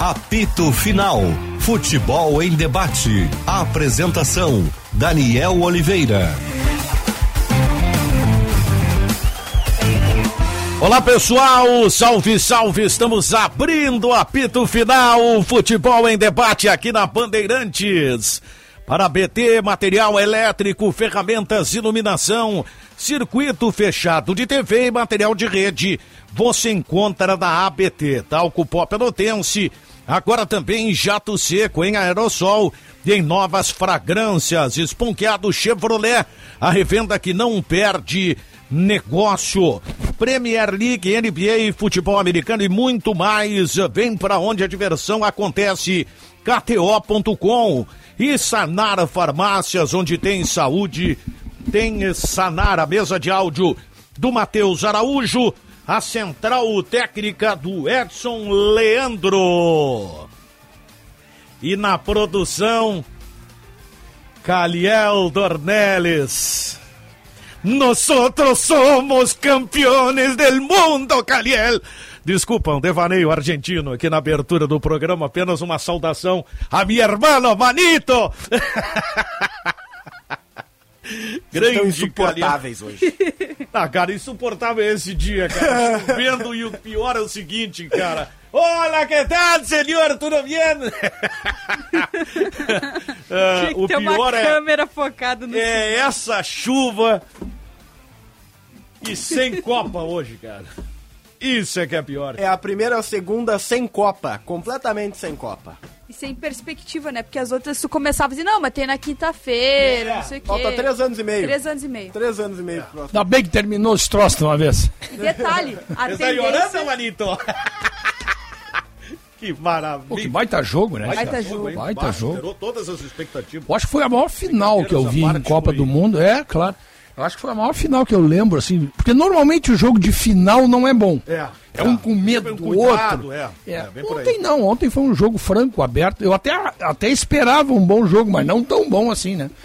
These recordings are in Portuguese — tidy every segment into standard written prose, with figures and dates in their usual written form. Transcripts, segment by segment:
Apito Final. Futebol em debate. Apresentação: Daniel Oliveira. Olá pessoal, salve, salve, estamos abrindo o Apito Final, Futebol em Debate aqui na Bandeirantes. Para BT, material elétrico, ferramentas, iluminação, circuito fechado de TV e material de rede, você encontra na ABT, Talco Pó Pelotense, agora também jato seco em aerossol e em novas fragrâncias, esponqueado Chevrolet, a revenda que não perde negócio. Premier League, NBA, futebol americano e muito mais. Vem para onde a diversão acontece. KTO.com e Sanar Farmácias, onde tem saúde, tem Sanar. A mesa de áudio do Matheus Araújo, a central técnica do Edson Leandro. E na produção, Caliel Dornelles. Nosotros somos campeones del mundo, Caliel. Desculpa, um devaneio argentino aqui na abertura do programa, apenas uma saudação a minha irmã, Manito. Grande, estão insuportáveis hoje. Ah, cara, insuportável esse dia, cara, chovendo, e o pior é o seguinte, cara. Olá, que tal, senhor? Tudo bem? Tinha que ter uma câmera focada no essa chuva e sem Copa hoje, cara. Isso é que é pior. É a primeira ou a segunda sem Copa, completamente sem Copa. E sem perspectiva, né? Porque as outras tu começava a dizer, não, mas tem na quinta-feira, não sei o quê. Falta 3 anos e meio. 3 anos e meio. 3 anos e meio. Ainda bem que terminou esse troço de uma vez. Detalhe, a tendência... Tá chorando, Manito? Que maravilha. Pô, que baita jogo, né? Baita jogo. Baita jogo. Superou todas as expectativas. Eu acho que foi a maior final que eu vi em Copa do Mundo. É, claro. Eu acho que foi a maior final que eu lembro, assim. Porque normalmente o jogo de final não é bom. É um com medo do outro. Ontem não, ontem foi um jogo franco, aberto. Eu até esperava um bom jogo, mas não tão bom assim, né?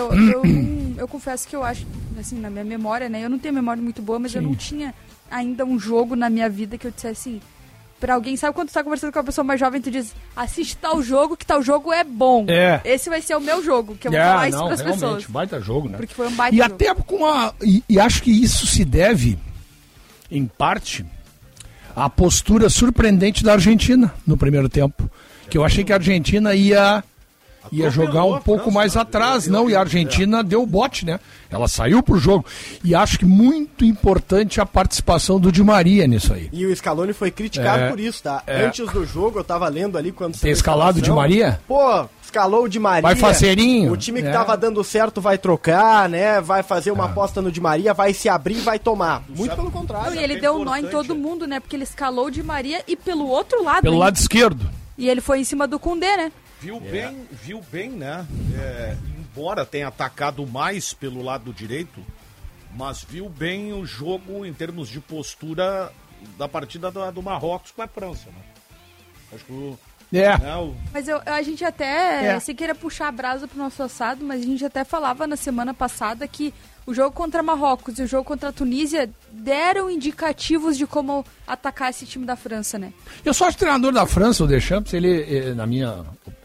Eu confesso que eu acho, assim, na minha memória, né? Eu não tenho memória muito boa, mas eu não tinha ainda um jogo na minha vida que eu dissesse assim... Pra alguém, sabe quando tu tá conversando com uma pessoa mais jovem, tu diz, assiste tal jogo, que tal jogo é bom. Esse vai ser o meu jogo, que eu vou falar isso pras pessoas. Baita jogo, né? Porque foi um baita jogo. Até e acho que isso se deve, em parte, à postura surpreendente da Argentina no primeiro tempo. Que eu achei que a Argentina ia jogar um pouco mais atrás, e a Argentina deu o bote, né? Ela saiu pro jogo. E acho que muito importante a participação do Di Maria nisso aí. E o Scaloni foi criticado por isso, tá? Antes do jogo, eu tava lendo ali quando... Tem escalado o Di Maria? Pô, escalou o Di Maria. Vai faceirinho. O time que tava dando certo vai trocar, né? Vai fazer uma aposta no Di Maria, vai se abrir e vai tomar. Muito pelo contrário. E ele deu um nó em todo mundo, né? Porque ele escalou o Di Maria e pelo outro lado... Pelo lado esquerdo. E ele foi em cima do Koundé, né? Viu bem, né? Embora tenha atacado mais pelo lado direito, mas viu bem o jogo em termos de postura da partida do Marrocos com a França, né? Acho que Mas a gente até, se queira puxar a brasa pro nosso assado, mas a gente até falava na semana passada que o jogo contra Marrocos e o jogo contra a Tunísia deram indicativos de como atacar esse time da França, né? Eu só acho que o treinador da França, o Deschamps, ele, na minha...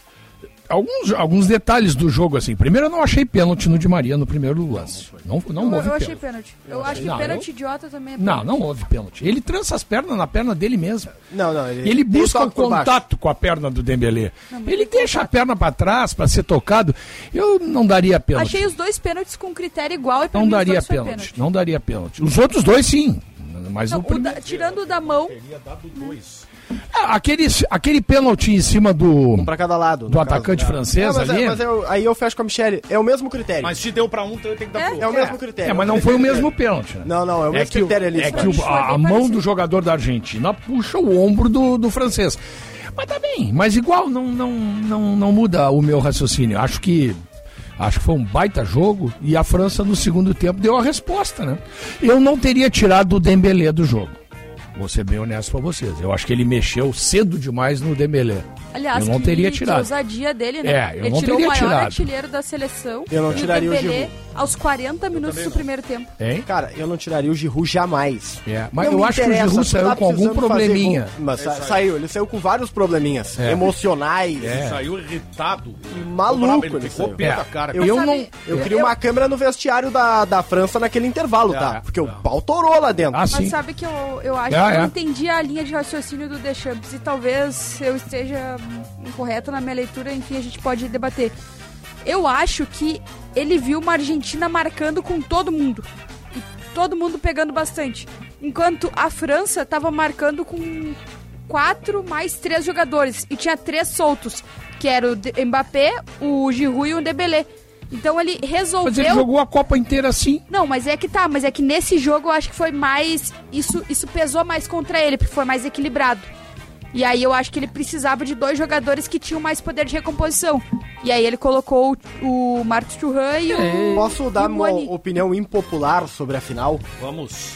Alguns detalhes do jogo, assim. Primeiro, eu não achei pênalti no Di Maria no primeiro lance. Não houve pênalti. Eu achei pênalti. Eu acho que pênalti idiota também é pênalti. Não houve pênalti. Ele trança as pernas na perna dele mesmo. Não. Ele busca o contato com a perna do Dembélé. Ele deixa a perna pra trás pra ser tocado. Eu não daria pênalti. Achei os dois pênaltis com critério igual e pra não mim daria pênalti. Não daria pênalti. Os outros dois, sim. Mas o primeiro... Tirando o da mão... Teria dado 2. Aquele pênalti em cima do pra cada lado, do atacante francês ali. Aí eu fecho com a Michele. É o mesmo critério. Mas se deu pra um, então tem que dar pro outro. É o mesmo critério. Mas não foi o mesmo pênalti. Né? Não, é o mesmo critério ali. É que a mão do jogador da Argentina puxa o ombro do francês. Mas tá bem. Mas igual não muda o meu raciocínio. Acho que foi um baita jogo e a França no segundo tempo deu a resposta, né? Eu não teria tirado o Dembélé do jogo. Vou ser bem honesto pra vocês. Eu acho que ele mexeu cedo demais no Dembélé. Aliás, eu não teria tirado. Que ousadia dele, né? Eu ele não tirou teria o maior tirado. artilheiro da seleção. Eu não tiraria o Dembélé Giroud. aos 40 minutos do primeiro tempo. Hein? Cara, eu não tiraria o Giroud jamais. Mas Não eu me acho que o interessa, Giroud tu saiu tá com algum precisando fazer probleminha. gol. Mas saiu, ele saiu com vários probleminhas emocionais. Saiu irritado. Maluco, Ele ele ficou saiu. pé da cara. Eu queria uma câmera no vestiário da França naquele intervalo, tá? Porque o pau torou lá dentro. Ah, Mas sim. sabe que eu acho que eu entendi a linha de raciocínio do Deschamps e talvez eu esteja incorreto na minha leitura, enfim, a gente pode debater. Eu acho que ele viu uma Argentina marcando com todo mundo. E todo mundo pegando bastante. Enquanto a França tava marcando com 4 mais 3 jogadores. E tinha 3 soltos, que era o Mbappé, o Giroud e o Dembélé. Então ele resolveu... Mas ele jogou a Copa inteira assim. Não, mas é que nesse jogo eu acho que foi mais... Isso pesou mais contra ele, porque foi mais equilibrado. E aí eu acho que ele precisava de 2 jogadores que tinham mais poder de recomposição. E aí ele colocou o Marcos Thuram e o... Posso dar uma Moni. opinião impopular sobre a final? Vamos.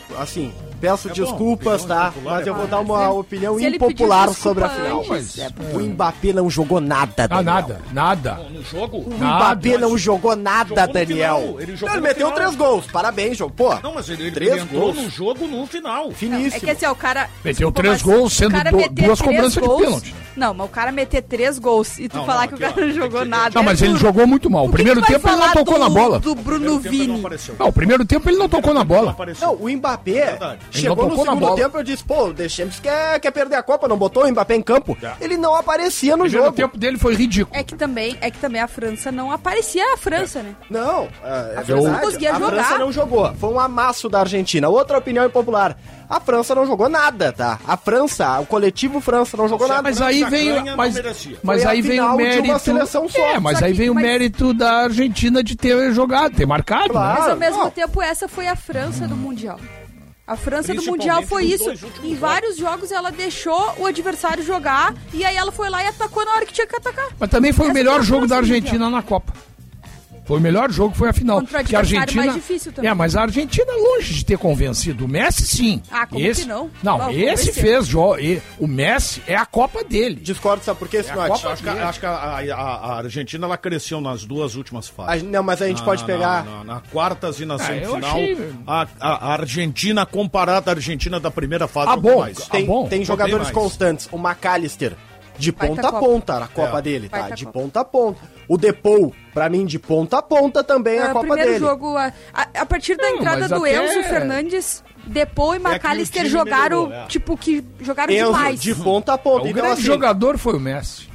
Peço desculpas, bom, tá? impopular Mas é eu vou bom. dar uma opinião Se ele impopular pedir sobre a desculpa final. antes, O Mbappé não jogou nada, Daniel. Nada. No jogo? O Mbappé não jogou nada, Jogou no Daniel. final, ele jogou Ele no meteu final. 3 gols. Parabéns, jogo. Pô, Não, mas ele 3 entrou gols. no jogo no final. Finíssimo. É que assim, ó, o cara... Meteu desculpa, 3 mas gols, o sendo cara 2 meter 3 cobranças de gols- pênalti. Não, mas o cara meter 3 gols e tu Não, falar não, que aqui, o cara ó, não jogou tem que- nada. Não, mas ele jogou muito mal. O primeiro que tu vai tempo ele não falar tocou na bola. do Bruno Primeiro tempo ele não Vini. apareceu. Não, o primeiro tempo ele não tocou na bola. Apareceu. Não, o Mbappé Verdade. Ele não chegou no tocou na segundo bola. tempo, eu disse, pô, o Deschamps quer perder a Copa, não botou o Mbappé em campo. Ele não aparecia no O primeiro jogo. tempo dele foi ridículo. É que também a França não aparecia a França, né? Não, é França não verdade. conseguia A jogar. França não jogou. Foi um amasso da Argentina. Outra opinião impopular. A França não jogou nada, tá? A França, o coletivo França não jogou nada. Mas aí França veio, ganha, não mas merecia. Foi a aí veio final o de uma mérito. seleção só. Mas Só aí que- veio o mas- mérito da Argentina de ter jogado, ter marcado, Claro. Mas né? ao mesmo não. tempo, essa foi a França do Mundial. A França do Principalmente Mundial foi nos isso. 2 últimos Em jogos. vários jogos ela deixou o adversário jogar e aí ela foi lá e atacou na hora que tinha que atacar. Mas também foi o Essa melhor foi a jogo da França do Argentina na Copa. Foi o melhor jogo, foi a final. Contra o Porque a adversário Argentina, mais difícil também. mas a Argentina longe de ter convencido. O Messi sim. Ah, como esse, que não? Não, Não, esse convenceu. fez o Messi é a Copa dele. Discordo, sabe por quê, Sinote? Acho que a Argentina ela cresceu nas 2 últimas fases. Não, mas a gente pode pegar... Na quartas e na eu semifinal, achei- a Argentina comparada à Argentina da primeira fase. Ah, jogou bom. mais. Ah, bom. Tem jogadores mais. constantes. O McAllister, de Baita ponta a Copa. ponta, a Copa dele, tá? Baita De Copa. ponta a ponta. O Depou, pra mim, de ponta a ponta também a O Copa primeiro dele. jogo, a partir da Não, entrada mas do até- Enzo Fernandes, Depou e que o McAllister time jogaram, melhorou, tipo, que jogaram Enzo, demais. de ponta a ponta. O Então, grande assim, jogador foi o Messi.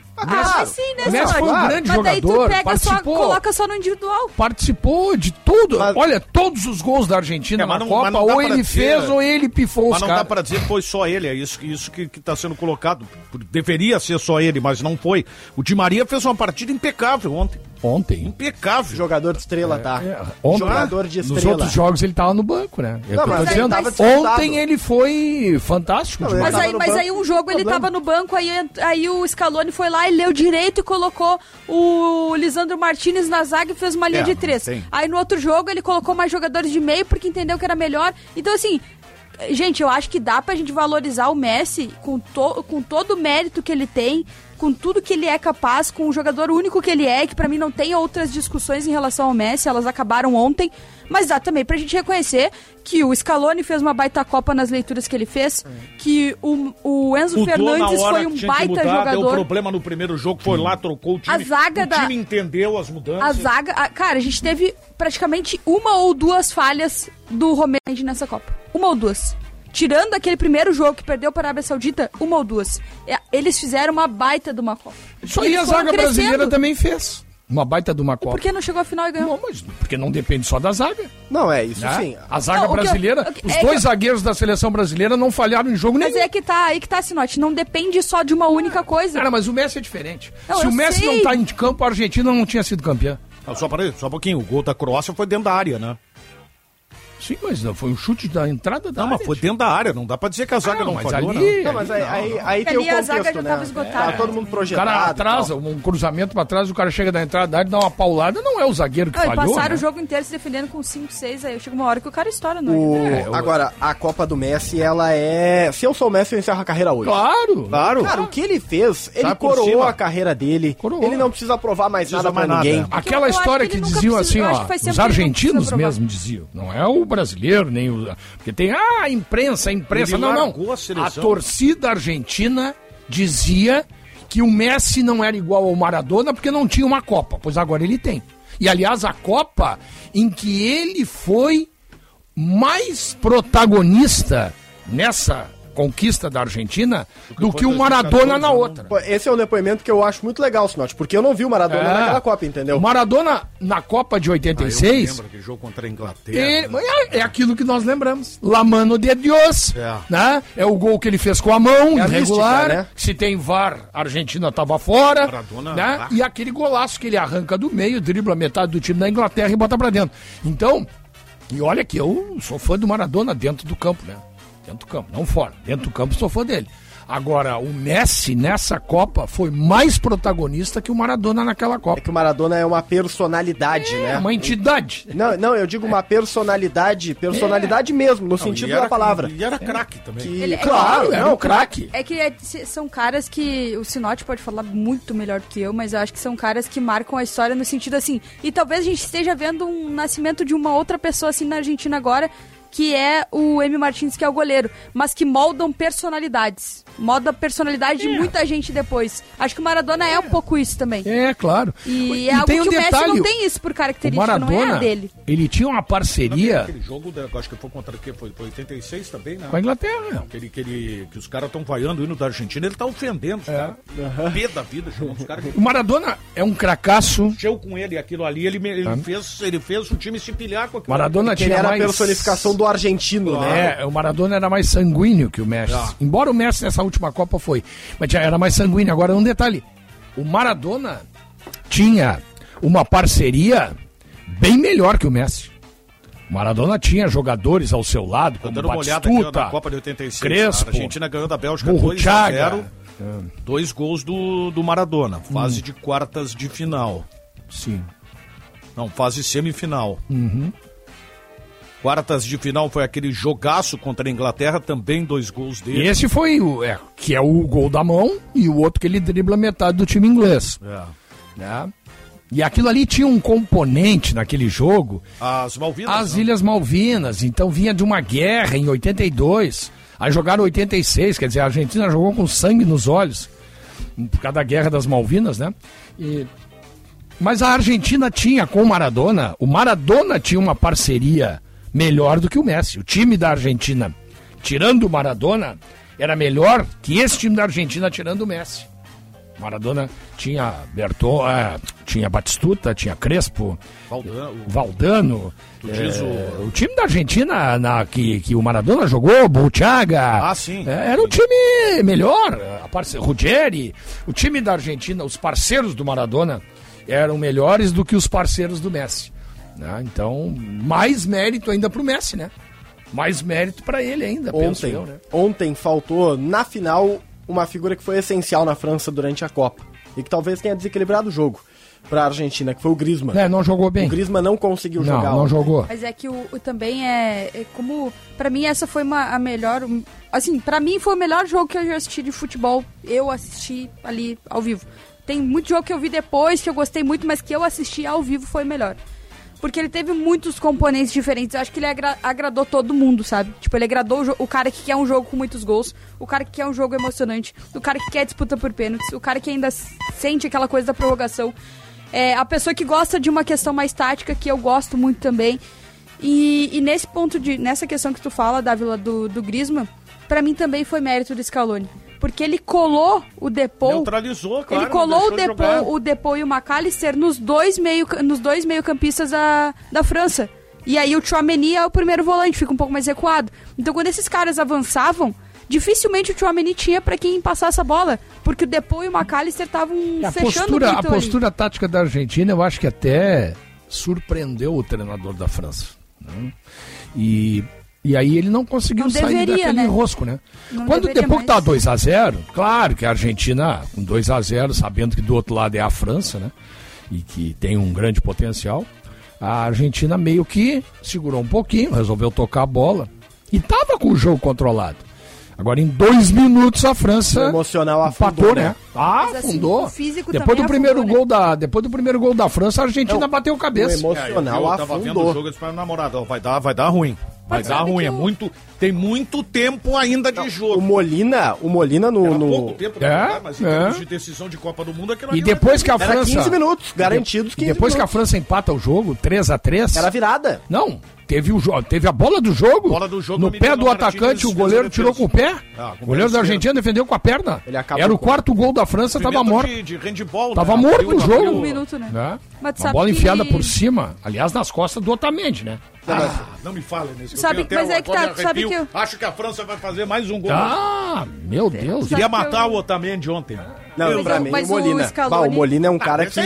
Mas sim, né, O Messi Sérgio? foi um grande Mas daí tu jogador, pega só, participou. coloca só no individual. Participou de tudo. Mas- Olha, todos os gols da Argentina mas na não- Copa, mas não dá ou pra ele dizer- fez ou ele pifou Mas os não dá caras. para dizer que foi só ele, é isso que está sendo colocado. Deveria ser só ele, mas não foi. O Di Maria fez uma partida impecável ontem. Ontem. Impecável. Jogador de estrela, tá? Ontem, Jogador de Nos estrela. outros jogos ele tava no banco, né? É o Não, que eu tô mas ele dizendo. tava disputado. Ontem ele foi fantástico. Não, demais. ele tava no Mas banco, aí um jogo ele problema. tava no banco, aí o Scaloni foi lá e leu direito e colocou o Lisandro Martinez na zaga e fez uma linha de 3. tem. Aí no outro jogo ele colocou mais jogadores de meio porque entendeu que era melhor. Então assim, gente, eu acho que dá pra gente valorizar o Messi com todo o mérito que ele tem, com tudo que ele é capaz, com o jogador único que ele é, que pra mim não tem outras discussões em relação ao Messi, elas acabaram ontem, mas dá também pra gente reconhecer que o Scaloni fez uma baita Copa nas leituras que ele fez, que o Enzo Mudou Fernandes na hora foi que um tinha que baita mudar, Deu jogador. problema no primeiro jogo, foi lá, trocou o time. A zaga o time entendeu as mudanças. A zaga, cara, a gente teve praticamente 1 ou 2 falhas do Romero nessa Copa. 1 ou 2. Tirando aquele primeiro jogo que perdeu para a Arábia Saudita, 1 ou 2. Eles fizeram uma baita de uma Copa. Isso aí Eles a foram zaga crescendo. brasileira também fez. Uma baita de uma Copa. Por que não chegou à final e ganhou? Não, mas porque não depende só da zaga. Não, é isso Né? sim. A zaga Não, o que eu- brasileira, o que- os é dois que- zagueiros da seleção brasileira não falharam em jogo Mas nenhum. aí que tá, Sinote. Não depende só de uma única coisa. Cara, mas o Messi é diferente. Não, Se eu o Messi sei. não tá em campo, a Argentina não tinha sido campeã. Só um pouquinho, o gol da Croácia foi dentro da área, né? Sim, mas não, foi um chute da entrada da área. Não, mas foi dentro da área, não dá pra dizer que a zaga não mas falhou, ali- Não, mas aí tem o Ali a zaga contexto, já né? tava esgotada. Tá todo mundo O projetado. cara e atrasa, tal. um cruzamento pra trás, o cara chega da entrada da área e dá uma paulada, não é o zagueiro que Não, e falhou, passaram né? o jogo inteiro se defendendo com 5, 6, aí chega uma hora que o cara estoura, não Agora, a Copa do Messi, ela é... Se eu sou o Messi, eu encerro a carreira hoje. Claro! Claro. Cara, o que ele fez, ele Sai por coroou cima. a carreira dele. Coroou. Ele não precisa provar mais Precisa nada pra mais nada. ninguém. Aquela eu acho história que que ele nunca diziam precisa- assim, eu acho ó, que faz tempo os que ele não argentinos precisa provar. mesmo diziam, não é o brasileiro, nem o... Porque tem, a imprensa, Ele não. largou a A seleção. torcida argentina dizia que o Messi não era igual ao Maradona porque não tinha uma Copa, pois agora ele tem. E, aliás, a Copa em que ele foi mais protagonista nessa conquista da Argentina do que o Maradona na outra. Pô, esse é um depoimento que eu acho muito legal, Sinote, porque eu não vi o Maradona naquela Copa, entendeu? O Maradona, na Copa de 86... lembro aquele jogo contra a Inglaterra. É aquilo que nós lembramos. La mano de Dios. É. Né? É o gol que ele fez com a mão, É a irregular. mística, né? Se tem VAR, a Argentina estava fora. Maradona, Né? E aquele golaço que ele arranca do meio, dribla metade do time da Inglaterra e bota pra dentro. Então, e olha que eu sou fã do Maradona dentro do campo, né? Dentro do campo, não fora. Dentro do campo sou fã dele. Agora, o Messi nessa Copa foi mais protagonista que o Maradona naquela Copa. É que o Maradona é uma personalidade, É né? uma entidade. Não, eu digo uma personalidade mesmo, no sentido da palavra. E era craque também. Que, Ele- claro, era não, um craque. É que são caras que o Sinote pode falar muito melhor do que eu, mas eu acho que são caras que marcam a história no sentido assim. E talvez a gente esteja vendo um nascimento de uma outra pessoa assim na Argentina agora, que é o Emi Martins, que é o goleiro, mas que moldam personalidades. Molda a personalidade de muita gente depois. Acho que o Maradona é um pouco isso também. É, claro. E é algo tem que um o Messi detalhe, não tem isso por o característica, não é a Maradona, dele. ele tinha uma parceria Aquele jogo, acho que foi contra o quê? Foi 86 também, né? com a Inglaterra. Que os caras estão vaiando o hino da Argentina, ele tá ofendendo os caras. Pé da vida, chamando os caras. O Maradona é um cracaço. Mexeu com ele, aquilo ali, ele fez o time se pilhar com aquilo. Maradona que ele tinha era mais... a personificação do argentino, né? É, o Maradona era mais sanguíneo que o Messi. Embora o Messi nessa última Copa foi, mas já era mais sanguíneo. Agora, um detalhe. O Maradona tinha uma parceria bem melhor que o Messi. O Maradona tinha jogadores ao seu lado, Tô como dando uma olhada aqui ó, Batistuta, na Copa de 86. Crespo, A Argentina ganhou da Bélgica Burruchaga. 2-0. 2 gols do Maradona. Fase de quartas de final. Sim. Não, fase semifinal. Quartas de final foi aquele jogaço contra a Inglaterra, também 2 gols E dele. esse foi que é o gol da mão e o outro que ele dribla metade do time inglês. É. Né? E aquilo ali tinha um componente naquele jogo, As Malvinas. as né? Ilhas Malvinas, então vinha de uma guerra em 82, aí jogaram 86, quer dizer, a Argentina jogou com sangue nos olhos, por causa da guerra das Malvinas, né? Mas a Argentina tinha com o Maradona tinha uma parceria melhor do que o Messi. O time da Argentina, tirando o Maradona, era melhor que esse time da Argentina tirando o Messi. Maradona tinha tinha Batistuta, tinha Crespo, Valdano. O time da Argentina que o Maradona jogou, Burruchaga. Ah, sim. Era um time melhor. Ruggeri. O time da Argentina, os parceiros do Maradona eram melhores do que os parceiros do Messi. Né? Então, mais mérito ainda pro Messi, né? Mais mérito para ele ainda, penso eu, né? Ontem faltou, na final, uma figura que foi essencial na França durante a Copa. E que talvez tenha desequilibrado o jogo pra Argentina, que foi o Griezmann. Não jogou bem. O Griezmann não conseguiu jogar. Não jogou. Mas é que o também é como... Pra mim, essa foi a melhor... Assim, pra mim foi o melhor jogo que eu já assisti de futebol. Eu assisti ali ao vivo. Tem muito jogo que eu vi depois, que eu gostei muito, mas que eu assisti ao vivo foi melhor. Porque ele teve muitos componentes diferentes. Eu acho que ele agradou todo mundo, sabe? Tipo, ele agradou o cara que quer um jogo com muitos gols, o cara que quer um jogo emocionante, o cara que quer disputa por pênaltis, o cara que ainda sente aquela coisa da prorrogação. A pessoa que gosta de uma questão mais tática, que eu gosto muito também. E nesse ponto nessa questão que tu fala, Dávila, do Griezmann, pra mim também foi mérito do Scaloni. Porque ele colou o Depou. Neutralizou, claro. Ele colou o Depou e o McAllister nos dois meio-campistas da França. E aí o Tchouaméni é o primeiro volante, fica um pouco mais recuado. Então quando esses caras avançavam, dificilmente o Tchouaméni tinha pra quem passar essa bola. Porque o Depou e o McAllister estavam fechando muito A postura tática da Argentina, eu acho que até surpreendeu o treinador da França. Né? E aí ele não conseguiu Não sair deveria, daquele né? enrosco, né? Não Quando deveria depois que tá mais. 2-0, claro que a Argentina com 2-0, sabendo que do outro lado é a França, né? E que tem um grande potencial, a Argentina meio que segurou um pouquinho, resolveu tocar a bola e tava com o jogo controlado. Agora em 2 minutos a França O emocional empatou, afundou, né? Mas, assim, Afundou. o físico Depois também do primeiro afundou, né? depois do primeiro gol da França, a Argentina bateu cabeça. O emocional eu tava vendo o afundou. jogo e disse pra minha namorada, ó, vai dar ruim. Vai Mas dar sabe ruim, que tem muito tempo ainda de O jogo. Molina Era no... pouco tempo, É, na verdade, mas em é. termos de decisão de Copa do Mundo, aquilo E ali depois que a Era França 15 minutos, garantidos 15 depois que a minutos. França empata o jogo, 3-3. Era virada. Não, teve a bola do jogo. Bola do jogo, no o pé menino do Martínez atacante, o fez goleiro a tirou defesa. com o pé. Ah, com O o goleiro pé da esquerdo. Argentina defendeu com a perna. Ele acabou Era o com- quarto gol da França, tava morto. De handball, Tava né? morto o Abriu- jogo. Um minuto, né? Né? Mas tu Uma sabe bola que- enfiada por cima, aliás, nas costas do Otamendi, né? Não me fale nisso. Sabe- eu tenho mas até é que agora tá, me sabe arrepio. que Acho que a França vai fazer mais um gol. Ah, meu Deus. Queria Sabe que matar eu- o Otamendi ontem. Não, Mas pra o- mim, mas o Molina. o Scaloni- Bah, o Molina é um cara que...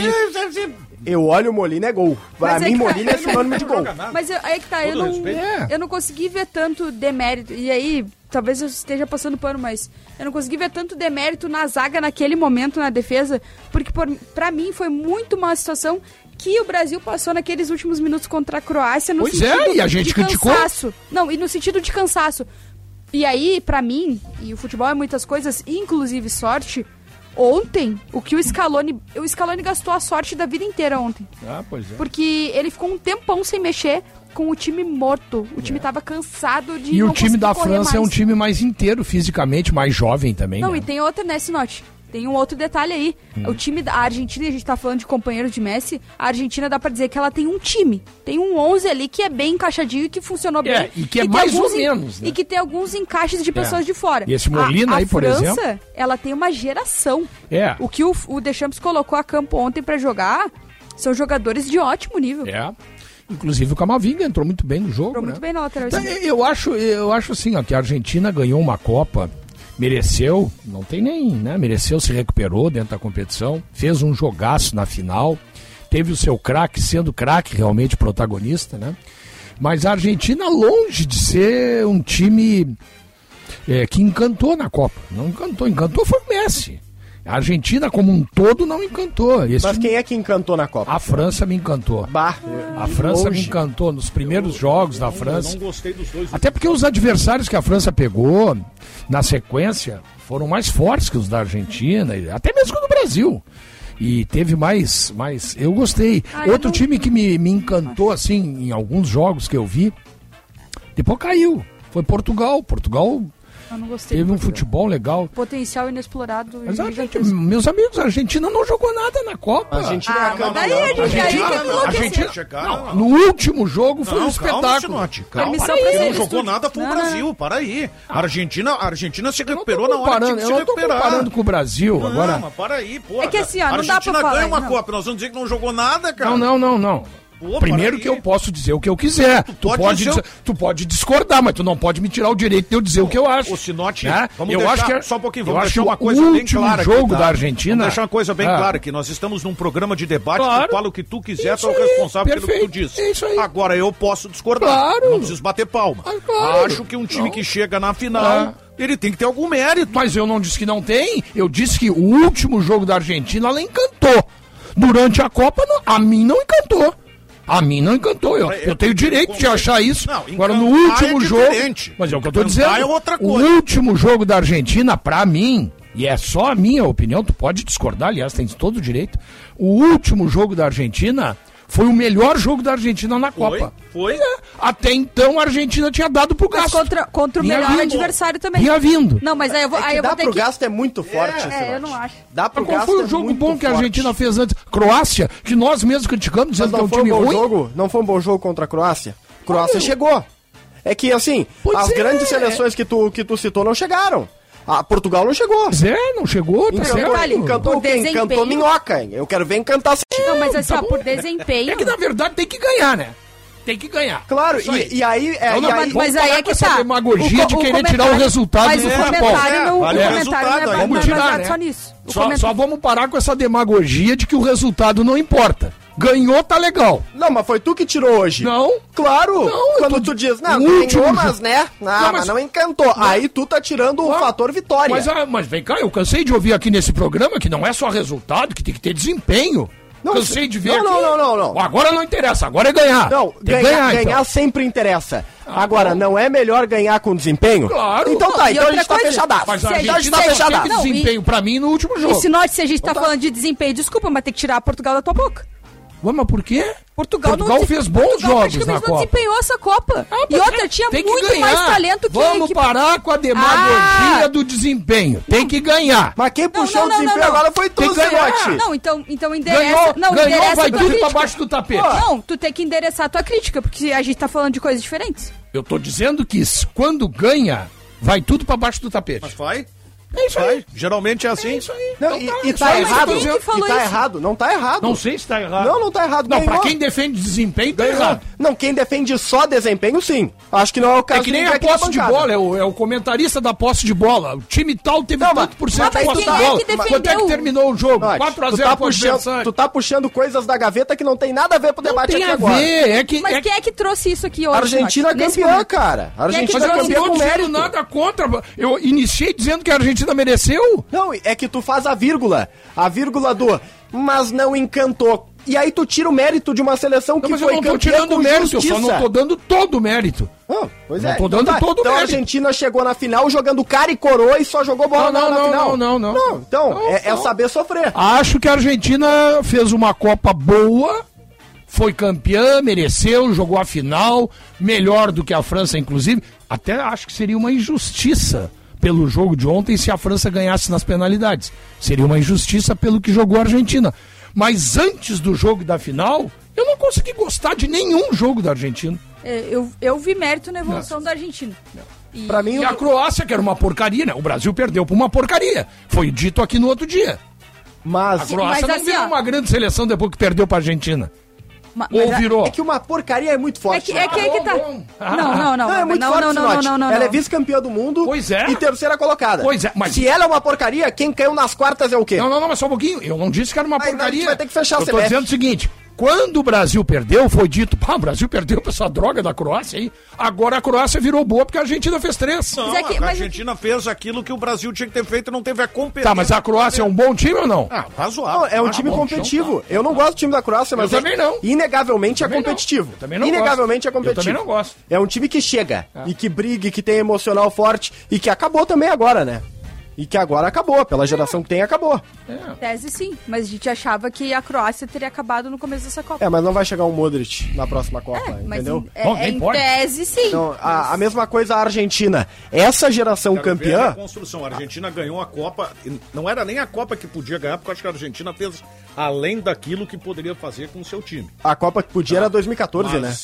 Eu olho o Molina é gol. Pra Mas é mim, que- Molina é sinônimo de gol. Mas aí que tá, eu Todo não, respeito. eu não consegui ver tanto demérito. E aí, talvez eu esteja passando pano, mas eu não consegui ver tanto demérito na zaga naquele momento, na defesa, porque pra mim foi muito uma situação que o Brasil passou naqueles últimos minutos contra a Croácia no Pois é, sentido e a gente de criticou. cansaço. Não, e no sentido de cansaço. E aí, pra mim, e o futebol é muitas coisas, inclusive sorte, ontem, o Scaloni gastou a sorte da vida inteira ontem. Ah, pois é. Porque ele ficou um tempão sem mexer com o time morto. O time tava cansado de E não o time da conseguir correr França é um mais. time mais inteiro fisicamente, mais jovem também, Não, né? e tem outra, né, Sinote? Tem um outro detalhe aí. O time da Argentina, a gente tá falando de companheiros de Messi, a Argentina dá pra dizer que ela tem um time. Tem um 11 ali que é bem encaixadinho e que funcionou bem. e que é tem mais ou alguns menos, né? E que tem alguns encaixes de pessoas de fora. E esse Molina a aí, por França, exemplo? ela tem uma geração. É. O que o Deschamps colocou a campo ontem pra jogar são jogadores de ótimo nível. É. Inclusive o Camavinga entrou muito bem no jogo, Entrou né? muito bem na lateral Então, esquerda. eu acho assim, ó, que a Argentina ganhou uma Copa, mereceu, não tem nem, né? Mereceu, se recuperou dentro da competição, fez um jogaço na final, teve o seu craque, sendo craque realmente protagonista, né? Mas a Argentina, longe de ser um time que encantou na Copa, não encantou foi o Messi. A Argentina como um todo não encantou. Esse Mas time- quem é que encantou na Copa? A França me encantou. Bah, A França me longe. encantou nos primeiros jogos da Eu França. não gostei dos dois. Até porque os adversários que a França pegou na sequência foram mais fortes que os da Argentina, e até mesmo do Brasil. E teve mais. Eu gostei. Ah, eu Outro não- time que me encantou, assim, em alguns jogos que eu vi, depois caiu. Foi Portugal. Portugal Eu não gostei. teve um do Portugal. futebol legal. Potencial inexplorado. Mas a gigantesco. gente, meus amigos, a Argentina não jogou nada na Copa. A Argentina é a campeã. daí a gente aí que A Argentina, Chegaram. no último jogo foi um Calma, espetáculo. Sinote, calma. Permissão Quem pra não eles, jogou tudo. nada foi o Não, Brasil, para aí. A Argentina se Eu não tô recuperou na hora que tinha comparando, que eu se não tô recuperar. comparando com o Brasil. Não, Agora, mas para aí, pô. É que assim, ó, a não dá Argentina pra falar, ganha uma não. Copa, nós vamos dizer que não jogou nada, cara. não. Pô, Primeiro para que aí. eu posso dizer o que eu quiser. Tu pode discordar, mas tu não pode me tirar o direito de eu dizer o que eu acho. O Sinote, né? vamos eu deixar, acho que só um pouquinho, eu vamos acho deixar que uma coisa o bem último clara jogo aqui, tá? da Argentina. Vamos deixar uma coisa bem Ah. clara aqui, nós estamos num programa de debate, Claro. tu fala o que tu quiser, tu Isso é o aí, responsável pelo que tu perfeito, disse. é isso aí. Agora eu posso discordar, Claro. não preciso bater palma. Ah, claro. Acho que um time Não. que chega na final, Ah. ele tem que ter algum mérito. Mas eu não disse que não tem. Eu disse que o último jogo da Argentina ela encantou. Durante a Copa, a mim não encantou. A mim não encantou. Eu tenho direito de achar isso. Não, Agora, no encantar último é jogo. diferente. Mas é o que eu tô Encantar dizendo. é outra O coisa. último jogo da Argentina, pra mim, e é só a minha opinião, tu pode discordar, aliás, tem todo o direito. O último jogo da Argentina foi o melhor jogo da Argentina na Copa. Foi. É. Até então a Argentina tinha dado pro Mas gasto. contra o Vinha melhor vindo. adversário também. Vinha vindo. Não, mas aí eu vou, aí eu Dá vou ter pro que... gasto é muito forte, Sinote. eu não acho. Dá pro Mas qual gasto foi é o jogo muito bom que a forte. Argentina fez antes? Croácia, que nós mesmos criticamos, Mas dizendo que é não um foi um time bom ruim. jogo? Não foi um bom jogo contra a Croácia? Croácia chegou. É que, assim, Pois as é. grandes seleções que tu citou não chegaram. A Portugal não chegou. Pois é, não chegou, tá Encantou, certo. detalhe, encantou por quem? desempenho. Encantou minhoca. Eu quero ver encantar... Não, mas assim, tá ó, bom. por desempenho... É que na verdade tem que ganhar, né? Tem que ganhar. Claro, Isso aí. e aí... Então, não, e aí mas vamos aí parar é com que essa tá. demagogia de querer tirar o comentário- resultado mas do o futebol. comentário não, vale o o comentário resultado, não é vamos não é tirar, baseado né? só nisso. O Só comentário- vamos parar com essa demagogia de que o resultado não importa. Ganhou, tá legal. Não, mas foi tu que tirou hoje. Não. Claro. Não, quando tu diz, não, no último ganhou, mas jogo. né? Não, Mas não encantou. Aí tu tá tirando o Ah, fator vitória. Mas vem cá, eu cansei de ouvir aqui nesse programa que não é só resultado, que tem que ter desempenho. Não, Cansei de ver não, aqui. não. Agora não interessa, agora é ganhar. Não, Tem que ganhar então. sempre interessa. Agora, não é melhor ganhar com desempenho? Claro. Então tá, E então a outra gente tá coisa, fechadaço. Mas Se a a gente gente tá teve fechadaço. Não, Desempenho pra mim no último jogo. E se nós, se a gente tá Então tá. falando de desempenho, desculpa, mas tem que tirar Portugal da tua boca. Ué, mas por quê? Portugal fez bons jogos na não Copa. desempenhou essa Copa. Ah, E outra, tinha tem que muito ganhar. mais talento que Vamos parar com a demagogia do desempenho. Tem que ganhar. Mas quem puxou não, o desempenho não. agora foi Tem tu, que ganhar. Celote. Não, então endereça. Ganhou, Endereça vai a tua tudo pra crítica. baixo do tapete. Não, tu tem que endereçar a tua crítica, porque a gente tá falando de coisas diferentes. Eu tô dizendo que quando ganha, vai tudo pra baixo do tapete. Mas vai. É isso aí. Geralmente é assim. É isso aí. Não, Então e só tá isso errado. que eu tô dizendo. Quem que falou E tá isso? errado. Não tá errado. Não sei se tá errado. Não tá errado. Não, pra Ganhou. quem defende desempenho, tá Ganhou. errado. Não, quem defende só desempenho, sim. Acho que não é o caso É que nem de ninguém a aqui na posse de bancada. bola, é o comentarista da posse de bola. O time tal teve Não, tanto por cento de mas posse de quem é bola. que defendeu? Quanto é que terminou o jogo? Não, 4x0 pro adversário. tu tá puxando coisas da gaveta que não tem nada a ver pro Não debate tem aqui a agora. ver, é que... Mas quem é que trouxe isso aqui hoje? A Argentina é Nath? Nesse campeã, momento. cara. A Quem é que Mas Argentina eu é não campeã tô com dizendo mérito. nada contra. Eu iniciei dizendo que a Argentina mereceu. Não, é que tu faz a vírgula do mas não encantou. E aí tu tira o mérito de uma seleção que Não, mas eu foi não tô campeã tirando com o mérito, justiça. eu só não tô dando todo o mérito. Ah, pois Não é. tô dando todo o então a mérito. Argentina chegou na final jogando cara e coroa e só jogou bola na final. Não. Então, é saber sofrer. Acho que a Argentina fez uma Copa boa, foi campeã, mereceu, jogou a final, melhor do que a França, inclusive. Até acho que seria uma injustiça pelo jogo de ontem se a França ganhasse nas penalidades. Seria uma injustiça pelo que jogou a Argentina. Mas antes do jogo da final, eu não consegui gostar de nenhum jogo da Argentina. Eu vi mérito na evolução da Argentina. E, Pra mim, E a Croácia, que era uma porcaria, né? O Brasil perdeu por uma porcaria. Foi dito aqui no outro dia. A mas Croácia não assim, virou ó, uma grande seleção depois que perdeu pra Argentina. Ou virou. é que uma porcaria é muito forte. É que tá. bom. Não, é muito forte, Sinote. não. Ela é vice-campeã do mundo Pois é. e terceira colocada. Pois é, mas- Se ela é uma porcaria, quem caiu nas quartas é o quê? Não, mas só um pouquinho. Eu não disse que era uma Aí, porcaria. a gente vai ter que fechar o Eu tô semestre. dizendo o seguinte. Quando o Brasil perdeu, foi dito, pá, o Brasil perdeu pra essa droga da Croácia aí. Agora a Croácia virou boa porque a Argentina fez 3. Não, Mas é que- a mas- Argentina fez aquilo que o Brasil tinha que ter feito e não teve a competência. Tá, mas a Croácia é um bom time ou não? Ah, razoável. Não, é um time bom, competitivo. Eu não gosto do time da Croácia, mas Eu também não. Inegavelmente Também é competitivo. não. Eu também não Inegavelmente gosto. é competitivo. Eu também não gosto. É um time que chega e que briga, e que tem emocional forte e que acabou também agora, né? E que agora acabou, pela geração que tem, acabou. Tese sim, mas a gente achava que a Croácia teria acabado no começo dessa Copa. Mas não vai chegar um Modric na próxima Copa, Mas entendeu? Bom, nem em pode. tese sim. Então, a mesma coisa a Argentina. Essa geração Quero ver a campeã, reconstrução. A Argentina ganhou a Copa. Não era nem a Copa que podia ganhar, porque eu acho que a Argentina fez além daquilo que poderia fazer com o seu time. a Copa que podia era 2014, né?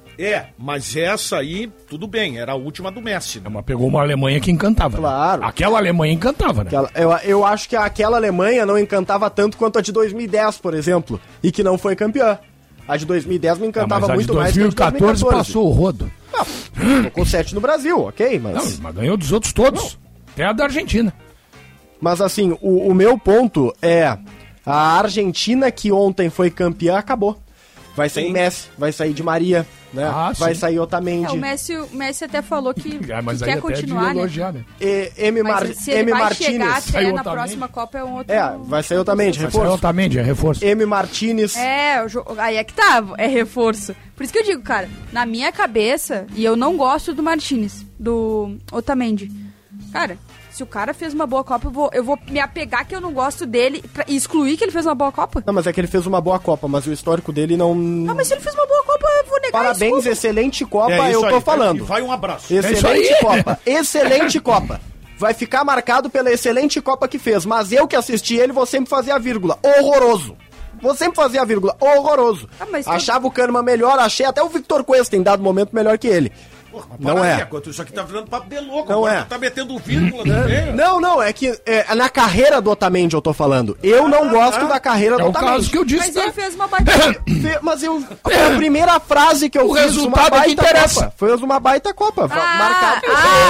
Mas essa aí, tudo bem, era a última do Messi. Né? Mas pegou uma Alemanha que encantava. Claro. Né? Aquela Alemanha encantava, né? Eu acho que aquela Alemanha não encantava tanto quanto a de 2010, por exemplo, e que não foi campeã. A de 2010 me encantava mas a de muito mais que a de 2014 2014. passou o rodo. Colocou 7 no Brasil, ok, Não, mas mas ganhou dos outros todos. Até a da Argentina. mas assim, o meu ponto é a Argentina que ontem foi campeã acabou. Vai sair Sim. Messi, vai sair Di Maria, né? Ah, vai sim. sair Otamendi. O Messi até falou que, Mas que aí quer até continuar, de né? elogiar, né? Mas se ele vai chegar Martinez. até Saiu na Otamendi. próxima Copa é um outro... Vai sair Otamendi, Mas saiu reforço. Otamendi, é reforço. M. Martinez. Aí é que tá, é reforço. Por isso que eu digo, cara, na minha cabeça, e eu não gosto do Martinez, do Otamendi. Cara, se o cara fez uma boa Copa, eu vou me apegar que eu não gosto dele e excluir que ele fez uma boa Copa? Não, mas é que ele fez uma boa Copa, mas o histórico dele não... Não, mas se ele fez uma boa Copa, eu vou negar Parabéns, isso. excelente Copa, É isso eu tô aí, falando. E vai um abraço. isso Excelente aí. Copa, excelente Copa. Vai ficar marcado pela excelente Copa que fez, mas eu que assisti ele vou sempre fazer a vírgula. Horroroso. Vou sempre fazer a vírgula. Horroroso. Mas Achava o Kahneman melhor, achei até o Victor Cuesta em dado momento melhor que ele. Porra, mas Não para aí, é. Agora, isso aqui tá virando papo de louco. Não agora é. tu tá metendo vírgula também. Não, é que na carreira do Otamendi eu tô falando. Eu não gosto da carreira É do o caso Otamendi. que eu disse, Mas ele né? fez uma baita... Mas foi a primeira frase que eu O fiz, resultado é que interessa. Copa. Foi uma baita Copa. Marcado.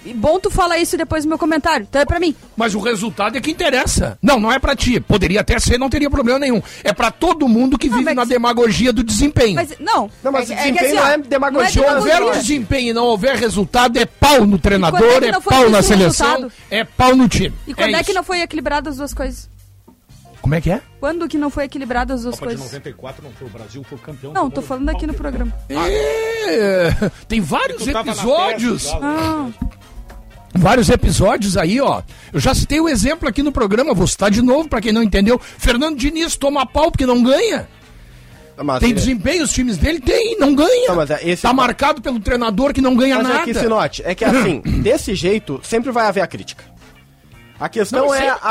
bom tu falar isso depois no meu comentário. Então é pra mim. Mas o resultado é que interessa. Não é pra ti. Poderia até ser, não teria problema nenhum. É pra todo mundo que vive na demagogia do desempenho. Mas, não, mas o desempenho assim, não é demagogia. Se houver desempenho e não houver resultado, é pau no treinador, é pau na seleção, é pau no time. E quando é que não foi equilibrado as duas coisas? Como é que é? Quando que não foi equilibrado as duas Copa coisas? de 94 não foi o Brasil, foi o campeão. Não, tô falando aqui no programa. Tem vários episódios. Tese, Vários episódios aí, ó. Eu já citei o exemplo aqui no programa, vou citar de novo pra quem não entendeu. Fernando Diniz toma pau porque não ganha. Tem desempenho, os times dele tem, não ganha. Tá marcado pelo treinador que não ganha nada. Mas Sinote, é que assim, desse jeito, sempre vai haver a crítica. A questão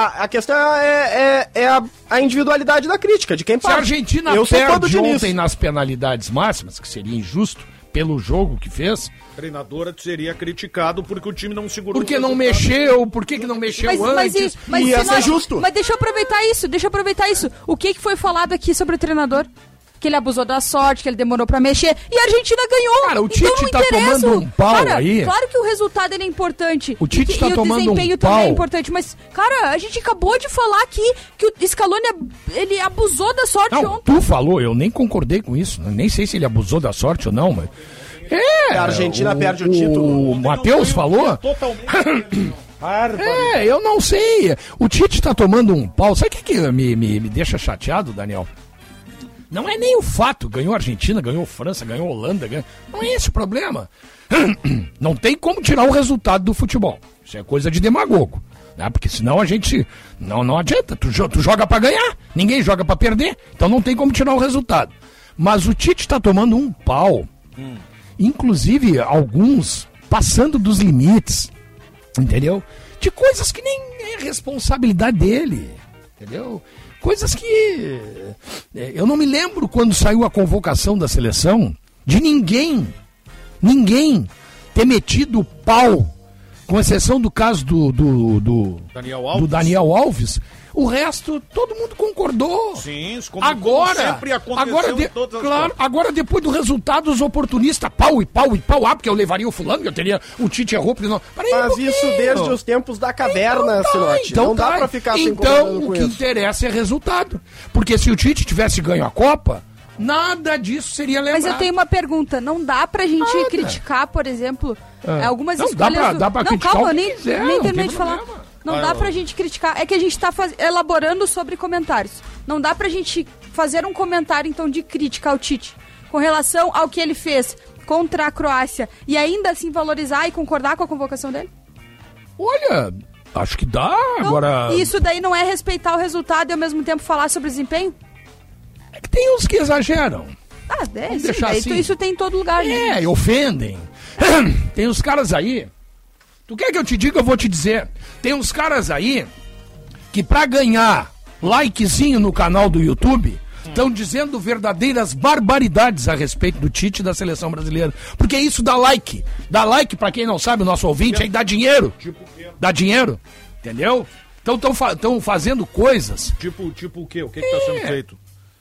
a individualidade da crítica, de quem parte. Se a Argentina perde ontem nas penalidades máximas, que seria injusto pelo jogo que fez... O treinador seria criticado porque o time não segurou. Porque não mexeu, por que não mexeu antes? Mas ia ser justo. Mas deixa eu aproveitar isso. O que foi falado aqui sobre o treinador? Que ele abusou da sorte, que ele demorou pra mexer. E a Argentina ganhou. Cara, o Tite tá tomando um pau aí. Claro que o resultado ele é importante. O Tite tá tomando um pau. E o desempenho também é importante. Mas, cara, a gente acabou de falar aqui que o Scaloni, ele abusou da sorte ontem. Tu falou, eu nem concordei com isso. Nem sei se ele abusou da sorte ou não, mas... A Argentina perde o título. O Matheus falou... Eu não sei. O Tite tá tomando um pau. Sabe o que me deixa chateado, Daniel? Não é nem o fato, ganhou a Argentina, ganhou a França, ganhou a Holanda, não é esse o problema. Não tem como tirar o resultado do futebol. Isso é coisa de demagogo, né? Porque senão a gente, não adianta, tu joga pra ganhar, ninguém joga pra perder, então não tem como tirar o resultado. Mas o Tite tá tomando um pau, inclusive alguns passando dos limites, entendeu? De coisas que nem é responsabilidade dele, entendeu? Coisas que... Eu não me lembro quando saiu a convocação da seleção de ninguém ter metido o pau, com exceção do caso do Daniel Alves. O resto, todo mundo concordou. Sim, como sempre aconteceu em todas as claro, agora depois do resultado, os oportunistas, pau, porque eu levaria o fulano, que eu teria, o Tite errou, porque não... Mas isso desde os tempos da caverna, Sinote. Então não dá pra ficar sem Então, o que interessa é resultado. Porque se o Tite tivesse ganho a Copa, nada disso seria lembrado. Mas eu tenho uma pergunta, não dá pra gente criticar, por exemplo, algumas escolhas... Dá pra criticar calma, eu nem terminei de falar. Não dá pra gente criticar, é que a gente tá elaborando sobre comentários. Não dá pra gente fazer um comentário, então, de crítica ao Tite, com relação ao que ele fez contra a Croácia, e ainda assim valorizar e concordar com a convocação dele? Olha, acho que dá, não, agora... Isso daí não é respeitar o resultado e ao mesmo tempo falar sobre desempenho? É que tem uns que exageram. Isso tem em todo lugar. Né? Ofendem. Tem uns caras aí... Tu quer que eu te diga, eu vou te dizer. Tem uns caras aí que pra ganhar likezinho no canal do YouTube estão dizendo verdadeiras barbaridades a respeito do Tite e da seleção brasileira. Porque isso dá like. Dá like, pra quem não sabe, o nosso ouvinte, aí dá dinheiro. Dá dinheiro, entendeu? Então estão fazendo coisas. Tipo o quê? O que tá sendo feito?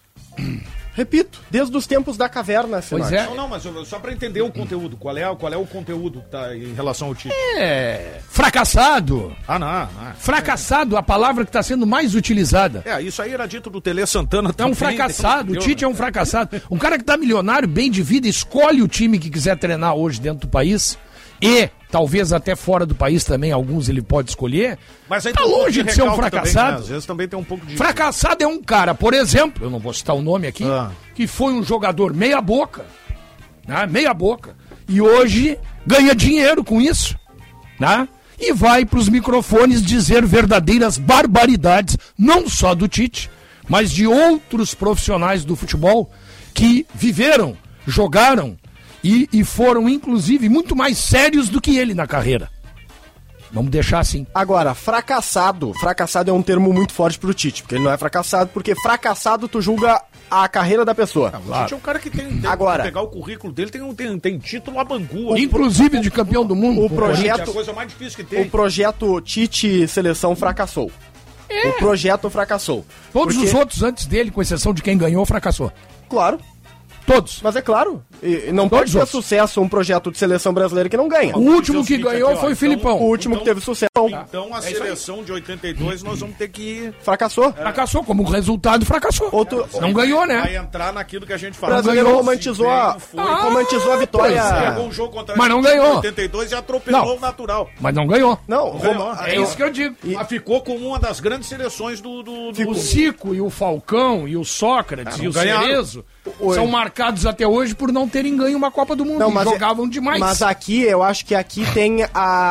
Repito, desde os tempos da caverna, pois é. Não, mas só pra entender o conteúdo. Qual é o conteúdo que tá em relação ao Tite? Fracassado. Não. Fracassado, a palavra que tá sendo mais utilizada. Isso aí era dito do Tele Santana também. É um fracassado, o Tite é um fracassado. Um cara que tá milionário, bem de vida, escolhe o time que quiser treinar hoje dentro do país. E, talvez até fora do país também, alguns ele pode escolher. Mas aí tá longe de ser um fracassado. Também, né? Às vezes também tem um pouco de... Fracassado é um cara, por exemplo, eu não vou citar o nome aqui, que foi um jogador meia boca, né? Meia boca, e hoje ganha dinheiro com isso, né? E vai para os microfones dizer verdadeiras barbaridades, não só do Tite, mas de outros profissionais do futebol que viveram, jogaram, e foram, inclusive, muito mais sérios do que ele na carreira. Vamos deixar assim. Agora, fracassado é um termo muito forte pro Tite, porque ele não é fracassado, porque fracassado tu julga a carreira da pessoa. O Tite é um cara que tem agora, pegar o currículo dele, tem título a Bangu. Inclusive de campeão do mundo. O projeto, é a coisa mais difícil que tem. O projeto Tite Seleção fracassou. O projeto fracassou. Todos os outros antes dele, com exceção de quem ganhou, fracassou. Claro. Todos. Mas é claro, e não pode ter sucesso um projeto de seleção brasileira que não ganha. O último que ganhou foi o Filipão. O último que teve sucesso. Então a seleção de 82 nós vamos ter que... Fracassou. Fracassou, como resultado fracassou. Não ganhou, né? Vai entrar naquilo que a gente O fala. brasileiro romantizou a vitória. Pegou um jogo contra Mas não ganhou. 82 e atropelou o natural. Mas não ganhou. Não, É isso que eu digo. Mas ficou como uma das grandes seleções do O Zico e o Falcão e o Sócrates e o ganharam. Cerezo são marcados até hoje por não terem ganho uma Copa do Mundo. Não, e jogavam demais. Mas aqui, eu acho que aqui tem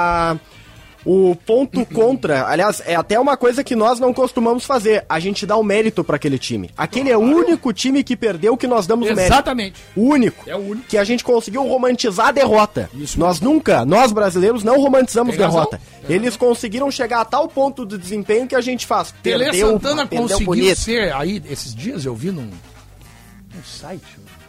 o ponto contra. Aliás, é até uma coisa que nós não costumamos fazer. A gente dá o mérito pra aquele time. Aquele é o único time que perdeu que nós damos o mérito. Exatamente. O único. É o único. Que a gente conseguiu romantizar a derrota. Isso Nós brasileiros, não romantizamos Tem razão. derrota. Eles conseguiram chegar a tal ponto de desempenho que a gente faz. Tele Santana conseguiu bonito. ser, aí, esses dias eu vi num site,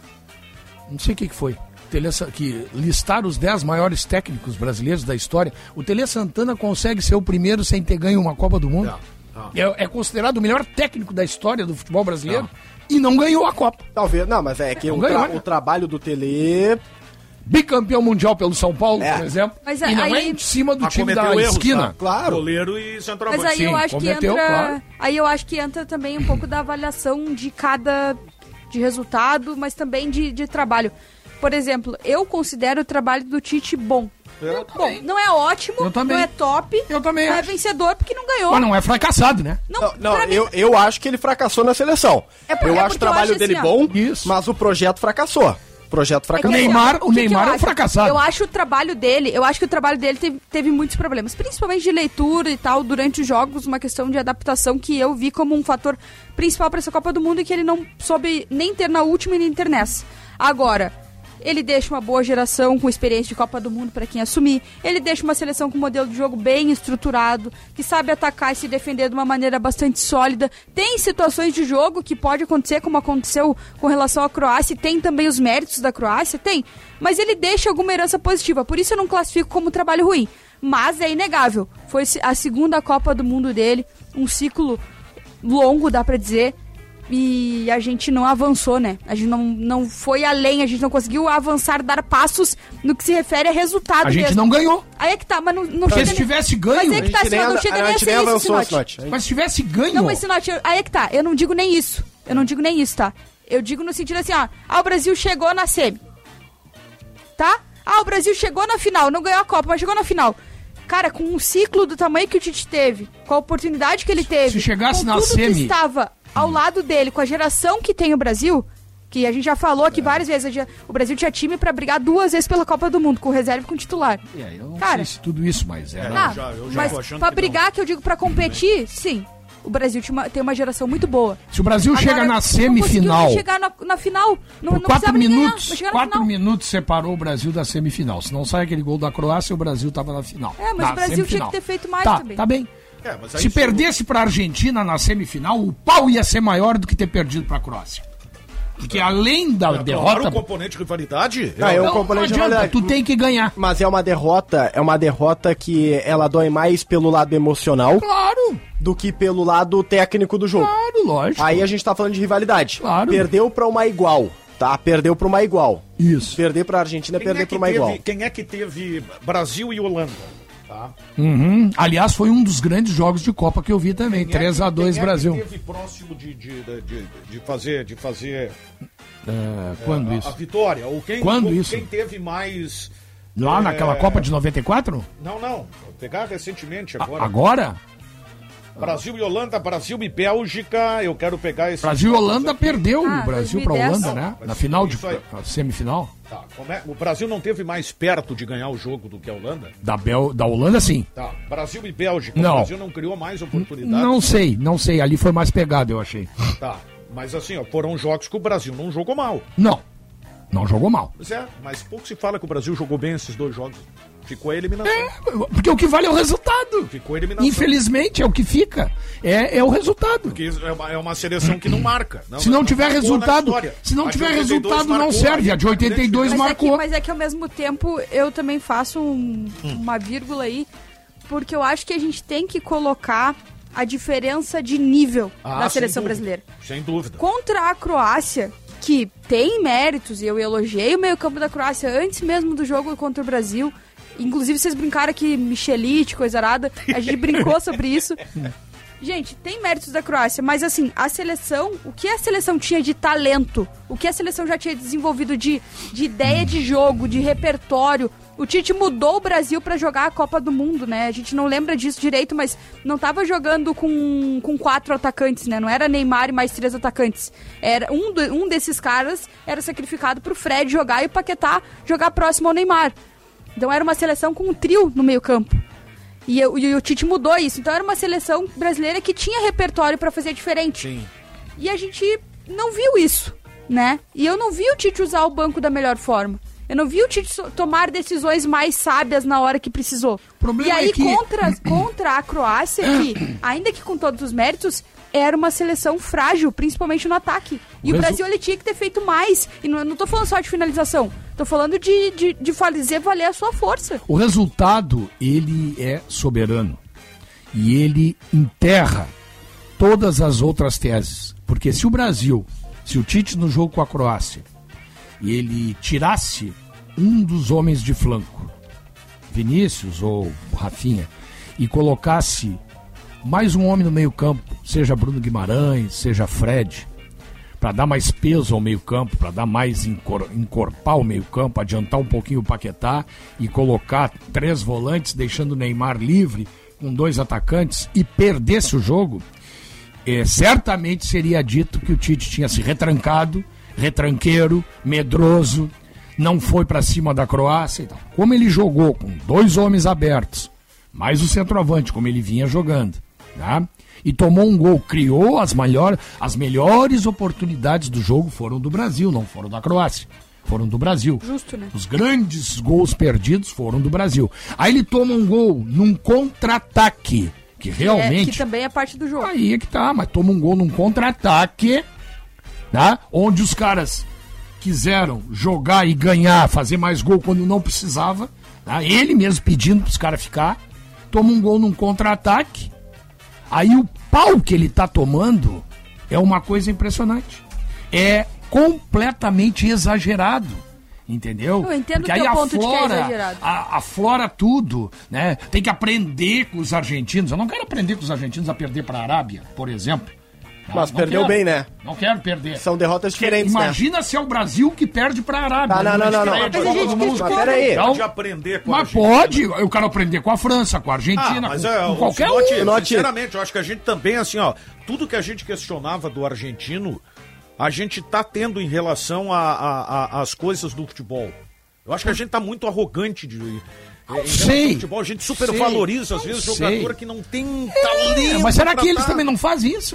não sei o que foi, que listaram os 10 maiores técnicos brasileiros da história. O Tele Santana consegue ser o primeiro sem ter ganho uma Copa do Mundo. É considerado o melhor técnico da história do futebol brasileiro e não ganhou a Copa. Talvez, não, mas é que o trabalho do Tele... Bicampeão mundial pelo São Paulo, por exemplo. Mas e não aí, é em cima do time da erros, esquina. tá? Claro. Goleiro e centroavante. Mas aí eu acho que cometeu, entra. claro. Aí eu acho que entra também um pouco da avaliação de cada de resultado, mas também de trabalho. Por exemplo, eu considero o trabalho do Tite bom. Bom, não é ótimo, Eu também. não é top, Eu também não é acho. vencedor porque não ganhou. Mas não é fracassado, né? Não, pra mim- eu acho que ele fracassou na seleção. É eu acho o trabalho dele assim, ó, bom, Isso. mas o projeto fracassou. O projeto É fracassou. que, Neymar- assim, ó, o que Neymar eu é um acho? fracassado. Eu acho que o trabalho dele teve muitos problemas, principalmente de leitura e tal, durante os jogos, uma questão de adaptação que eu vi como um fator principal para essa Copa do Mundo e que ele não soube nem ter na última e nem ter nessa. Agora, ele deixa uma boa geração com experiência de Copa do Mundo para quem assumir. Ele deixa uma seleção com um modelo de jogo bem estruturado, que sabe atacar e se defender de uma maneira bastante sólida. Tem situações de jogo que pode acontecer, como aconteceu com relação à Croácia, e tem também os méritos da Croácia, tem. Mas ele deixa alguma herança positiva, por isso eu não classifico como trabalho ruim. Mas é inegável. Foi a segunda Copa do Mundo dele, um ciclo longo, dá pra dizer. E a gente não avançou, né? A gente não foi além, a gente não conseguiu avançar, dar passos no que se refere a resultado A gente mesmo. não ganhou. Aí é que tá, mas não Porque chega se tivesse ganho... Mas é que tá, senão não chega nem a ser isso, Sinote. Mas se tivesse ganho... Não, mas Sinote, aí é que tá, eu não digo nem isso. Eu não digo nem isso, tá? Eu digo no sentido assim, ó, o Brasil chegou na semi. Tá? O Brasil chegou na final, não ganhou a Copa, mas chegou na final. Cara, com um ciclo do tamanho que o Tite teve, com a oportunidade que ele teve, Se chegasse com na tudo semi... que estava ao lado dele, com a geração que tem o Brasil, que a gente já falou aqui várias vezes, o Brasil tinha time pra brigar 2 vezes pela Copa do Mundo, com reserva e com titular. Eu não Cara, sei se tudo isso, mas era... eu já mas tô achando pra que brigar, que eu digo pra competir, sim. O Brasil tem uma geração muito boa. Se o Brasil chega Agora, na não semifinal... conseguiu chegar na final. Não, Por não 4 precisava nem ganhar, minutos, mas chegar na 4 final. minutos separou o Brasil da semifinal. Se não sai aquele gol da Croácia, o Brasil tava na final. É, mas na o Brasil semifinal. tinha que ter feito mais tá, também. Tá bem. mas aí Se perdesse pra Argentina na semifinal, o pau ia ser maior do que ter perdido pra Croácia. Porque além da Claro, derrota... o componente rivalidade? Ah, Não, o componente de adianta, rivalidade. tu tem que ganhar. Mas é uma derrota que ela dói mais pelo lado emocional Claro, do que pelo lado técnico do jogo. claro, lógico. Aí a gente tá falando de rivalidade. Claro. Perdeu pra uma igual, tá? Perdeu pra uma igual. Isso. Perder pra Argentina é perder pra uma igual. Quem é que teve Brasil e Holanda? Tá? Uhum. Aliás, foi um dos grandes jogos de Copa que eu vi também. 3-2 Brasil. Quem é que teve próximo de fazer Quando a isso? vitória? Ou Quando isso? Quem teve mais... Lá naquela Copa de 94? Não. Vou pegar recentemente agora. Agora? Brasil e Holanda, Brasil e Bélgica. Eu quero pegar esse... Brasil e Holanda perdeu o Brasil pra 2010. Holanda, né? Na final de Isso aí. semifinal. Tá, o Brasil não teve mais perto de ganhar o jogo do que a Holanda? Da Holanda, sim. Tá, Brasil e Bélgica. Não. O Brasil não criou mais oportunidades? Não sei. Ali foi mais pegado, eu achei. Tá, mas assim, ó, foram jogos que o Brasil não jogou mal. Não jogou mal. Pois é, mas pouco se fala que o Brasil jogou bem esses 2 jogos. Ficou a eliminação. Porque o que vale é o resultado. Ficou a eliminação. Infelizmente, é o que fica. É o resultado. Porque é uma seleção que não marca. Se não tiver marcou na resultado, história. se não A de tiver 82 resultado, não marcou, serve. A de 82 marcou. Mas é que ao mesmo tempo eu também faço uma vírgula aí, porque eu acho que a gente tem que colocar a diferença de nível da sem seleção dúvida, brasileira. Sem dúvida. Contra a Croácia, que tem méritos, e eu elogiei o meio-campo da Croácia antes mesmo do jogo contra o Brasil. Inclusive, vocês brincaram aqui, Michelite, coisa arada. A gente brincou sobre isso. Gente, tem méritos da Croácia, mas assim, a seleção, o que a seleção tinha de talento, o que a seleção já tinha desenvolvido de ideia de jogo, de repertório, o Tite mudou o Brasil pra jogar a Copa do Mundo, né? A gente não lembra disso direito, mas não tava jogando com 4 atacantes, né? Não era Neymar e mais 3 atacantes. Era um desses caras era sacrificado pro Fred jogar e o Paquetá jogar próximo ao Neymar. Então era uma seleção com um trio no meio campo. E o Tite mudou isso. Então era uma seleção brasileira que tinha repertório pra fazer diferente. Sim. E a gente não viu isso, né? E eu não vi o Tite usar o banco da melhor forma. Eu não vi o Tite tomar decisões mais sábias na hora que precisou. E aí, contra a Croácia, que, ainda que com todos os méritos, era uma seleção frágil, principalmente no ataque. E o Brasil, ele tinha que ter feito mais. E não tô falando só de finalização. Tô falando de fazer valer a sua força. O resultado, ele é soberano. E ele enterra todas as outras teses. Porque se o Tite no jogo com a Croácia, e ele tirasse um dos homens de flanco, Vinícius ou Rafinha, e colocasse mais um homem no meio campo, seja Bruno Guimarães, seja Fred, para dar mais peso ao meio campo, para dar mais encorpar o meio campo, adiantar um pouquinho o Paquetá e colocar 3 volantes, deixando o Neymar livre com 2 atacantes e perdesse o jogo, certamente seria dito que o Tite tinha se retrancado, retranqueiro, medroso, não foi para cima da Croácia e tal. Como ele jogou com 2 homens abertos, mais o centroavante, como ele vinha jogando, tá? E tomou um gol, criou as melhores oportunidades do jogo foram do Brasil, não foram da Croácia, foram do Brasil. Justo, né? Os grandes gols perdidos foram do Brasil. Aí ele toma um gol num contra-ataque, que realmente... que também é parte do jogo. Aí é que tá, mas toma um gol num contra-ataque, tá? Onde os caras quiseram jogar e ganhar, fazer mais gol quando não precisava, tá? Ele mesmo pedindo pros caras ficar, toma um gol num contra-ataque, aí o pau que ele tá tomando é uma coisa impressionante, é completamente exagerado, entendeu? Eu entendo porque o aí teu ponto de que é exagerado. Aflora tudo, né? Tem que aprender com os argentinos. Eu não quero aprender com os argentinos a perder para a Arábia, por exemplo. Mas perdeu bem, né? Não quero perder. São derrotas diferentes, Imagina se é o Brasil que perde pra Arábia. Não. Mas a gente Mas peraí. Pode aprender com a Mas Argentina. pode, eu quero aprender com a França, com a Argentina, com qualquer um. Sinceramente, eu acho que a gente também, assim, ó, tudo que a gente questionava do argentino, a gente tá tendo em relação às coisas do futebol. Eu acho que a gente tá muito arrogante de... futebol, a gente supervaloriza, às vezes, jogador que não tem talento. Mas será que eles também não fazem isso?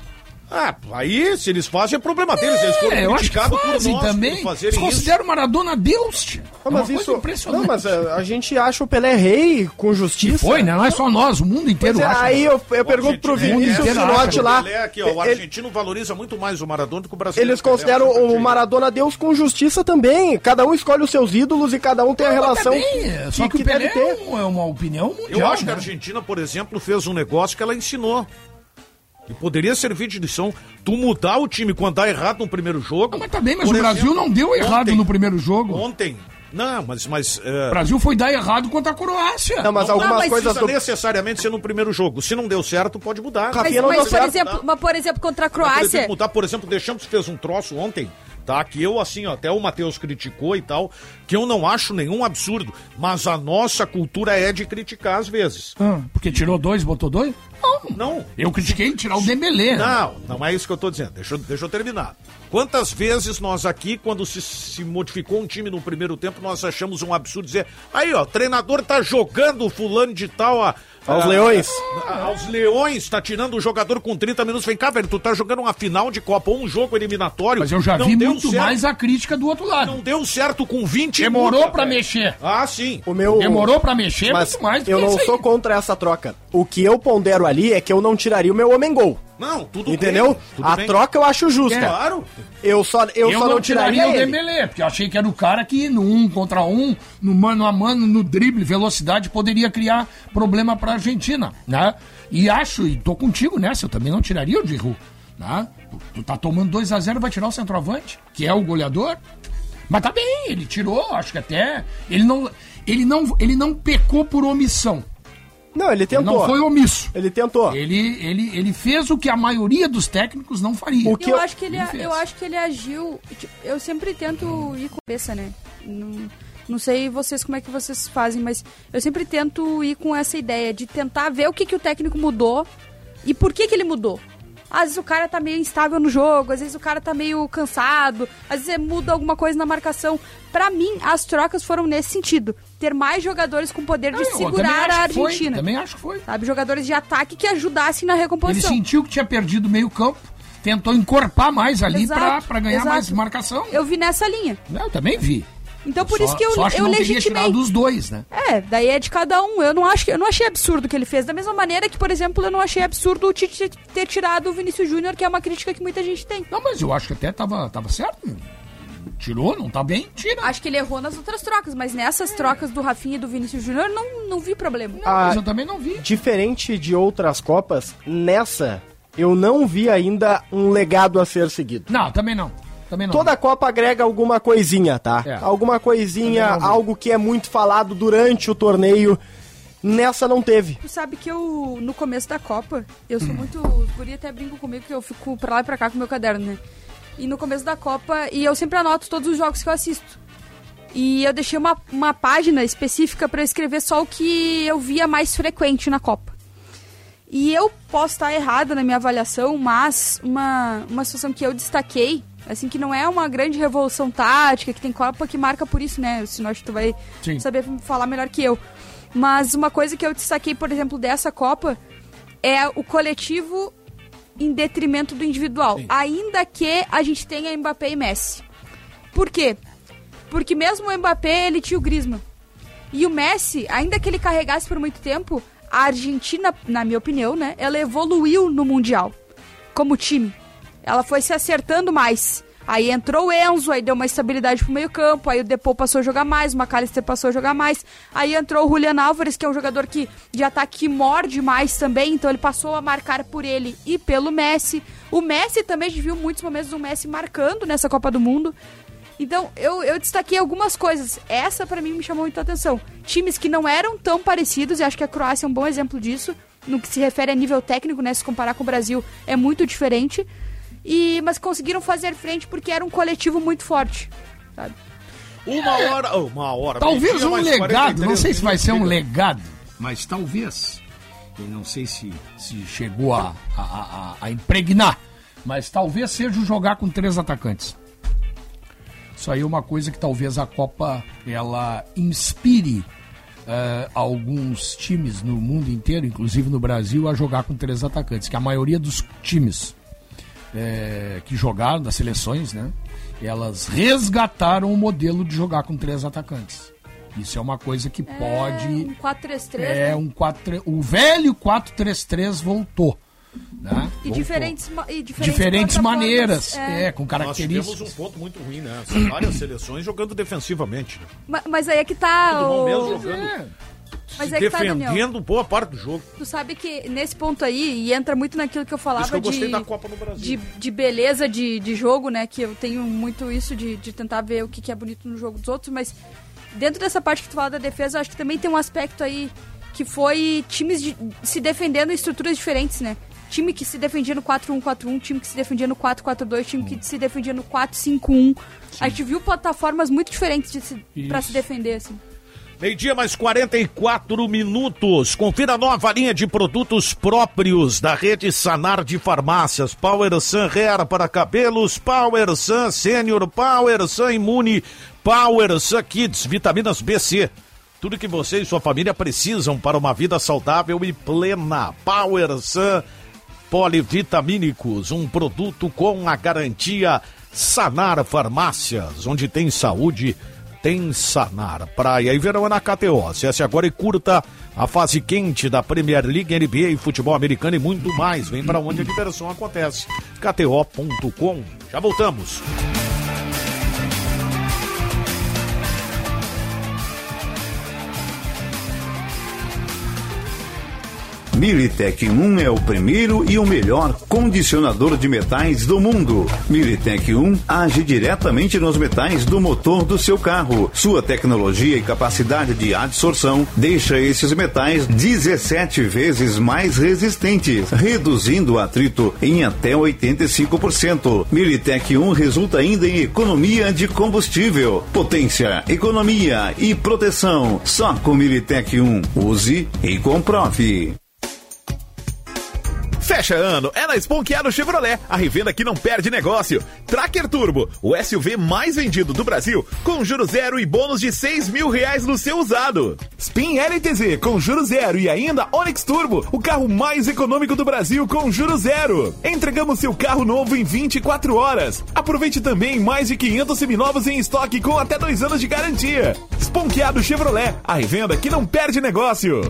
Aí, se eles fazem, é problema deles. Eles foram criticados por nós também. por fazerem eles consideram o Maradona Deus, tia. Mas isso, impressionante. Não, mas a gente acha o Pelé rei com justiça. E foi, né? Não é só nós, o mundo inteiro acha. Aí eu pergunto pro Vinícius Finotti lá. Aqui, ó, o argentino valoriza muito mais o Maradona do que o brasileiro. Eles consideram o Maradona Deus com justiça também. Cada um escolhe os seus ídolos e cada um tem a relação só que o Pelé deve ter. É uma opinião mundial. Eu acho que a Argentina, por exemplo, fez um negócio que ela ensinou. E poderia servir de lição tu mudar o time quando dá errado no primeiro jogo. Mas tá bem, mas o Brasil não deu errado no primeiro jogo. Ontem. Não, mas o Brasil foi dar errado contra a Croácia. Não, mas algumas coisas não necessariamente ser no primeiro jogo. Se não deu certo, pode mudar. Por exemplo, contra a Croácia... Por exemplo, Deschamps fez um troço ontem, tá? Que eu, assim, ó, até o Matheus criticou e tal, que eu não acho nenhum absurdo. Mas a nossa cultura é de criticar às vezes. Porque tirou 2 e botou 2? Não. Eu critiquei tirar o Dembélé. Não é isso que eu tô dizendo. Deixa eu terminar. Quantas vezes nós aqui, quando se modificou um time no primeiro tempo, nós achamos um absurdo dizer, aí ó, o treinador tá jogando o fulano de tal aos leões. Aos leões, tá tirando o jogador com 30 minutos. Vem cá, velho, tu tá jogando uma final de Copa ou um jogo eliminatório. Mas eu já vi muito mais a crítica do outro lado. Não deu certo com 20 Demorou pra mexer. Sim. Demorou pra mexer, mas muito mais do eu que não sou contra essa troca. O que eu pondero ali é que eu não tiraria o meu homem-gol. Não, tudo entendeu? bem. Entendeu? A troca eu acho justa. Claro. Eu só não tiraria o Dembélé, porque eu achei que era o cara que no 1 contra 1, no mano a mano, no drible, velocidade, poderia criar problema pra Argentina, né? E tô contigo nessa, eu também não tiraria o Giroud. Tá? Tu tá tomando 2-0 e vai tirar o centroavante, que é o goleador. Mas tá bem, ele tirou, acho que até... Ele não pecou por omissão. Não, ele tentou. Ele não foi omisso. Ele tentou. Ele fez o que a maioria dos técnicos não faria. Eu acho que ele agiu... Tipo, eu sempre tento ir com a cabeça, né? Não sei vocês como é que vocês fazem, mas eu sempre tento ir com essa ideia de tentar ver o que o técnico mudou e por que ele mudou. Às vezes o cara tá meio instável no jogo, às vezes o cara tá meio cansado, às vezes muda alguma coisa na marcação. Pra mim, as trocas foram nesse sentido. Ter mais jogadores com poder de segurar a Argentina. Também acho que foi. Sabe, jogadores de ataque que ajudassem na recomposição. Ele sentiu que tinha perdido meio campo, tentou encorpar mais ali pra ganhar mais marcação. Eu vi nessa linha. Eu também vi. Então por isso que eu legitimei. Tirar dos dois, né? Daí é de cada um. Eu não achei absurdo o que ele fez. Da mesma maneira que, por exemplo, eu não achei absurdo o Tite ter tirado o Vinícius Júnior, que é uma crítica que muita gente tem. Não, mas eu acho que até tava certo. Tirou, não tá bem, tira. Acho que ele errou nas outras trocas, mas nessas trocas do Rafinha e do Vinícius Júnior não vi problema. Não, mas eu também não vi. Diferente de outras Copas, nessa eu não vi ainda um legado a ser seguido. Não, também não. Toda Copa agrega alguma coisinha, tá? Alguma coisinha, algo que é muito falado durante o torneio. Nessa não teve. Tu sabe que eu, no começo da Copa, eu sou muito... Os guri até brincam comigo que eu fico pra lá e pra cá com o meu caderno, né? E no começo da Copa, e eu sempre anoto todos os jogos que eu assisto. E eu deixei uma página específica pra eu escrever só o que eu via mais frequente na Copa. E eu posso estar errada na minha avaliação, mas uma situação que eu destaquei, assim, que não é uma grande revolução tática, que tem Copa que marca por isso, né? Senão acho que tu vai saber falar melhor que eu. Mas uma coisa que eu destaquei, por exemplo, dessa Copa é o coletivo em detrimento do individual. Sim. Ainda que a gente tenha Mbappé e Messi. Por quê? Porque mesmo o Mbappé, ele tinha o Griezmann. E o Messi, ainda que ele carregasse por muito tempo, a Argentina, na minha opinião, né, ela evoluiu no Mundial como time. Ela foi se acertando mais. Aí entrou o Enzo, aí deu uma estabilidade pro meio campo, aí o Depou passou a jogar mais, o McAllister passou a jogar mais, aí entrou o Julián Álvares, que é um jogador de ataque que morde mais também, então ele passou a marcar por ele e pelo Messi. O Messi também, a gente viu muitos momentos do Messi marcando nessa Copa do Mundo. Então, eu destaquei algumas coisas. Essa, pra mim, me chamou muita atenção. Times que não eram tão parecidos, e acho que a Croácia é um bom exemplo disso, no que se refere a nível técnico, né? Se comparar com o Brasil, é muito diferente. Mas conseguiram fazer frente porque era um coletivo muito forte, sabe? Uma hora. Talvez um legado, não sei se vai ser um legado, mas talvez, eu não sei se chegou a impregnar, mas talvez seja o jogar com 3 atacantes. Isso aí é uma coisa que talvez a Copa ela inspire alguns times no mundo inteiro, inclusive no Brasil, a jogar com 3 atacantes, que a maioria dos times que jogaram, das seleções, né? Elas resgataram o modelo de jogar com 3 atacantes. Isso é uma coisa que pode... Um 4-3-3, né? O velho 4-3-3 voltou. Né? E diferentes maneiras, com características. Nós tivemos um ponto muito ruim, né? São várias seleções jogando defensivamente. Mas aí é que tá... Todo mundo mesmo jogando... Mas defendendo boa parte do jogo. Tu sabe que nesse ponto aí, e entra muito naquilo que eu falava isso que eu gostei da Copa no Brasil. De beleza de jogo, né? Que eu tenho muito isso de tentar ver o que é bonito no jogo dos outros, mas dentro dessa parte que tu fala da defesa, eu acho que também tem um aspecto aí que foi times se defendendo em estruturas diferentes, né? Time que se defendia no 4-1-4-1, time que se defendia no 4-4-2, time que se defendia no 4-5-1. A gente viu plataformas muito diferentes pra se defender, assim. Meio-dia mais 44 minutos. Confira a nova linha de produtos próprios da rede Sanar de farmácias. Power Sun Hair para cabelos, Power Sun Senior, Power Sun Imune, Power Sun Kids, vitaminas BC. Tudo que você e sua família precisam para uma vida saudável e plena. Power Sun Polivitamínicos, um produto com a garantia Sanar Farmácias, onde tem saúde, tem Sanar. Praia e verão é na KTO. Acesse agora e curta a fase quente da Premier League, NBA e futebol americano e muito mais. Vem para onde a diversão acontece. KTO.com. Já voltamos. Militec 1 é o primeiro e o melhor condicionador de metais do mundo. Militec 1 age diretamente nos metais do motor do seu carro. Sua tecnologia e capacidade de adsorção deixa esses metais 17 vezes mais resistentes, reduzindo o atrito em até 85%. Militec 1 resulta ainda em economia de combustível, potência, economia e proteção. Só com Militec 1. Use e comprove. Fecha ano é na Esponqueado Chevrolet, a revenda que não perde negócio. Tracker Turbo, o SUV mais vendido do Brasil, com juros zero e bônus de R$6.000 no seu usado. Spin LTZ com juros zero e ainda Onix Turbo, o carro mais econômico do Brasil com juros zero. Entregamos seu carro novo em 24 horas. Aproveite também mais de 500 seminovos em estoque com até 2 anos de garantia. Esponqueado Chevrolet, a revenda que não perde negócio.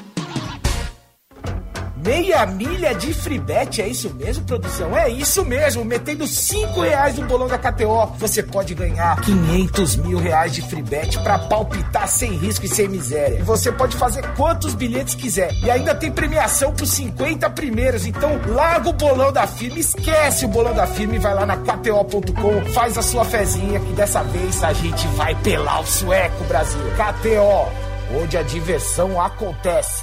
Meia milha de free bet, é isso mesmo, produção? É isso mesmo, metendo R$5 no bolão da KTO, você pode ganhar R$500 mil de free bet pra palpitar sem risco e sem miséria. E você pode fazer quantos bilhetes quiser. E ainda tem premiação pros 50 primeiros, então larga o bolão da firma, esquece o bolão da firma e vai lá na KTO.com, faz a sua fezinha que dessa vez a gente vai pelar o sueco, Brasil. KTO, onde a diversão acontece.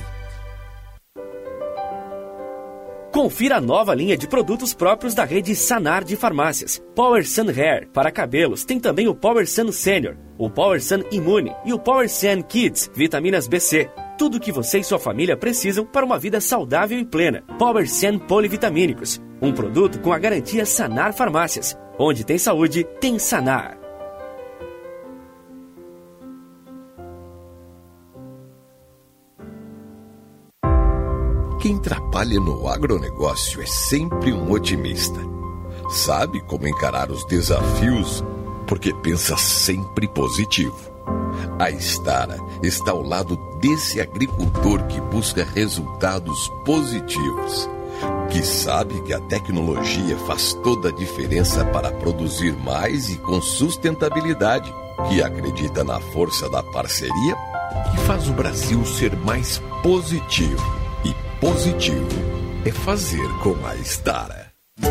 Confira a nova linha de produtos próprios da rede Sanar de farmácias. Power Sun Hair. Para cabelos, tem também o Power Sun Senior, o Power Sun Immune e o Power Sun Kids, vitaminas BC. Tudo o que você e sua família precisam para uma vida saudável e plena. Power Sun Polivitamínicos. Um produto com a garantia Sanar Farmácias. Onde tem saúde, tem Sanar. Quem trabalha no agronegócio é sempre um otimista. Sabe como encarar os desafios, porque pensa sempre positivo. A Stara está ao lado desse agricultor que busca resultados positivos, que sabe que a tecnologia faz toda a diferença para produzir mais e com sustentabilidade, que acredita na força da parceria e faz o Brasil ser mais positivo. Positivo é fazer com a Stara.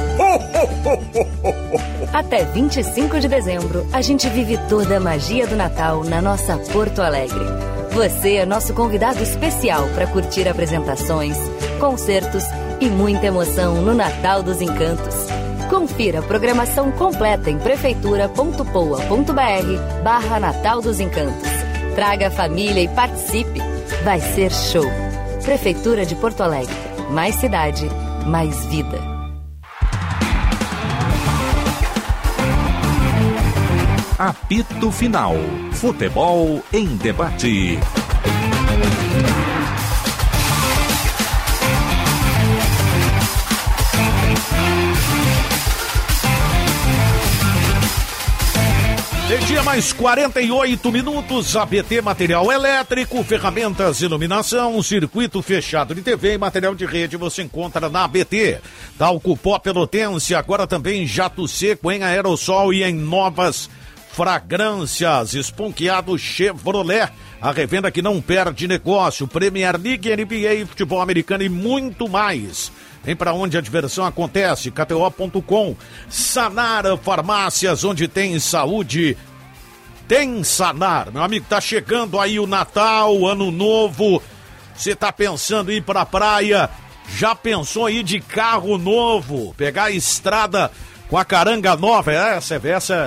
Até 25 de dezembro, a gente vive toda a magia do Natal na nossa Porto Alegre. Você é nosso convidado especial para curtir apresentações, concertos e muita emoção no Natal dos Encantos. Confira a programação completa em prefeitura.poa.br/Natal dos Encantos. Traga a família e participe. Vai ser show. Prefeitura de Porto Alegre. Mais cidade, mais vida. Apito Final. Futebol em debate. Meio-dia mais 48 minutos, ABT Material Elétrico, ferramentas, iluminação, circuito fechado de TV e material de rede você encontra na ABT. Talco Pó Pelotense, agora também jato seco em aerossol e em novas fragrâncias. Esponqueado Chevrolet, a revenda que não perde negócio. Premier League, NBA, futebol americano e muito mais. Vem pra onde a diversão acontece, KTO.com. Sanar Farmácias, onde tem saúde, tem Sanar. Meu amigo, tá chegando aí o Natal, Ano Novo. Você tá pensando em ir pra praia? Já pensou em ir de carro novo? Pegar a estrada com a caranga nova? Essa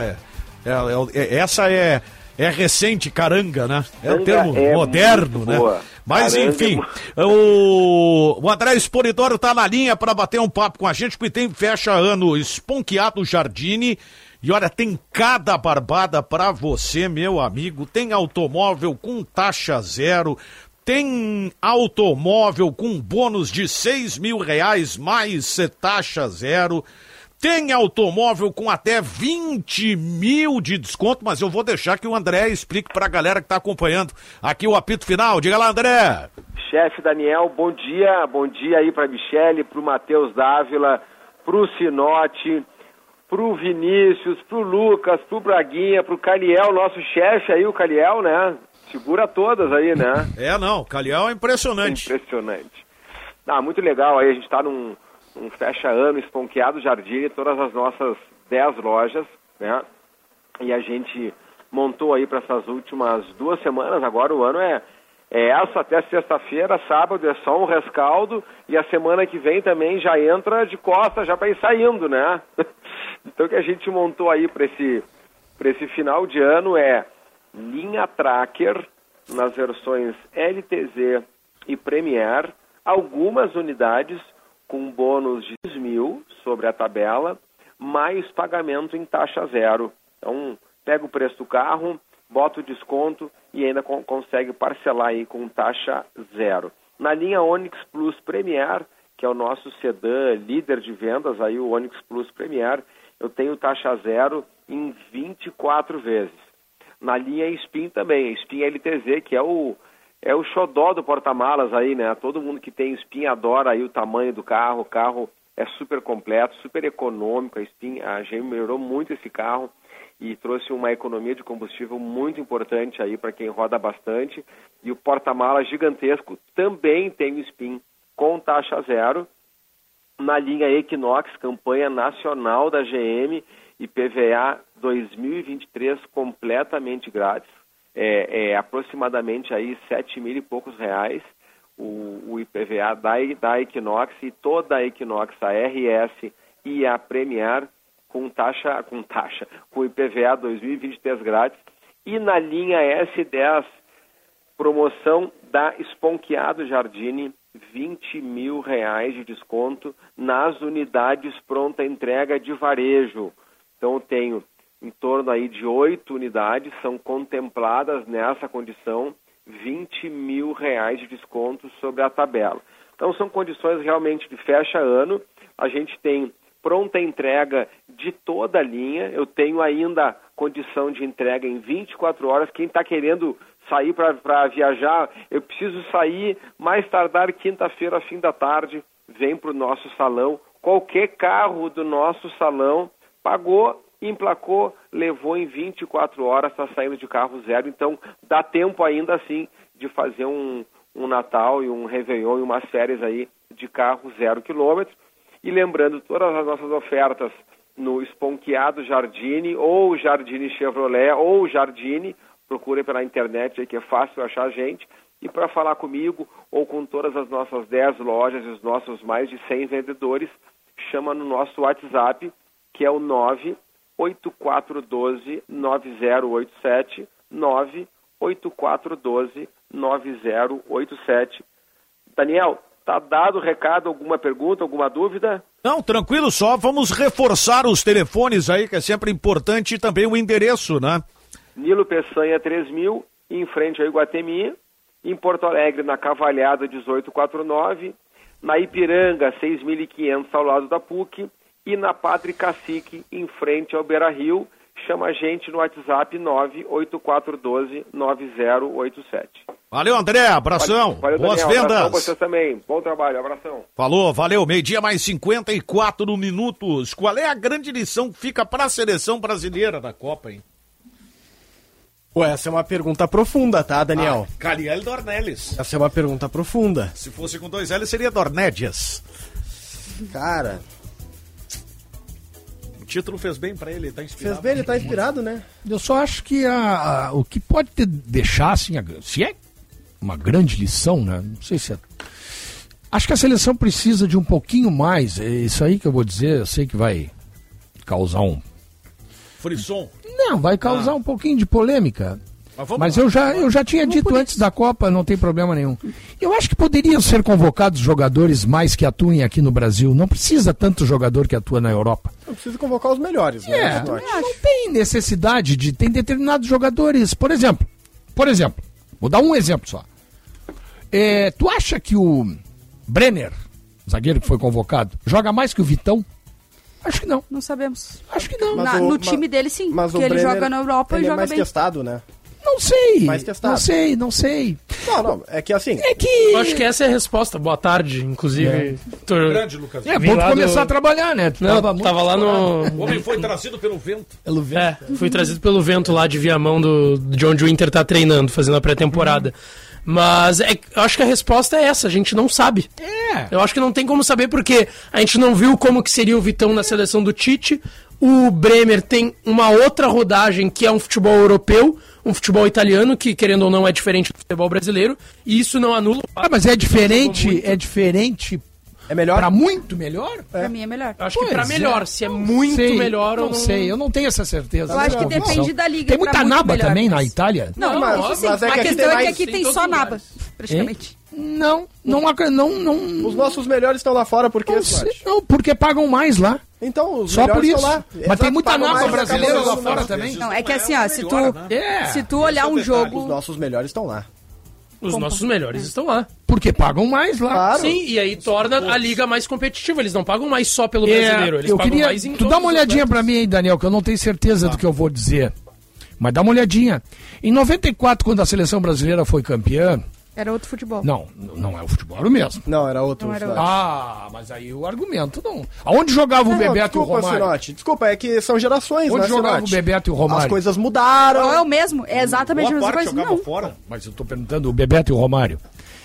é recente caranga, né? É um termo moderno, né? Boa. Mas caranga, enfim, o André Espolidoro tá na linha para bater um papo com a gente, porque tem fecha ano Esponqueado Jardine. E olha, tem cada barbada para você, meu amigo. Tem automóvel com taxa zero, tem automóvel com bônus de R$6.000 mais taxa zero. Tem automóvel com até 20 mil de desconto, mas eu vou deixar que o André explique para a galera que está acompanhando aqui o apito final. Diga lá, André. Chefe Daniel, bom dia aí para a Michele, para o Matheus Dávila, para o Sinote, para o Vinícius, para o Lucas, para o Braguinha, para o Caliel, nosso chefe aí, o Caliel, né? Segura todas aí, né? O Caliel é impressionante. Impressionante. Muito legal, aí a gente está num fecha-ano esponqueado Jardine, todas as nossas 10 lojas, né? E a gente montou aí para essas últimas 2 semanas, agora o ano é essa até sexta-feira, sábado é só um rescaldo, e a semana que vem também já entra de costa, já para ir saindo, né? Então o que a gente montou aí para esse final de ano é linha Tracker, nas versões LTZ e Premier, algumas unidades com bônus de 2.000 sobre a tabela, mais pagamento em taxa zero. Então, pega o preço do carro, bota o desconto e ainda consegue parcelar aí com taxa zero. Na linha Onix Plus Premier, que é o nosso sedã líder de vendas, aí o Onix Plus Premier, eu tenho taxa zero em 24 vezes. Na linha Spin também, Spin LTZ, que é o xodó do porta-malas aí, né? Todo mundo que tem Spin adora aí o tamanho do carro, o carro é super completo, super econômico, a GM melhorou muito esse carro e trouxe uma economia de combustível muito importante aí para quem roda bastante, e o porta-malas gigantesco também tem o Spin com taxa zero. Na linha Equinox, campanha nacional da GM, IPVA 2023 completamente grátis, aproximadamente aí 7 mil e poucos reais o IPVA da Equinox, e toda a Equinox, a RS e a Premier com IPVA 2023 grátis. E na linha S10, promoção da Esponqueado Jardine, 20 mil reais de desconto nas unidades pronta entrega de varejo. Então eu tenho em torno aí de 8 unidades, são contempladas nessa condição, 20 mil reais de desconto sobre a tabela. Então são condições realmente de fecha-ano. A gente tem pronta entrega de toda a linha, eu tenho ainda condição de entrega em 24 horas. Quem está querendo sair para viajar, eu preciso sair mais tardar quinta-feira, fim da tarde, vem para o nosso salão. Qualquer carro do nosso salão pagou, emplacou, levou em 24 horas, está saindo de carro zero. Então dá tempo ainda assim de fazer um Natal e um Réveillon e umas férias aí de carro 0 quilômetro. E lembrando, todas as nossas ofertas no Esponqueado Jardine, ou Jardine Chevrolet, ou Jardine, procurem pela internet aí que é fácil achar a gente. E para falar comigo, ou com todas as nossas 10 lojas e os nossos mais de 100 vendedores, chama no nosso WhatsApp, que é o 98412-9087, 98412-9087. Daniel, tá dado o recado, alguma pergunta, alguma dúvida? Não, tranquilo, só vamos reforçar os telefones aí, que é sempre importante, e também o endereço, né? Nilo Peçanha 3000, em frente ao Iguatemi, em Porto Alegre, na Cavalhada 1849, na Ipiranga 6.500 ao lado da PUC, e na Padre Cacique, em frente ao Beira-Rio. Chama a gente no WhatsApp 98412-9087. Valeu, André, abração. Valeu, boas Daniel, vendas. Abração pra vocês também, bom trabalho, abração. Falou, valeu, meio-dia mais 54 minutos. Qual é a grande lição que fica para a seleção brasileira da Copa, hein? Pô, essa é uma pergunta profunda, tá, Daniel? Caliel Dornelles. Essa é uma pergunta profunda. Se fosse com 2 L, seria Dornédias. Cara, o título fez bem pra ele, tá inspirado. fez bem, ele tá inspirado, né? Eu só acho que o que pode deixar, assim, se é uma grande lição, né? Não sei se é. Acho que a seleção precisa de um pouquinho mais. É isso aí que eu vou dizer, eu sei que vai causar um frisson. Não, vai causar um pouquinho de polêmica. Mas eu já tinha dito antes da Copa, não tem problema nenhum. Eu acho que poderiam ser convocados jogadores mais que atuem aqui no Brasil. Não precisa tanto jogador que atua na Europa. Não precisa convocar os melhores, né? Não tem necessidade de ter determinados jogadores. Por exemplo, vou dar um exemplo só. Tu acha que o Brenner, zagueiro que foi convocado, joga mais que o Vitão? Acho que não. Não sabemos. Acho que não. No time dele, sim. Mas porque ele Brenner, joga na Europa e ele joga é mais bem. testado, né? Não sei. Mais testado. Não sei. Não, é que assim... Eu acho que essa é a resposta. Boa tarde, inclusive. Grande, Lucas. É bom começar a trabalhar, né? Tava lá no... O homem foi trazido pelo vento. Fui trazido pelo vento lá de Viamão, de onde o Inter tá treinando, fazendo a pré-temporada. Mas eu acho que a resposta é essa, a gente não sabe. Eu acho que não tem como saber, porque a gente não viu como que seria o Vitão na seleção do Tite. O Bremer tem uma outra rodagem, que é um futebol europeu, um futebol italiano, que, querendo ou não, é diferente do futebol brasileiro, e isso não anula... mas é diferente, É melhor? Pra muito melhor? Pra mim é melhor. Eu acho que pra melhor, se é muito melhor ou não... sei, eu não tenho essa certeza. Eu acho que depende da liga. Tem muita naba também na Itália? Não, mas a questão é que aqui tem só naba, praticamente. Não. Os nossos melhores estão lá fora, por quê? Não, porque pagam mais lá. Então, os só por melhores isso. estão lá. Mas Exato, tem muita pagam naba mais, brasileira acabam lá fora ganhando também. Não, é que assim, ó, se tu olhar um jogo... Os nossos melhores estão lá. Os nossos melhores estão lá. Porque pagam mais lá. Claro. Sim, e aí torna a liga mais competitiva. Eles não pagam mais só pelo brasileiro, eles pagam mais em Tu todos dá uma os olhadinha atletas. pra mim aí, Daniel, que eu não tenho certeza do que eu vou dizer. Mas dá uma olhadinha. Em 94, quando a seleção brasileira foi campeã... Era outro futebol. Não é o futebol, era o mesmo. Não, era outro. Mas aí o argumento não. Aonde jogava o Bebeto e o Romário? Sinote, desculpa, é que são gerações, Onde né, jogava Sinote? o Bebeto e o Romário? As coisas mudaram. Não é o mesmo, é exatamente a Boa mesma parte coisa. jogava Não. fora. Mas eu tô perguntando o Bebeto e o Romário.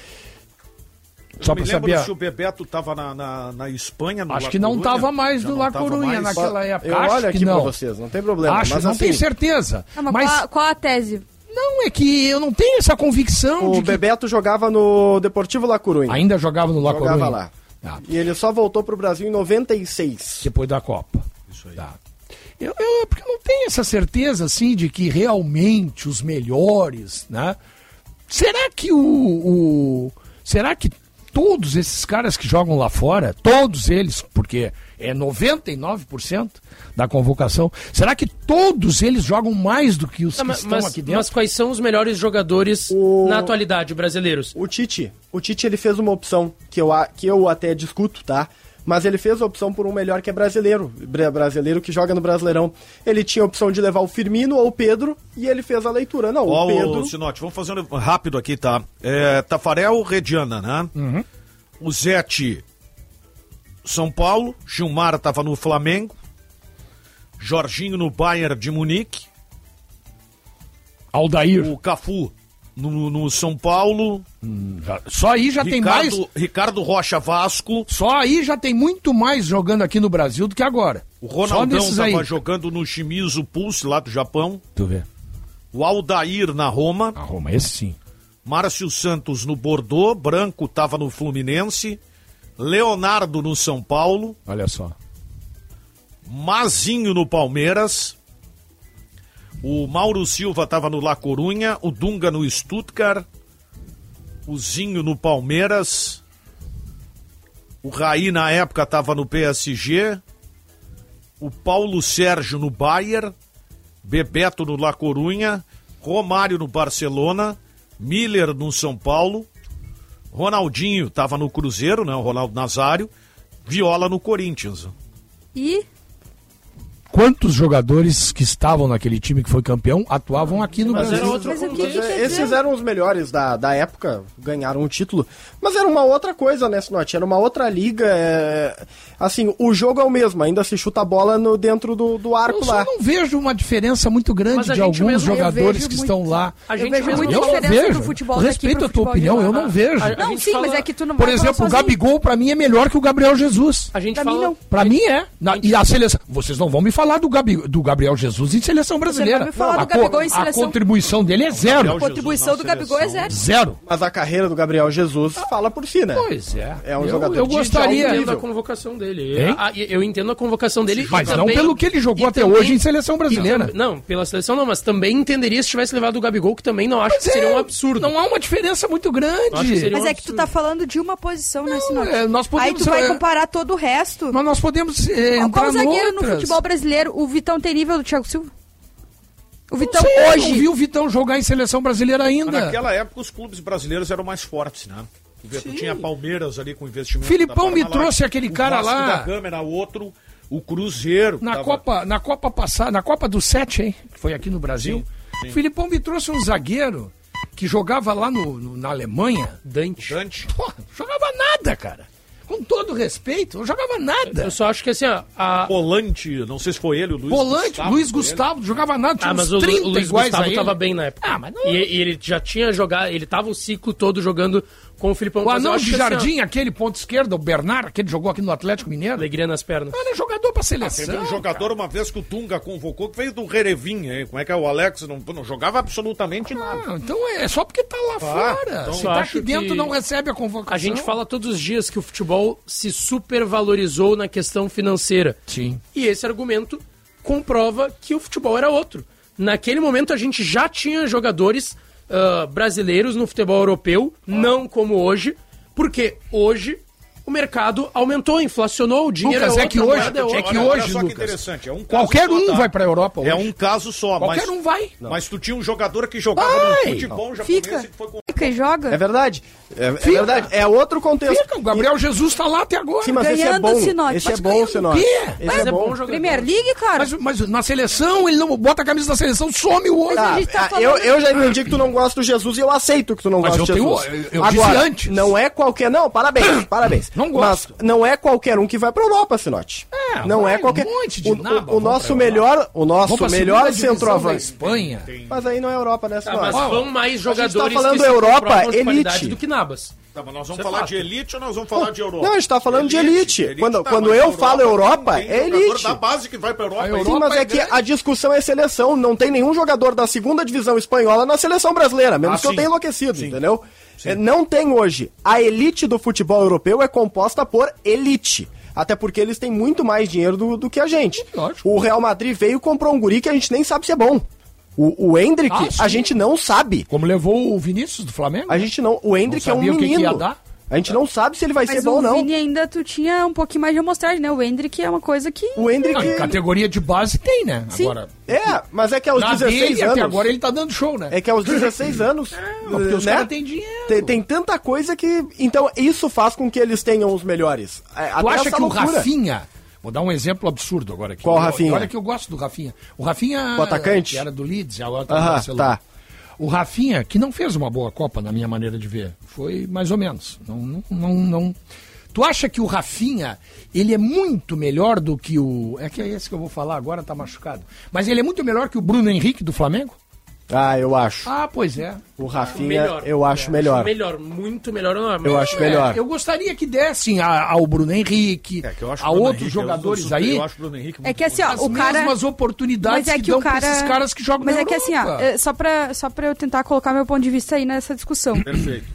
Só pra Me lembro saber. se o Bebeto tava na Espanha, no Acho La que não Coruña. tava mais Já no não La tava Coruña mais. naquela época. Eu Acho olho que aqui não. pra vocês, não tem problema. Acho, mas não assim, tenho certeza. Não, mas qual a tese? Não, é que eu não tenho essa convicção o de que... Bebeto jogava no Deportivo La Coruña. Ainda jogava no La Coruña. Jogava lá. E ele só voltou pro Brasil em 96. Depois da Copa. Isso aí. Porque eu não tenho essa certeza, assim, de que realmente os melhores, né? Será que Será que todos esses caras que jogam lá fora, todos eles, porque é 99% da convocação, será que todos eles jogam mais do que os que estão aqui dentro? Mas quais são os melhores jogadores na atualidade brasileiros? O Tite ele fez uma opção que eu até discuto, tá? Mas ele fez a opção por um melhor que é brasileiro que joga no Brasileirão. Ele tinha a opção de levar o Firmino ou o Pedro e ele fez a leitura. Não, o Pedro... Sinote, vamos fazer um rápido aqui, tá? Tafarel, Rediana, né? Uhum. O Zete, São Paulo. Gilmar tava no Flamengo. Jorginho no Bayern de Munique. Aldair. O Cafu no São Paulo. Só aí já tem mais... Ricardo Rocha, Vasco. Só aí já tem muito mais jogando aqui no Brasil do que agora. O Ronaldão estava jogando no Shimizu Pulse, lá do Japão. Tu vê. O Aldair na Roma. A Roma, esse sim. Márcio Santos no Bordeaux. Branco estava no Fluminense. Leonardo no São Paulo. Olha só. Mazinho no Palmeiras. O Mauro Silva estava no La Coruña. O Dunga no Stuttgart. O Zinho no Palmeiras. O Raí na época estava no PSG. O Paulo Sérgio no Bayern. Bebeto no La Coruña. Romário no Barcelona. Miller no São Paulo. Ronaldinho estava no Cruzeiro, né? O Ronaldo Nazário. Viola no Corinthians. E... Quantos jogadores que estavam naquele time que foi campeão atuavam aqui no Brasil? Esses eram os melhores da época, ganharam o título. Mas era uma outra coisa, né, Sinote? Era uma outra liga. Assim, o jogo é o mesmo, ainda se chuta a bola dentro do arco lá. Eu não vejo uma diferença muito grande de alguns jogadores que estão lá. Eu vejo muita diferença do futebol daqui Respeito a tua opinião, eu não vejo. Não, sim, mas é que tu não Por vai exemplo, o Gabigol pra mim é melhor que o Gabriel Jesus. Pra mim não. Pra mim é. E a seleção... Vocês não vão me falar do Gabriel Jesus em seleção brasileira. Você vai me falar do Gabigol em seleção. A contribuição dele é zero. A contribuição do Gabigol é zero. Zero. Mas a carreira do Gabriel Jesus fala por si, né? Pois é. É um jogador eu gostaria. Eu entendo a convocação dele. Eu entendo a convocação dele. Mas também, não pelo que ele jogou até hoje em seleção brasileira. Não, pela seleção não, mas também entenderia se tivesse levado o Gabigol, que também não acho que seria um absurdo. Não há uma diferença muito grande. Mas é que tu tá falando de uma posição, né, Sinote? Nós podemos, aí tu vai comparar todo o resto. Mas nós podemos entrar Qual zagueiro noutras. no futebol brasileiro? O Vitão tem nível do Thiago Silva? O Vitão Eu hoje... não vi o Vitão jogar em seleção brasileira ainda. Mas naquela época os clubes brasileiros eram mais fortes, né? Tu tinha Palmeiras ali com investimento. Filipão me trouxe aquele cara o Vasco lá. da Gama era outro, o Cruzeiro. Na Copa passada, na Copa do 7, hein? Que foi aqui no Brasil. Sim. O Filipão me trouxe um zagueiro que jogava lá na Alemanha. Dante. Pô, jogava nada, cara. Com todo respeito, não jogava nada. Eu só acho que assim, ó... Volante, não sei se foi ele, o Luiz Gustavo. Luiz Gustavo, não jogava nada, tinha mas uns 30 o Luiz iguais Gustavo a ele. tava bem na época. Mas não... E ele já tinha jogado, ele tava o ciclo todo jogando com o Filipão. O Mas eu anão acho de que, Jardim, assim, aquele ponto esquerdo, o Bernard, aquele jogou aqui no Atlético Mineiro. Alegria nas pernas. Ele é jogador pra seleção. Teve um jogador uma vez que o Tunga convocou, que veio do Rerevinha, hein? Como é que é o Alex? Não jogava absolutamente nada. Então é só porque tá lá fora. Então, se tá aqui dentro, não recebe a convocação. A gente fala todos os dias que o futebol se supervalorizou na questão financeira. Sim. E esse argumento comprova que o futebol era outro. Naquele momento a gente já tinha jogadores brasileiros no futebol europeu, não como hoje, porque hoje o mercado aumentou, inflacionou, o dinheiro Lucas, é outro, hoje, só que Lucas, interessante, é um caso qualquer só, um tá? vai pra Europa hoje. É um caso só. Qualquer um vai. Mas tu tinha um jogador que jogava no futebol japonês e foi com... Fica e joga. É verdade. É verdade. É outro contexto. Fica, o Gabriel Jesus tá lá até agora. Sim, mas esse é bom. Esse é bom, Sinote. Esse é bom jogador. Premier League, cara. Mas na seleção, ele não bota a camisa da seleção, some o outro. Tá, eu já entendi que tu não gosta do Jesus e eu aceito que tu não gosta do Jesus. Eu Agora, disse antes. não é qualquer... Não, parabéns. Não gosto. Mas não é qualquer um que vai pra Europa, Sinote. Não é qualquer... Um monte de o nosso melhor centroavante. Espanha. Mas aí não é Europa, né, Sinote? Mas vão mais jogadores tá falando que se Europa, comprovam de elite. qualidade do que Nabas. Tá, mas nós vamos falar de elite ou nós vamos falar de Europa? Não, a gente tá falando de elite. Quando mas eu Europa, falo Europa, tem é jogador elite. da base que vai pra Europa. Sim, mas é que a discussão é seleção. Não tem nenhum jogador da segunda divisão espanhola na seleção brasileira, mesmo que eu tenha enlouquecido, entendeu? Não tem hoje. A elite do futebol europeu é composta por elite. Até porque eles têm muito mais dinheiro do que a gente. Lógico. O Real Madrid veio e comprou um guri que a gente nem sabe se é bom. O Endrick, a gente não sabe. Como levou o Vinícius do Flamengo? A gente não. O Endrick é um menino. O que ia dar? A gente não sabe se ele vai ser bom ou Mas não. o Vini ainda tu tinha um pouquinho mais de amostragem, né? O Endrick é uma coisa que... O Endrick... Não, categoria de base tem, né? Sim. Agora, mas é que aos 16 anos... até agora ele tá dando show, né? É que aos 16 anos... Porque os né? caras têm dinheiro. Tem tanta coisa que... Então, isso faz com que eles tenham os melhores. Tu acha que o Rafinha... Vou dar um exemplo absurdo agora aqui. Qual Rafinha? Olha que eu gosto do Rafinha. O Rafinha... O atacante? Que era do Leeds, agora tá no Barcelona. Tá. O Rafinha, que não fez uma boa Copa, na minha maneira de ver. Foi mais ou menos. Não. Tu acha que o Rafinha, ele é muito melhor do que o... É que é esse que eu vou falar agora, tá machucado. Mas ele é muito melhor que o Bruno Henrique do Flamengo? Ah, eu acho. Ah, pois é. O Rafinha, eu acho melhor. Muito melhor. Eu acho melhor. Eu gostaria que dessem ao Bruno Henrique, a outros jogadores aí. Eu acho o Bruno Henrique muito É que assim, ó, o cara... As mesmas oportunidades Mas é que que dão o cara... pra esses caras que jogam Mas na é que assim, Europa. ó, só pra eu tentar colocar meu ponto de vista aí nessa discussão. Perfeito.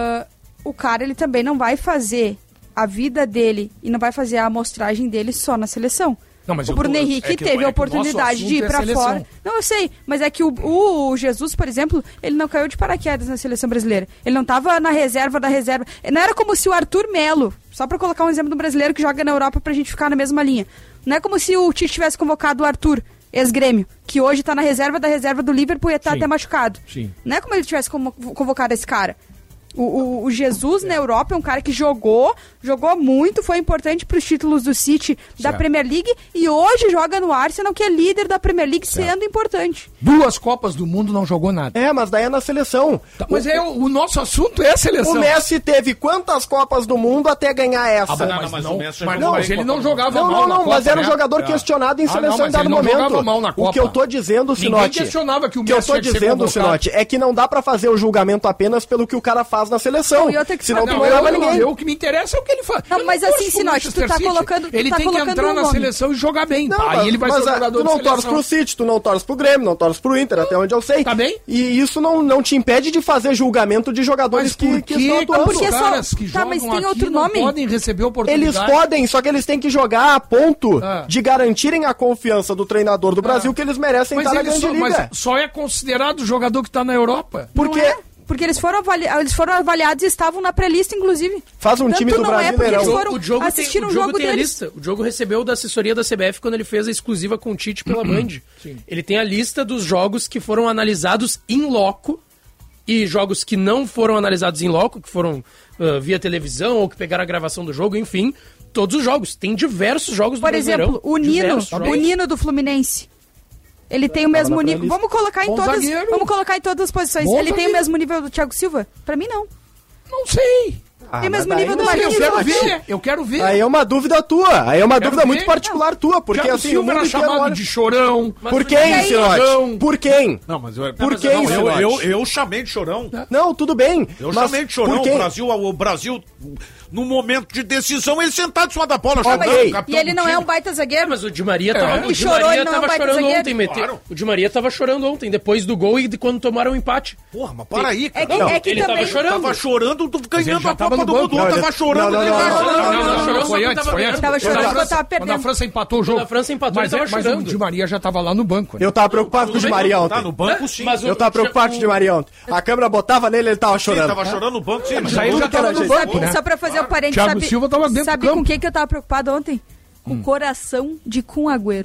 O cara, ele também não vai fazer a vida dele e não vai fazer a amostragem dele só na seleção. Não, mas o Bruno Henrique teve a oportunidade de ir pra fora. Não, eu sei, mas é que o Jesus, por exemplo, ele não caiu de paraquedas na seleção brasileira. Ele não tava na reserva da reserva. Não era como se o Arthur Melo, só pra colocar um exemplo do brasileiro que joga na Europa pra gente ficar na mesma linha. Não é como se o Tite tivesse convocado o Arthur, ex-Grêmio, que hoje tá na reserva da reserva do Liverpool e tá até machucado. Sim. Não é como ele tivesse convocado esse cara. O Jesus na Europa é um cara que jogou muito, foi importante para os títulos do City da Premier League e hoje joga no Arsenal, que é líder da Premier League, sendo importante. 2 Copas do Mundo não jogou nada. Mas daí é na seleção. Tá, mas o nosso assunto é a seleção. O Messi teve quantas Copas do Mundo até ganhar essa? Mas ele não jogava mal na Copa. Mas era um jogador questionado em seleção em dado momento. Jogava mal na Copa. O que eu tô dizendo, Sinote... Ninguém questionava que o Messi tinha que ser convocado. Sinote, é que não dá pra fazer o julgamento apenas pelo que o cara faz na seleção. Senão tu não leva ninguém. O que me interessa é o que ele faz. Não, mas assim, Sinote, tu tá colocando... Ele tem que entrar na seleção e jogar bem. Aí ele vai ser jogador de seleção. Tu não torce pro City, tu não torce pro Grêmio, não torce pro Inter, até onde eu sei. Tá bem? E isso não te impede de fazer julgamento de jogadores que estão atuando. Porque caras que jogam mas tem aqui outro não nome? podem receber oportunidade. Eles podem, só que eles têm que jogar a ponto de garantirem a confiança do treinador do Brasil que eles merecem estar na grande liga. Mas só é considerado jogador que tá na Europa. Porque eles foram avaliados e estavam na pré-lista, inclusive. Faz um time do Brasileirão. O Diogo tem a lista. O Diogo recebeu da assessoria da CBF quando ele fez a exclusiva com o Tite pela Band. Ele tem a lista dos jogos que foram analisados in loco e jogos que não foram analisados in loco, que foram via televisão ou que pegaram a gravação do jogo, enfim. Todos os jogos. Tem diversos jogos do Brasileirão. Por exemplo, o Nino do Fluminense. Ele tem o mesmo nível. Vamos colocar em todas as posições. Ele tem o mesmo nível do Thiago Silva? Pra mim, não. Não sei. Tem o mesmo nível do Marquinhos. Eu quero ver. Aí é uma dúvida tua. Aí é uma dúvida muito ver. particular tua. Porque Thiago assim, Silva era chamado de chorão. Por quem, Sinote? Por quem? Não, mas Por quem, Sinote? eu chamei de chorão. Não, tudo bem. Eu chamei de chorão. O Brasil, no momento de decisão, ele sentado em cima da bola, chorando. E ele não é um baita zagueiro. Mas o Di Maria tava, Ele chorou, ele não é um baita chorando zagueiro. ontem, Claro. O Di Maria tava chorando ontem, depois do gol e de quando tomaram o empate. Porra, mas para aí, cara. É que ele também... tava chorando. Tava chorando, ganhando a tava Copa no do banco. Mundo. Tava chorando. Não, foi antes. Tava chorando quando tava Quando a perdendo. França empatou o jogo. Quando a França empatou, mas, ele tava mas chorando. o Di Maria já tava lá no banco, né? Eu tava preocupado com o Di Maria ontem. Tá no banco, sim. Mas Eu tava preocupado com o Di Maria ontem. A câmera botava nele, ele tava Sim, chorando. tava chorando no banco, sim. Mas aí ele já tava no banco, né? Só pra fazer o parente, Thiago Silva tava dentro sabe do campo. com quem que eu tava preocupado ontem? Com o coração de Kun Agüero.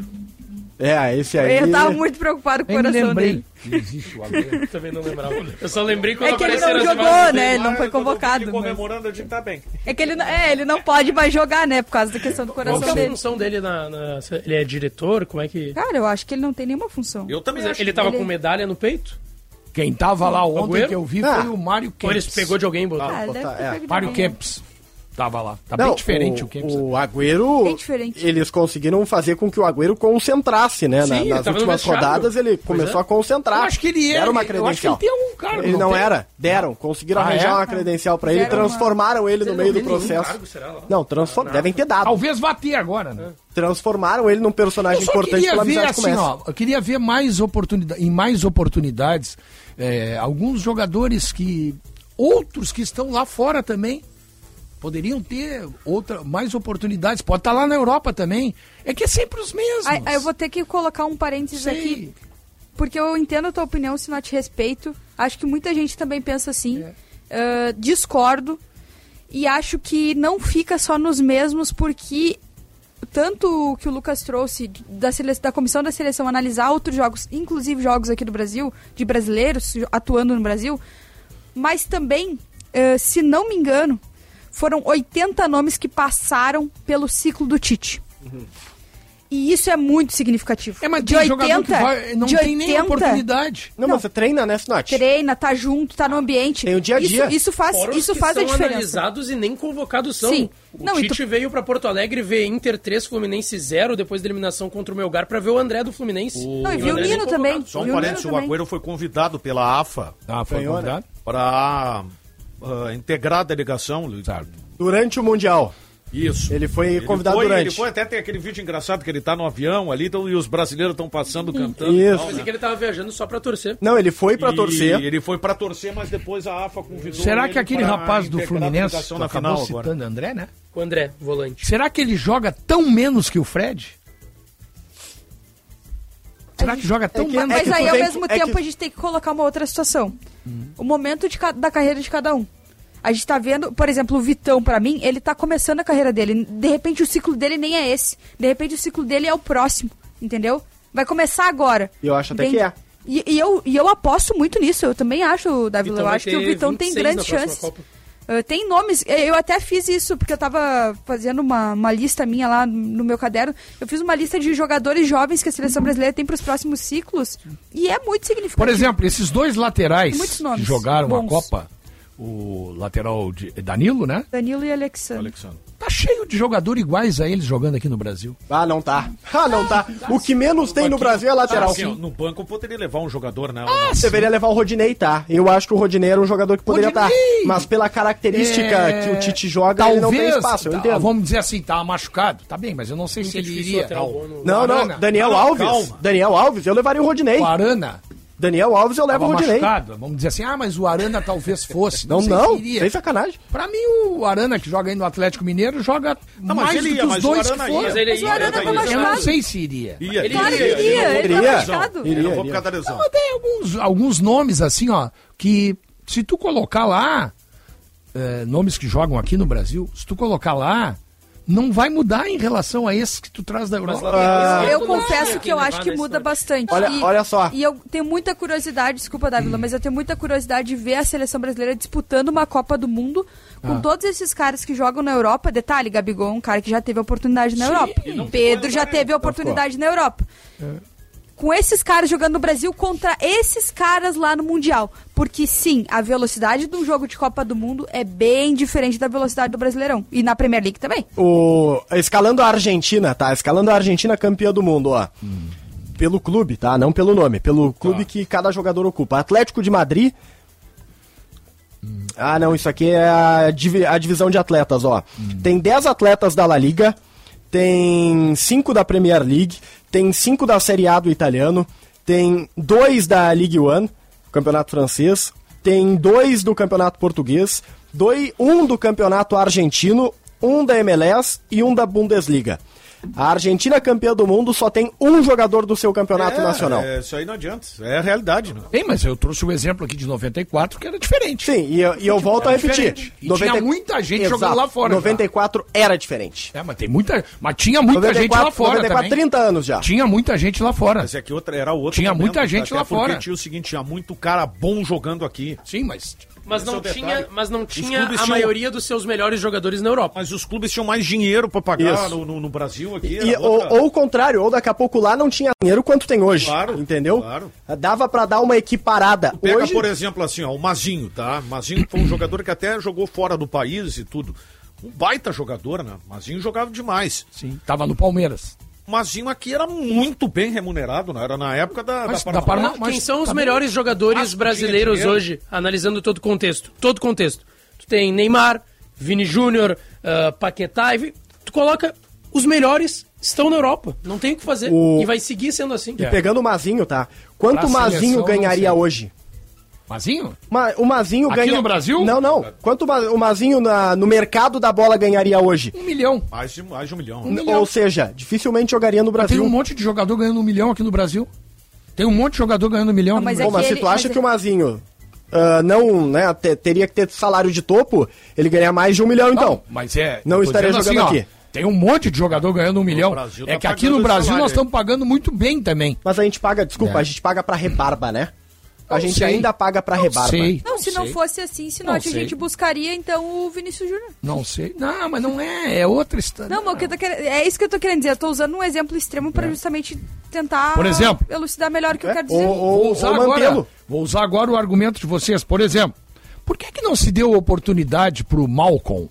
Esse aí. Eu tava muito preocupado com o coração dele. Existe o Agüero. Também não lembrava. Eu só lembrei quando É que ele apareceram não as jogou, imagens né? dele. Ele não foi convocado. mas- Comemorando, eu digo, tá bem. É que ele não pode mais jogar, né? Por causa da questão do Qual que coração é a dele. função dele ele é diretor? Como é que... Cara, eu acho que ele não tem nenhuma função. Eu também acho. Ele tava ele- com medalha no peito? Quem tava lá ontem Agüero? que eu vi foi o Mário Ou ele Kempis. pegou de alguém e botou? Ah, ele deve ter pego de Mário alguém. Kempis. Tava lá. Tá Não, bem diferente o Kempis. O Agüero, Bem diferente. eles conseguiram fazer com que o Agüero concentrasse, né? Sim, ele Nas tava no últimas vestiário. rodadas ele Pois começou é. a concentrar. Eu acho que ele Era uma eu acho que credencial. ele tem algum cargo. Ele não tem? era. Deram. Conseguiram Ah, arranjar é? uma credencial pra ele e Fizeram uma- transformaram ele no Ele meio não do tem nenhum processo. cargo, será lá? Não, devem ter dado. Talvez vá ter agora, né? Transformaram ele num personagem Eu só importante queria pela ver amizade com o assim, Messi. ó, eu queria ver mais oportunidades, alguns jogadores outros que estão lá fora também, poderiam ter mais oportunidades, pode estar lá na Europa também, é que é sempre os mesmos. Aí eu vou ter que colocar um parênteses Sei. aqui, porque eu entendo a tua opinião, se não te respeito. Acho que muita gente também pensa assim. Discordo. E acho que não fica só nos mesmos, porque tanto o que o Lucas trouxe da comissão da seleção analisar outros jogos, inclusive jogos aqui do Brasil, de brasileiros atuando no Brasil, mas também, se não me engano, foram 80 nomes que passaram pelo ciclo do Tite. E isso é muito significativo. Mas de tem 80, jogador que não de tem nem 80, oportunidade. Não, mas você treina, né, Sinote? treina, tá junto, tá no ambiente. Tem o dia a dia. Isso faz, Fora os isso que faz a são diferença. analisados e nem convocados são. Sim. O Não, e Tite veio pra Porto Alegre ver Inter 3, Fluminense 0, depois da eliminação contra o Melgar, pra ver o André do Fluminense. Não, e o viu o André nem Nino também. convocado. Só um Viu o parênteses, Nino o também. Agüero foi convidado pela AFA Foi Ganhou, né? convidado. para integrar a delegação. Durante o Mundial. Isso. Ele foi convidado durante. Ele foi, até tem aquele vídeo engraçado que ele tá no avião ali, então, e os brasileiros estão passando, cantando. Isso. e tal, Pensei né? que ele tava viajando só pra torcer. Não, ele foi pra torcer. Ele foi pra torcer, mas depois a AFA convidou Será ele que aquele pra rapaz do integrar a Fluminense, delegação tu na acabou final agora. citando André, né? O André, volante. Será que ele joga tão menos que o Fred? Será que joga tão menos Mas que aí, tu ao vem- mesmo é tempo, que- a gente tem que colocar uma outra situação. O momento da carreira de cada um. A gente tá vendo, por exemplo, o Vitão, pra mim, ele tá começando a carreira dele. De repente, o ciclo dele nem é esse. De repente, o ciclo dele é o próximo, entendeu? Vai começar agora. E eu acho até Entende? que é. E eu aposto muito nisso. Eu também acho, Davi. Vitão Eu vai acho que o ter Vitão tem 26 grandes na próxima chances. Copa. Tem nomes, eu até fiz isso, porque eu tava fazendo uma lista minha lá no meu caderno. Eu fiz uma lista de jogadores jovens que a seleção brasileira tem pros próximos ciclos. E é muito significativo. Por exemplo, esses dois laterais Muitos nomes que jogaram bons. a Copa, o lateral de Danilo, né? Danilo e Alexandre. Tá cheio de jogador iguais a eles jogando aqui no Brasil. Ah, não tá. Não tá. O que menos tem no Brasil é lateral. Assim, ó, no banco eu poderia levar um jogador, né? Deveria levar o Rodinei, tá? Eu acho que o Rodinei era um jogador que poderia estar. Rodinei! Mas pela característica que o Tite joga, ele não tem espaço, eu entendo. Vamos dizer assim, tá machucado. Tá bem, mas eu não sei se ele difícil iria. lateral bom no- Não, Arana. Daniel Não, Alves. calma. Daniel Alves, eu levaria o Rodinei. O Arana Daniel Alves, eu levo o tava Rodinei. machucado. Vamos dizer assim, mas o Arana talvez fosse. Não, sei não. se iria. Sem sacanagem. Pra mim, o Arana que joga aí no Atlético Mineiro joga mas mais ele do ia, que os mas o dois que Arana ia. foram. Mas ele Mas o Arana tá Eu não machucado. sei se iria. Ia, Claro que ele iria, ele tá Iria. machucado. Ele não Iria. foi por causa da lesão. Mas tem alguns nomes assim, ó, que se tu colocar lá, nomes que jogam aqui no Brasil, se tu colocar lá, não vai mudar em relação a esses que tu traz da Europa. Eu confesso que eu acho que muda bastante. Olha só. E eu tenho muita curiosidade, desculpa, Dávila, mas eu tenho muita curiosidade de ver a seleção brasileira disputando uma Copa do Mundo com todos esses caras que jogam na Europa. Detalhe, Gabigol é um cara que já teve a oportunidade na Europa. Pedro já teve a oportunidade na Europa. com esses caras jogando no Brasil contra esses caras lá no Mundial. Porque sim, a velocidade de um jogo de Copa do Mundo é bem diferente da velocidade do Brasileirão. E na Premier League também. Escalando a Argentina, tá? Escalando a Argentina campeã do mundo, ó. Pelo clube, tá? Não pelo nome. Pelo clube que cada jogador ocupa. Atlético de Madrid. Ah, não, isso aqui é a divisão de atletas, ó. Tem 10 atletas da La Liga, tem 5 da Premier League, tem 5 da Série A do italiano, tem 2 da Ligue 1, campeonato francês, tem 2 do campeonato português, 1 do campeonato argentino, 1 da MLS e 1 da Bundesliga. A Argentina, campeã do mundo, só tem um jogador do seu campeonato nacional. Isso aí não adianta, é a realidade. Né? Bem, mas eu trouxe um exemplo aqui de 94 que era diferente. Sim, e eu volto a repetir. E tinha muita gente jogando lá fora. 94 era diferente. Mas tinha muita gente lá fora 94, também. 30 anos já. Tinha muita gente lá fora. Mas é que era outro tinha momento, muita gente lá fora. Porque tinha o seguinte, tinha muito cara bom jogando aqui. Sim, mas não tinha a maioria dos seus melhores jogadores na Europa. Mas os clubes tinham mais dinheiro pra pagar no Brasil aqui. Ou o contrário, ou daqui a pouco lá não tinha dinheiro quanto tem hoje. Claro, entendeu? Claro. Dava pra dar uma equiparada. Pega, hoje... por exemplo, assim, ó, o Mazinho, tá? Mazinho foi um jogador que até jogou fora do país e tudo. Um baita jogador, né? Mazinho jogava demais. Sim, tava no Palmeiras. O Mazinho aqui era muito bem remunerado, né? Era na época da Paraná. Quem são os melhores jogadores brasileiros hoje, analisando todo o contexto? Todo contexto. Tu tem Neymar, Vini Júnior, Paquetá, tu coloca os melhores estão na Europa. Não tem o que fazer. E vai seguir sendo assim. E pegando o Mazinho, tá? Quanto o Mazinho ganharia hoje? Mazinho? O Mazinho aqui no Brasil? Não. Quanto o Mazinho no mercado da bola ganharia hoje? 1 milhão. Mais de 1 milhão. Ou seja, dificilmente jogaria no Brasil. Tem um monte de jogador ganhando 1 milhão aqui no Brasil. Tem um monte de jogador ganhando 1 milhão. Mas se tu acha que o Mazinho teria que ter salário de topo, ele ganharia mais de 1 milhão, então. Mas não estaria jogando assim, aqui. Tem um monte de jogador ganhando 1 milhão. É que aqui no Brasil nós estamos pagando muito bem também. Mas a gente paga, a gente paga pra rebarba, né? A gente ainda paga pra rebarba. Não, se não fosse assim, a gente buscaria, então, o Vinícius Júnior. Não sei. Não, mas não é. É outra história. Não, mas é isso que eu tô querendo dizer. Eu tô usando um exemplo extremo pra justamente tentar por exemplo, elucidar melhor o que eu quero dizer. Vou usar agora o argumento de vocês. Por exemplo, por que não se deu oportunidade pro Malcom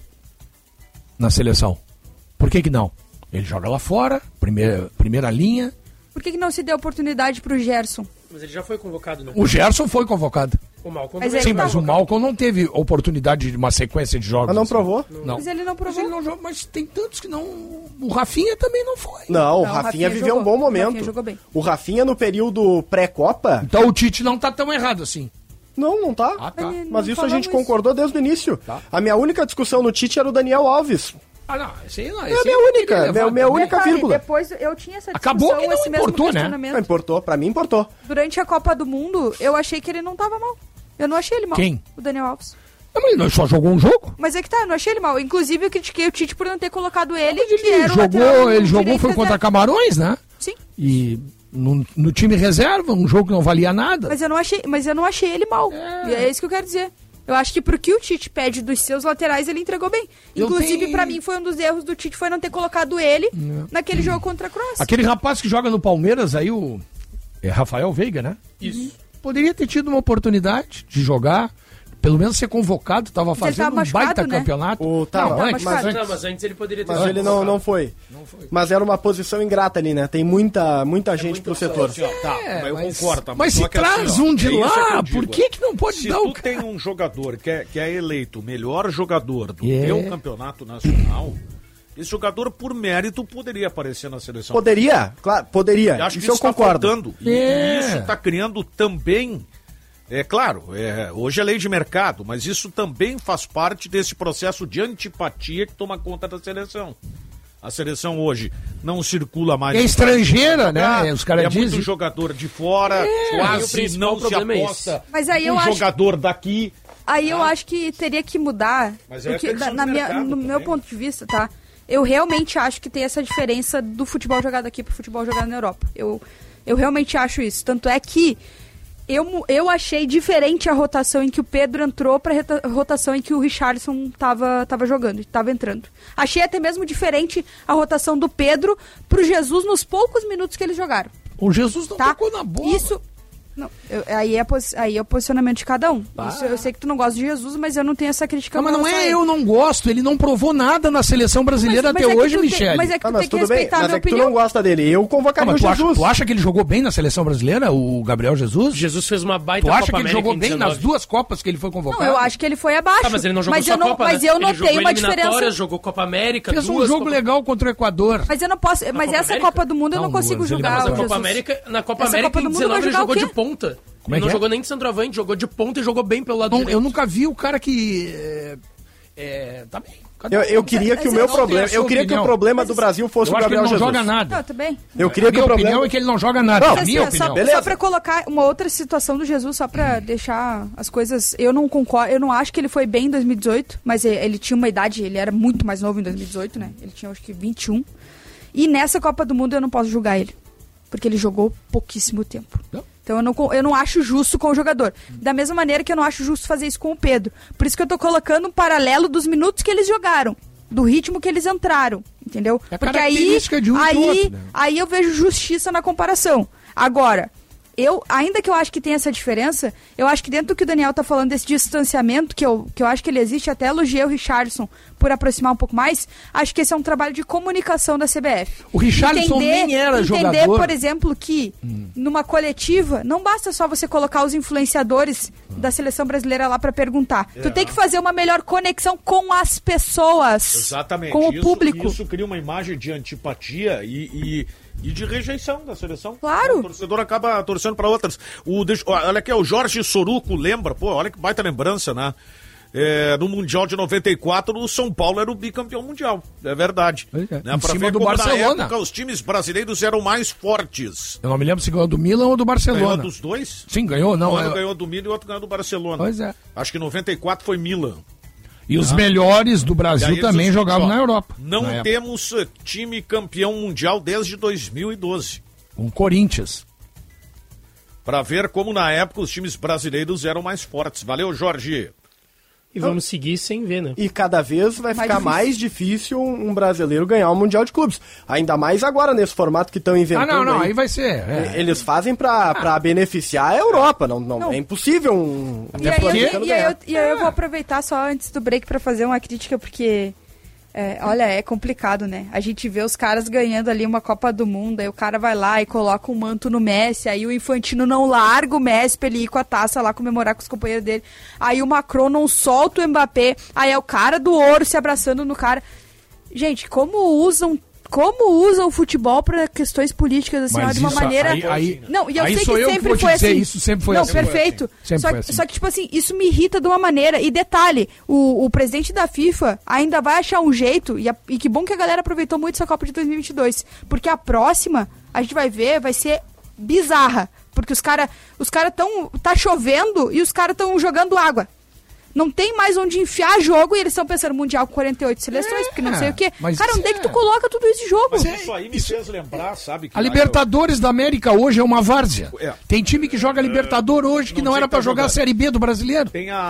na seleção? Por que não? Ele joga lá fora, primeira linha. Por que não se deu oportunidade pro Gerson? Mas ele já foi convocado, né? O Gerson foi convocado. O Malcom mas o Malcom não teve oportunidade de uma sequência de jogos. Mas não provou? Não. Mas ele não provou. Mas tem tantos que não... O Rafinha também não foi. Não, o Rafinha viveu um bom momento. O Rafinha jogou bem. O Rafinha no período pré-copa... Então o Tite não tá tão errado assim. Não tá. Ah, tá. Mas isso a gente concordou desde o início. Tá. A minha única discussão no Tite era o Daniel Alves. Ah, não, sei lá. É a minha única vírgula. Depois eu tinha essa discussão. Acabou que não importou, né? Não importou, pra mim importou. Durante a Copa do Mundo, eu achei que ele não tava mal. Eu não achei ele mal. Quem? O Daniel Alves. Não, mas ele só jogou um jogo? Mas é que tá, eu não achei ele mal. Inclusive, eu critiquei o Tite por não ter colocado ele. Ele jogou foi contra Camarões, né? Sim. E no time reserva, um jogo que não valia nada. Mas eu não achei ele mal. É isso que eu quero dizer. Eu acho que pro que o Tite pede dos seus laterais, ele entregou bem. Inclusive, pra mim, foi um dos erros do Tite, foi não ter colocado ele naquele jogo contra a Croácia. Aquele rapaz que joga no Palmeiras aí, o Rafael Veiga, né? Isso. Poderia ter tido uma oportunidade de jogar, pelo menos ser convocado, tava fazendo um baita campeonato. Mas antes ele poderia ter Mas ele não foi. Mas era uma posição ingrata ali, né? Tem muita gente pro setor. Assim, eu concordo. Mas se traz assim, um de lá, por que não pode dar o cara? Se tu tem um jogador que é eleito o melhor jogador do teu campeonato nacional, esse jogador, por mérito, poderia aparecer na seleção. Poderia, claro, poderia. Acho que isso eu concordo. E isso está criando também... É claro, hoje é lei de mercado, mas isso também faz parte desse processo de antipatia que toma conta da seleção. A seleção hoje não circula mais... É estrangeira, né? Os caras dizem. Muito jogador de fora, quase não se aposta mas aí eu jogador daqui. Aí eu acho que teria que mudar, porque no meu ponto de vista, tá? Eu realmente acho que tem essa diferença do futebol jogado aqui pro futebol jogado na Europa. Eu realmente acho isso. Tanto é que eu achei diferente a rotação em que o Pedro entrou pra rotação em que o Richarlison tava jogando, tava entrando. Achei até mesmo diferente a rotação do Pedro pro Jesus nos poucos minutos que eles jogaram. O Jesus não tocou na bola. Isso... Não, aí é o posicionamento de cada um. Isso, eu sei que tu não gosta de Jesus, mas eu não tenho essa crítica. Não, mas não é eu não gosto, ele não provou nada na seleção brasileira até hoje, Michele. Mas é que tu tem que respeitar a minha opinião. Tu não gosta dele, eu convocaria o Jesus. Tu acha que ele jogou bem na seleção brasileira, o Gabriel Jesus? Jesus fez uma baita Copa América. Tu acha que ele jogou bem nas 2 Copas que ele foi convocado? Não, eu acho que ele foi abaixo. Mas ele não jogou só Copa, mas eu notei uma diferença. Jogou Copa América, fez um jogo legal contra o Equador. Mas eu não posso, mas essa Copa do Mundo eu não consigo julgar. Mas na Copa América em 19 ele jogou de ponta. Ele não jogou nem de centroavante, jogou de ponta e jogou bem pelo lado direito. Eu nunca vi o cara que... tá bem. Eu queria que o meu problema... Eu queria que o problema do Brasil fosse o Gabriel Jesus. Eu acho que ele não joga nada. Não, tudo bem. Eu queria que o problema... opinião é que ele não joga nada. Não, minha opinião. Só pra colocar uma outra situação do Jesus, só pra deixar as coisas... Eu não concordo, eu não acho que ele foi bem em 2018, mas ele tinha uma idade, ele era muito mais novo em 2018, né? Ele tinha, acho que, 21. E nessa Copa do Mundo eu não posso julgar ele, porque ele jogou pouquíssimo tempo. Então eu não acho justo com o jogador. Da mesma maneira que eu não acho justo fazer isso com o Pedro. Por isso que eu tô colocando um paralelo dos minutos que eles jogaram, do ritmo que eles entraram, entendeu? Porque aí eu vejo justiça na comparação. Agora, ainda que eu acho que tem essa diferença, eu acho que dentro do que o Daniel tá falando desse distanciamento, que eu acho que ele existe, até elogiei o Richarlison por aproximar um pouco mais, acho que esse é um trabalho de comunicação da CBF. O Richarlison nem era jogador. Entender, por exemplo, que numa coletiva, não basta só você colocar os influenciadores da seleção brasileira lá pra perguntar. Tu tem que fazer uma melhor conexão com as pessoas. Exatamente. Com o público. Isso cria uma imagem de antipatia e de rejeição da seleção. Claro. O torcedor acaba torcendo para outras. Olha aqui, o Jorge Soruco lembra, olha que baita lembrança, né? No Mundial de 94, o São Paulo era o bicampeão mundial. É verdade. Né? Em cima do Barcelona. Na época, os times brasileiros eram mais fortes. Eu não me lembro se ganhou do Milan ou do Barcelona. Ganhou dos dois? Sim, ganhou. Não, um ganhou do Milan e o outro ganhou do Barcelona. Pois é. Acho que 94 foi Milan. E os melhores do Brasil também jogavam na Europa. Não temos time campeão mundial desde 2012. Com Corinthians. Para ver como na época os times brasileiros eram mais fortes. Valeu, Jorge. E vamos seguir sem ver, né? E cada vez vai ficar mais difícil um brasileiro ganhar um Mundial de Clubes. Ainda mais agora, nesse formato que estão inventando. Aí vai ser. Eles fazem pra beneficiar a Europa. Não. É impossível um e aí eu vou aproveitar só antes do break pra fazer uma crítica, porque... olha, é complicado, né? A gente vê os caras ganhando ali uma Copa do Mundo, aí o cara vai lá e coloca um manto no Messi, aí o Infantino não larga o Messi pra ele ir com a taça lá comemorar com os companheiros dele, aí o Macron não solta o Mbappé, aí é o cara do ouro se abraçando no cara. Gente, como usam o futebol para questões políticas, assim, de uma maneira... Não, e eu sei que sempre foi assim. Isso sempre foi assim. Não, perfeito. Só que, tipo assim, isso me irrita de uma maneira. E detalhe, o presidente da FIFA ainda vai achar um jeito, e que bom que a galera aproveitou muito essa Copa de 2022, porque a próxima, a gente vai ver, vai ser bizarra. Porque os cara estão... Tá chovendo e os caras estão jogando água. Não tem mais onde enfiar jogo e eles estão pensando mundial com 48 seleções, porque não sei o quê. Cara, onde é que tu coloca tudo isso de jogo? Mas isso aí me fez lembrar, sabe? Que a Libertadores da América hoje é uma várzea. Tem time que joga Libertadores hoje que não era pra jogar a Série B do brasileiro.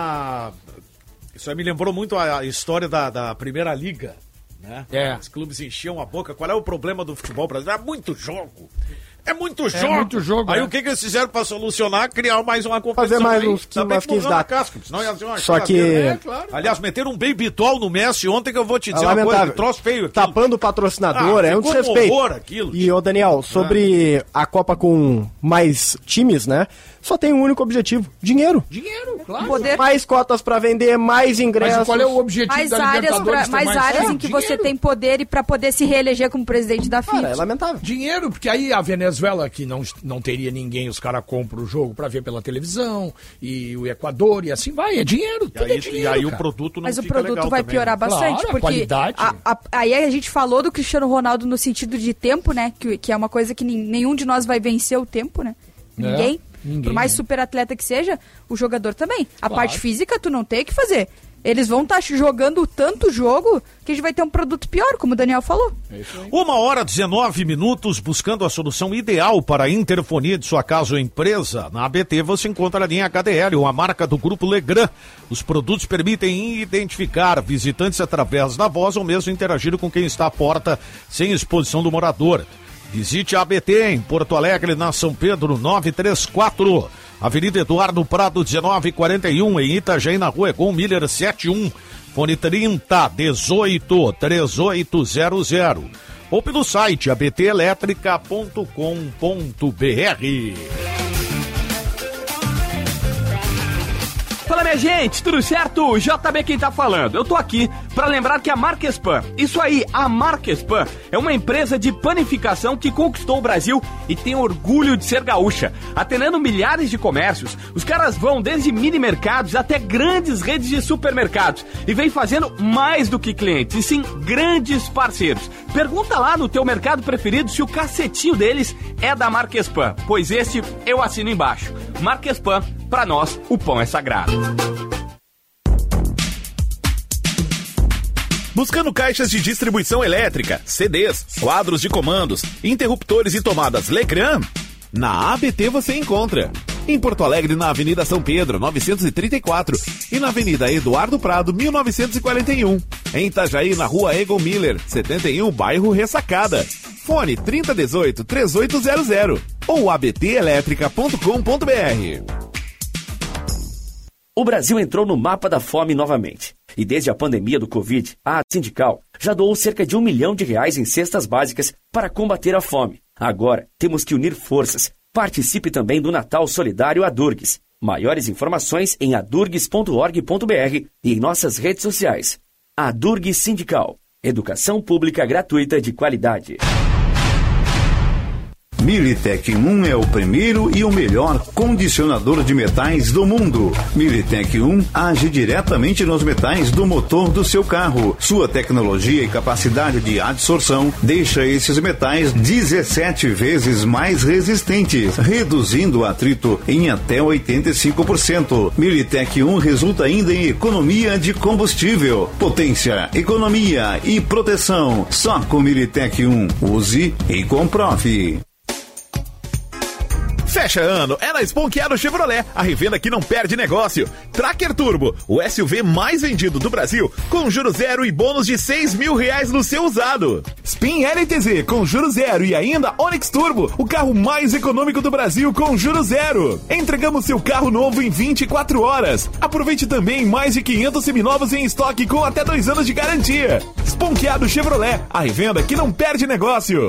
Isso aí me lembrou muito a história da Primeira Liga, né? Os clubes enchiam a boca. Qual é o problema do futebol brasileiro? É muito jogo. É muito jogo. Aí o que eles fizeram pra solucionar? Criar mais uma competição. Fazer mais umas 15 datas. Só que... Claro. Aliás, meteram um baby doll no Messi ontem, que eu vou te dizer uma coisa, troço feio aquilo. Tapando o patrocinador, é um desrespeito. E, ô Daniel, sobre a Copa com mais times, né? Só tem um único objetivo: dinheiro. Dinheiro, claro. Mais cotas pra vender, mais ingressos. Mas qual é o objetivo da Libertadores? Mais áreas em que você tem poder e pra poder se reeleger como presidente da FIFA. É lamentável. Dinheiro, porque aí a Venezuela, que não teria ninguém, os caras compram o jogo pra ver pela televisão, e o Equador, e assim vai, é dinheiro. E aí o produto não fica legal. Mas o produto vai piorar bastante, claro, porque qualidade. Aí a gente falou do Cristiano Ronaldo no sentido de tempo, né? Que é uma coisa que nenhum de nós vai vencer o tempo, né? Ninguém. Por mais super atleta que seja, o jogador também. A parte física tu não tem o que fazer. Eles vão estar jogando tanto jogo que a gente vai ter um produto pior, como o Daniel falou. 1h19, buscando a solução ideal para a interfonia de sua casa ou empresa. Na ABT você encontra a linha HDL, uma marca do Grupo Legrand. Os produtos permitem identificar visitantes através da voz ou mesmo interagir com quem está à porta sem exposição do morador. Visite a ABT em Porto Alegre, na São Pedro 934. Avenida Eduardo Prado 1941, em Itajaí, na Rua Egon Miller 71. Fone 3018-3800. Ou pelo site abtelétrica.com.br. Fala, minha gente, tudo certo? JB quem tá falando. Eu tô aqui pra lembrar que a Marquespan, isso aí, a Marquespan, é uma empresa de panificação que conquistou o Brasil e tem orgulho de ser gaúcha. Atendendo milhares de comércios, os caras vão desde mini mercados até grandes redes de supermercados e vem fazendo mais do que clientes, e sim grandes parceiros. Pergunta lá no teu mercado preferido se o cacetinho deles é da Marquespan, pois esse eu assino embaixo. Marquespan, pra nós, o pão é sagrado. Buscando caixas de distribuição elétrica, CDs, quadros de comandos, interruptores e tomadas Lecran? Na ABT você encontra. Em Porto Alegre, na Avenida São Pedro, 934. E na Avenida Eduardo Prado, 1941. Em Itajaí, na Rua Egon Miller, 71, bairro Ressacada. Fone 3018-3800 ou abtelétrica.com.br. O Brasil entrou no mapa da fome novamente. E desde a pandemia do Covid, a Sindical já doou cerca de R$1 milhão em cestas básicas para combater a fome. Agora, temos que unir forças. Participe também do Natal Solidário Adurgues. Maiores informações em adurgues.org.br e em nossas redes sociais. Adurgues Sindical. Educação pública gratuita de qualidade. Militec 1 é o primeiro e o melhor condicionador de metais do mundo. Militec 1 age diretamente nos metais do motor do seu carro. Sua tecnologia e capacidade de adsorção deixa esses metais 17 vezes mais resistentes, reduzindo o atrito em até 85%. Militec 1 resulta ainda em economia de combustível, potência, economia e proteção. Só com Militec 1. Use e comprove. Fecha ano é na Esponqueado Chevrolet, a revenda que não perde negócio. Tracker Turbo, o SUV mais vendido do Brasil, com juros zero e bônus de R$6 mil no seu usado. Spin LTZ com juros zero e ainda Onix Turbo, o carro mais econômico do Brasil com juros zero. Entregamos seu carro novo em 24 horas. Aproveite também mais de 500 seminovos em estoque com até 2 anos de garantia. Esponqueado Chevrolet, a revenda que não perde negócio.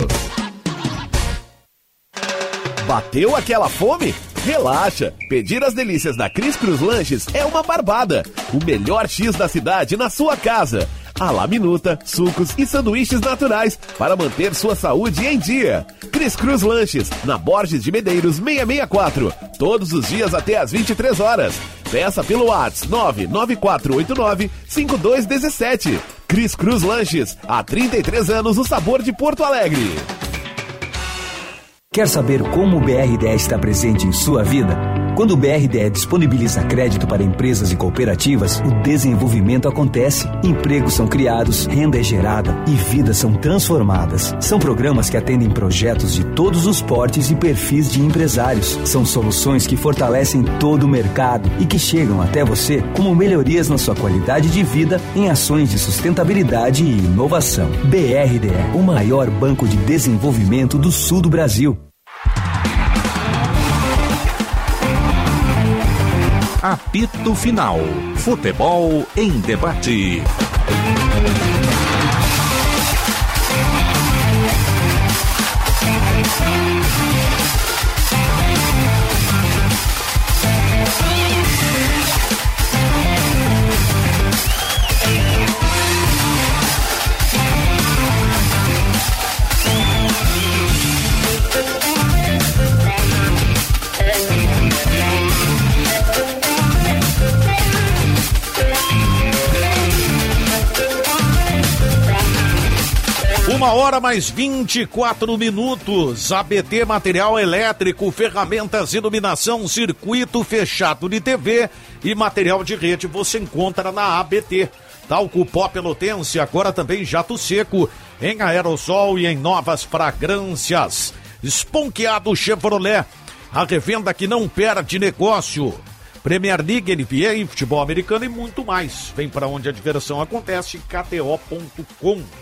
Bateu aquela fome? Relaxa! Pedir as delícias da Cris Cruz Lanches é uma barbada. O melhor X da cidade na sua casa. A la minuta, sucos e sanduíches naturais para manter sua saúde em dia. Cris Cruz Lanches, na Borges de Medeiros 664. Todos os dias até às 23 horas. Peça pelo WhatsApp 99489-5217. Cris Cruz Lanches, há 33 anos o sabor de Porto Alegre. Quer saber como o BRDE está presente em sua vida? Quando o BRDE disponibiliza crédito para empresas e cooperativas, o desenvolvimento acontece, empregos são criados, renda é gerada e vidas são transformadas. São programas que atendem projetos de todos os portes e perfis de empresários. São soluções que fortalecem todo o mercado e que chegam até você como melhorias na sua qualidade de vida em ações de sustentabilidade e inovação. BRDE, o maior banco de desenvolvimento do sul do Brasil. Apito Final. Futebol em debate. Uma hora mais 24 minutos. ABT Material Elétrico, ferramentas, iluminação, circuito fechado de TV e material de rede você encontra na ABT. Talco Pó Pelotense, agora também jato seco, em aerossol e em novas fragrâncias. Esponqueado Chevrolet, a revenda que não perde negócio. Premier League, NBA, futebol americano e muito mais. Vem para onde a diversão acontece, KTO.com.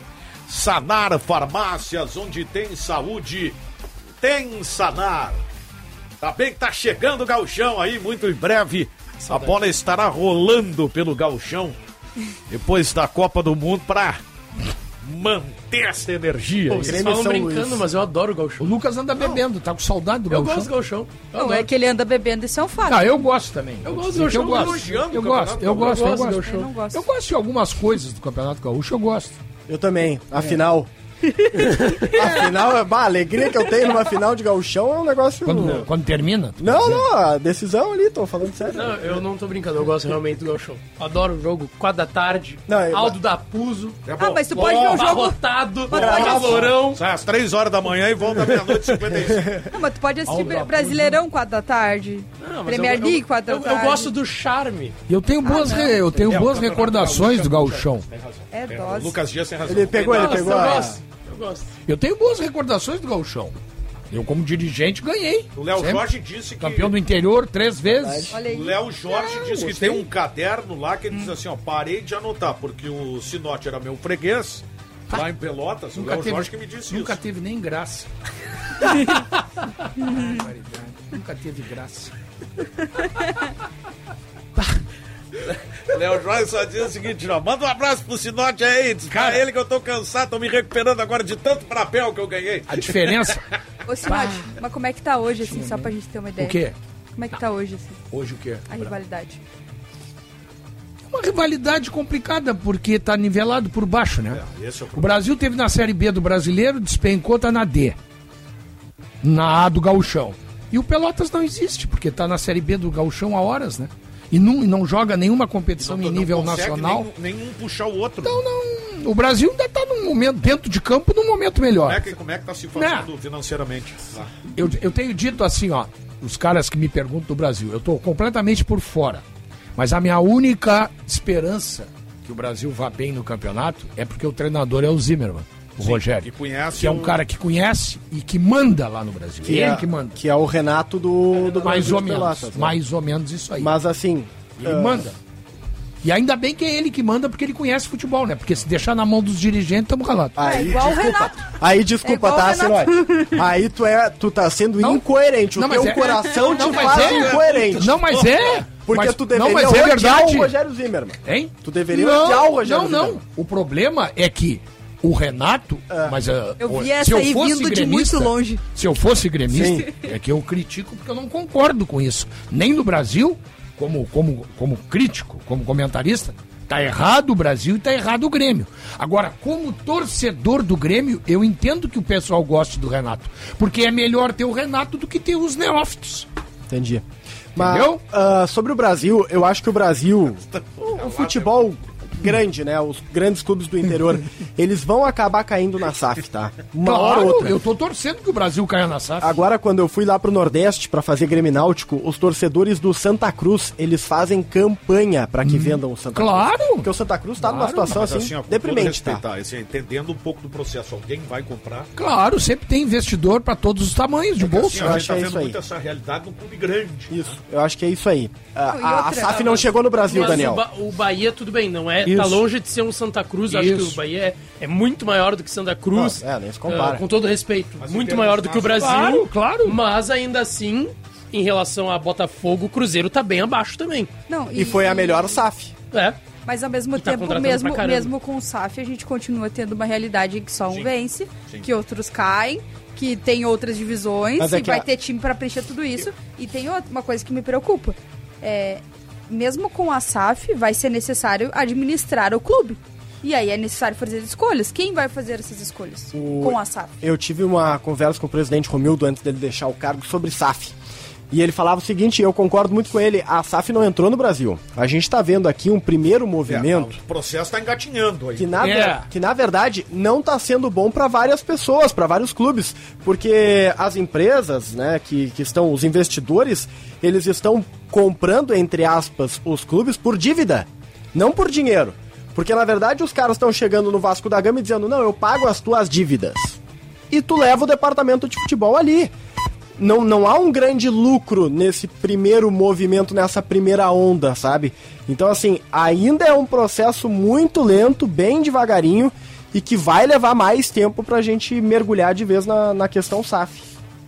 Sanar Farmácias, onde tem saúde, tem Sanar. Tá bem que tá chegando o Gauchão aí, muito em breve. A bola estará rolando pelo Gauchão depois da Copa do Mundo pra manter essa energia. Pô, vocês falam brincando, mas eu adoro o Gauchão. O Lucas anda bebendo, tá com saudade do Gauchão. Eu gosto do Gauchão. Não é que ele anda bebendo, isso é um fato. Não, eu gosto também. Eu gosto do Gauchão. Eu gosto de algumas coisas do Campeonato Gaúcho, eu gosto. Eu também. Afinal... Afinal, a alegria que eu tenho numa final de gauchão é um negócio... Quando termina? Não, a decisão ali, tô falando sério. Não, eu não tô brincando, eu gosto realmente do gauchão. Adoro o jogo, 4 da tarde, Aldo da Puzo. Mas tu pode ver o jogo... Rotado, calorão. Sai às 3 horas da manhã e volta à meia-noite e 55. Não, mas tu pode assistir Brasileirão 4 da tarde, Premier League 4 da tarde. Eu gosto do charme. Eu tenho boas, boas recordações do gauchão. É dose. Lucas Dias tem razão. Ele pegou. Eu gosto. Eu tenho boas recordações do gauchão. Eu, como dirigente, ganhei. O Léo Jorge disse que... Campeão do interior 3 vezes. O Léo Jorge disse que tem um caderno lá que ele diz assim, ó, parei de anotar, porque o Sinote era meu freguês, lá em Pelotas. O Léo Jorge que me disse isso. Nunca teve nem graça. Nunca teve graça. Léo Jorge só diz o seguinte, ó, manda um abraço pro Sinote aí, diz pra ele que eu tô cansado, tô me recuperando agora de tanto papel que eu ganhei. A diferença... Ô Sinote, mas como é que tá hoje, assim, só pra gente ter uma ideia? O quê? Como é que tá hoje, assim? Hoje o quê? A rivalidade. Uma rivalidade complicada, porque tá nivelado por baixo, né? O Brasil teve na Série B do Brasileiro, despencou, tá na D. Na A do Gauchão. E o Pelotas não existe, porque tá na Série B do Gauchão há horas, né? E não joga nenhuma competição em nível nacional. Nenhum puxar o outro. Então não. O Brasil ainda está num momento, dentro de campo, num momento melhor. Como é que tá se fazendo financeiramente? Lá? Eu tenho dito assim, ó, os caras que me perguntam do Brasil, eu estou completamente por fora. Mas a minha única esperança que o Brasil vá bem no campeonato é porque o treinador é o Zimmermann. O Rogério, que é um cara que conhece e que manda lá no Brasil. Ele que manda. Que é o Renato do mais Brasil ou menos, Pelotas, né? mais ou menos isso aí. Mas assim... Ele manda. E ainda bem que é ele que manda, porque ele conhece futebol, né? Porque se deixar na mão dos dirigentes, estamos calados. Aí, igual o Renato. Aí, desculpa, tá, Sinote? Aí tu tá sendo incoerente. O teu coração te faz incoerente. Não, mas é... Porque tu deveria odiar o Rogério Zimmermann. Hein? Tu deveria odiar o Rogério Zimmermann. Não. O problema é que o Renato, mas eu vi essa aí vindo de muito longe. Se eu fosse gremista, é que eu critico porque eu não concordo com isso. Nem no Brasil, como crítico, como comentarista, tá errado o Brasil e tá errado o Grêmio. Agora, como torcedor do Grêmio, eu entendo que o pessoal goste do Renato, porque é melhor ter o Renato do que ter os neófitos. Entendi. Mas, sobre o Brasil, eu acho que o Brasil, o futebol grande, né? Os grandes clubes do interior, eles vão acabar caindo na SAF, tá? Uma hora ou outra. Eu tô torcendo que o Brasil caia na SAF. Agora, quando eu fui lá pro Nordeste pra fazer Grêmio Náutico, os torcedores do Santa Cruz, eles fazem campanha pra que vendam o Santa Cruz. Claro! Porque o Santa Cruz tá numa situação assim, deprimente, tá? Entendendo um pouco do processo, alguém vai comprar? Claro, sempre tem investidor pra todos os tamanhos de bolsa. Assim, a gente tá vendo muito essa realidade no clube grande. Isso, eu acho que é isso aí. A SAF não chegou no Brasil, Daniel. O Bahia, tudo bem, não é... Tá longe de ser um Santa Cruz, acho que o Bahia é muito maior do que Santa Cruz. Nem se compara. Com todo respeito. Mas muito maior do que o Brasil. Claro. Mas ainda assim, em relação a Botafogo, o Cruzeiro tá bem abaixo também. Não, e foi a melhor SAF. Mas ao mesmo tempo, mesmo com o SAF, a gente continua tendo uma realidade em que só um vence, que outros caem, que tem outras divisões, e vai ter time pra preencher tudo isso. E tem uma coisa que me preocupa. Mesmo com a SAF, vai ser necessário administrar o clube. E aí é necessário fazer escolhas. Quem vai fazer essas escolhas com a SAF? Eu tive uma conversa com o presidente Romildo antes dele deixar o cargo sobre SAF. E ele falava o seguinte, eu concordo muito com ele, a SAF não entrou no Brasil. A gente tá vendo aqui um primeiro movimento... O processo tá engatinhando aí. Que na verdade não tá sendo bom para várias pessoas, para vários clubes. Porque as empresas, né, que estão, os investidores, eles estão comprando, entre aspas, os clubes por dívida, não por dinheiro. Porque na verdade os caras estão chegando no Vasco da Gama e dizendo, não, eu pago as tuas dívidas. E tu leva o departamento de futebol ali. Não há um grande lucro nesse primeiro movimento, nessa primeira onda, sabe? Então, assim, ainda é um processo muito lento, bem devagarinho, e que vai levar mais tempo pra gente mergulhar de vez na questão SAF.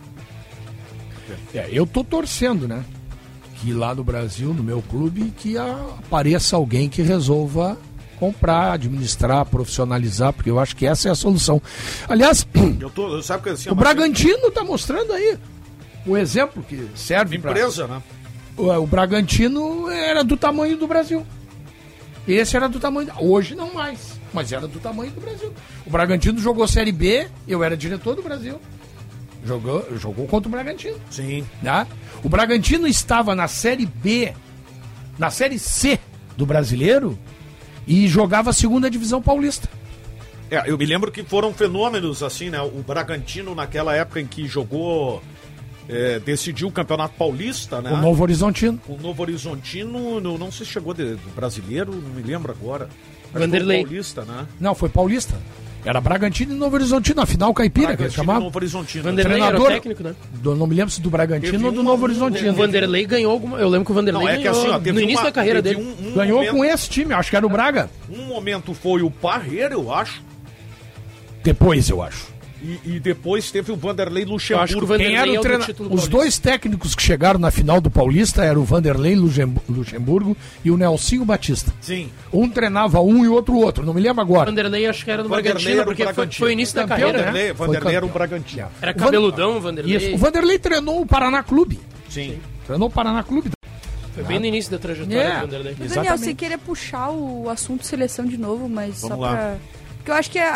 Eu tô torcendo, né? Que lá no Brasil, no meu clube, que apareça alguém que resolva comprar, administrar, profissionalizar, porque eu acho que essa é a solução. Aliás, sabe que assim, o Bragantino tá mostrando aí um exemplo que serve empresa, né? O Bragantino era do tamanho do Brasil. Esse era do tamanho... Hoje não mais, mas era do tamanho do Brasil. O Bragantino jogou Série B, eu era diretor do Brasil. Jogou contra o Bragantino. Sim. Né? O Bragantino estava na Série B, na Série C do Brasileiro e jogava a 2ª Divisão Paulista. Eu me lembro que foram fenômenos assim, né? O Bragantino naquela época em que jogou... decidiu o Campeonato Paulista, né? O Novo Horizontino. O Novo Horizontino, não sei se chegou do brasileiro, não me lembro agora. Vanderlei. Paulista, né? Não, foi Paulista. Era Bragantino e Novo Horizontino, a final caipira, que eles chamavam. Novo Horizontino. Vanderlei era o técnico, né? Não me lembro se do Bragantino ou do Novo Horizontino. O Vanderlei ganhou alguma... Eu lembro que o Vanderlei ganhou no início da carreira dele. Ganhou com esse time, acho que era o Braga. Um momento foi o Parreira, eu acho. Depois, eu acho. E depois teve o Vanderlei Luxemburgo. Acho que o Vanderlei quem era os dois técnicos que chegaram na final do Paulista eram o Vanderlei Luxemburgo e o Nelsinho Batista. Sim. Um treinava um e o outro, não me lembro agora. O Vanderlei acho que era do Bragantino, porque foi o início da carreira, né? Vanderlei era o Bragantino. Era cabeludão o Vanderlei. Isso. O Vanderlei treinou o Paraná Clube. Sim. Treinou o Paraná Clube. Foi bem no início da trajetória do Vanderlei. Daniel, você queria puxar o assunto seleção de novo, mas vamos só lá. pra... Porque eu acho que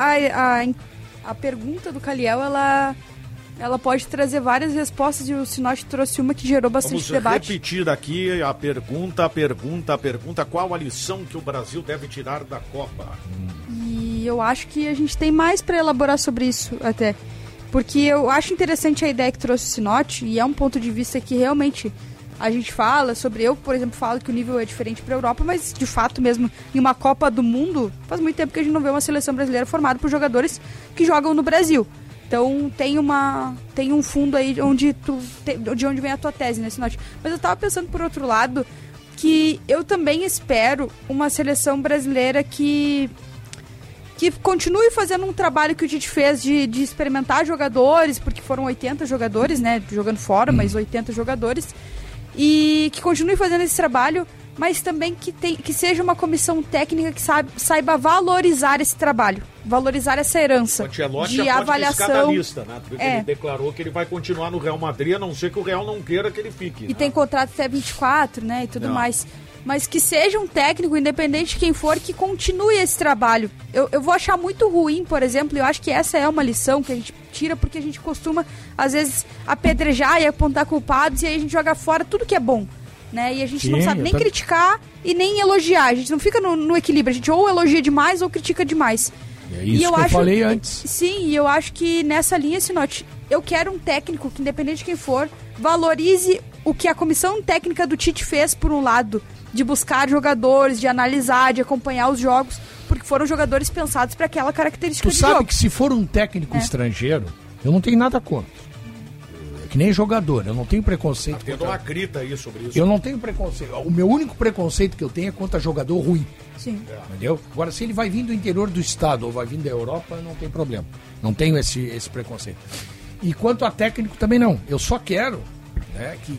a pergunta do Caliel, ela pode trazer várias respostas e o Sinote trouxe uma que gerou bastante debate. Vamos repetir aqui a pergunta. Qual a lição que o Brasil deve tirar da Copa? E eu acho que a gente tem mais para elaborar sobre isso até. Porque eu acho interessante a ideia que trouxe o Sinote e é um ponto de vista que realmente a gente fala sobre. Eu, por exemplo, falo que o nível é diferente para a Europa, mas de fato mesmo em uma Copa do Mundo faz muito tempo que a gente não vê uma seleção brasileira formada por jogadores que jogam no Brasil. Então tem um fundo aí de onde vem a tua tese nesse note. Mas eu tava pensando por outro lado que eu também espero uma seleção brasileira que continue fazendo um trabalho que o Tite fez de experimentar jogadores, porque foram 80 jogadores, né, jogando fora, mas 80 jogadores, e que continue fazendo esse trabalho, mas também que seja uma comissão técnica que saiba valorizar esse trabalho, valorizar essa herança de avaliação. Lista, né? Porque ele declarou que ele vai continuar no Real Madrid, a não ser que o Real não queira que ele fique. E tem contrato até 24, né, e tudo mais. Mas que seja um técnico, independente de quem for, que continue esse trabalho. Eu vou achar muito ruim, por exemplo, eu acho que essa é uma lição que a gente tira, porque a gente costuma, às vezes, apedrejar e apontar culpados, e aí a gente joga fora tudo que é bom, né? E a gente não sabe nem criticar e nem elogiar. A gente não fica no equilíbrio, a gente ou elogia demais ou critica demais. É isso que eu falei antes. Sim, e eu acho que nessa linha, Sinote, eu quero um técnico que, independente de quem for, valorize o que a comissão técnica do Tite fez, por um lado, de buscar jogadores, de analisar, de acompanhar os jogos, porque foram jogadores pensados para aquela característica de jogo. Tu sabe que se for um técnico estrangeiro, eu não tenho nada contra. É que nem jogador, eu não tenho preconceito. Tá tendo uma grita aí sobre isso. Eu não tenho preconceito. O meu único preconceito que eu tenho é contra jogador ruim. Sim. Entendeu? Agora, se ele vai vir do interior do estado ou vai vir da Europa, não tem problema. Não tenho esse preconceito. E quanto a técnico, também não. Eu só quero, né, que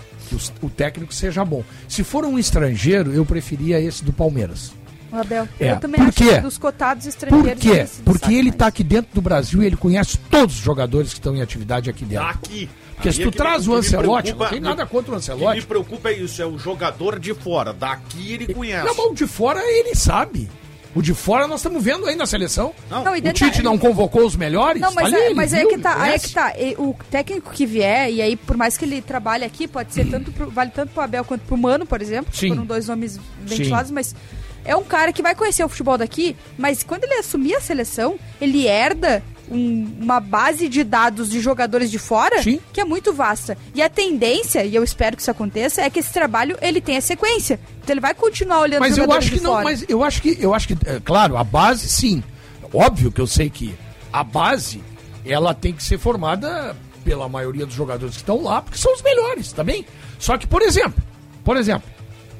o técnico seja bom. Se for um estrangeiro, eu preferia esse do Palmeiras. O Abel. Eu também acho que dos cotados estrangeiros. Por quê? Porque ele está aqui dentro do Brasil e ele conhece todos os jogadores que estão em atividade aqui dentro. Aqui. Porque se tu traz o Ancelotti, não tem nada contra o Ancelotti. O que me preocupa é isso, é o jogador de fora. Daqui ele conhece. Não, mas o de fora ele sabe. O de fora nós estamos vendo aí na seleção. Não, o Tite não convocou os melhores? Não, mas, mas aí que tá. O técnico que vier, e aí por mais que ele trabalhe aqui, pode ser vale tanto pro Abel quanto pro Mano, por exemplo. Sim. Foram dois nomes ventilados, mas é um cara que vai conhecer o futebol daqui, mas quando ele assumir a seleção, ele herda uma base de dados de jogadores de fora que é muito vasta. E a tendência, e eu espero que isso aconteça, é que esse trabalho ele tenha sequência. Então ele vai continuar olhando os jogadores de fora. Mas eu acho que, claro, a base sim. Óbvio que eu sei que a base, ela tem que ser formada pela maioria dos jogadores que estão lá, porque são os melhores, tá bem? Só que, por exemplo,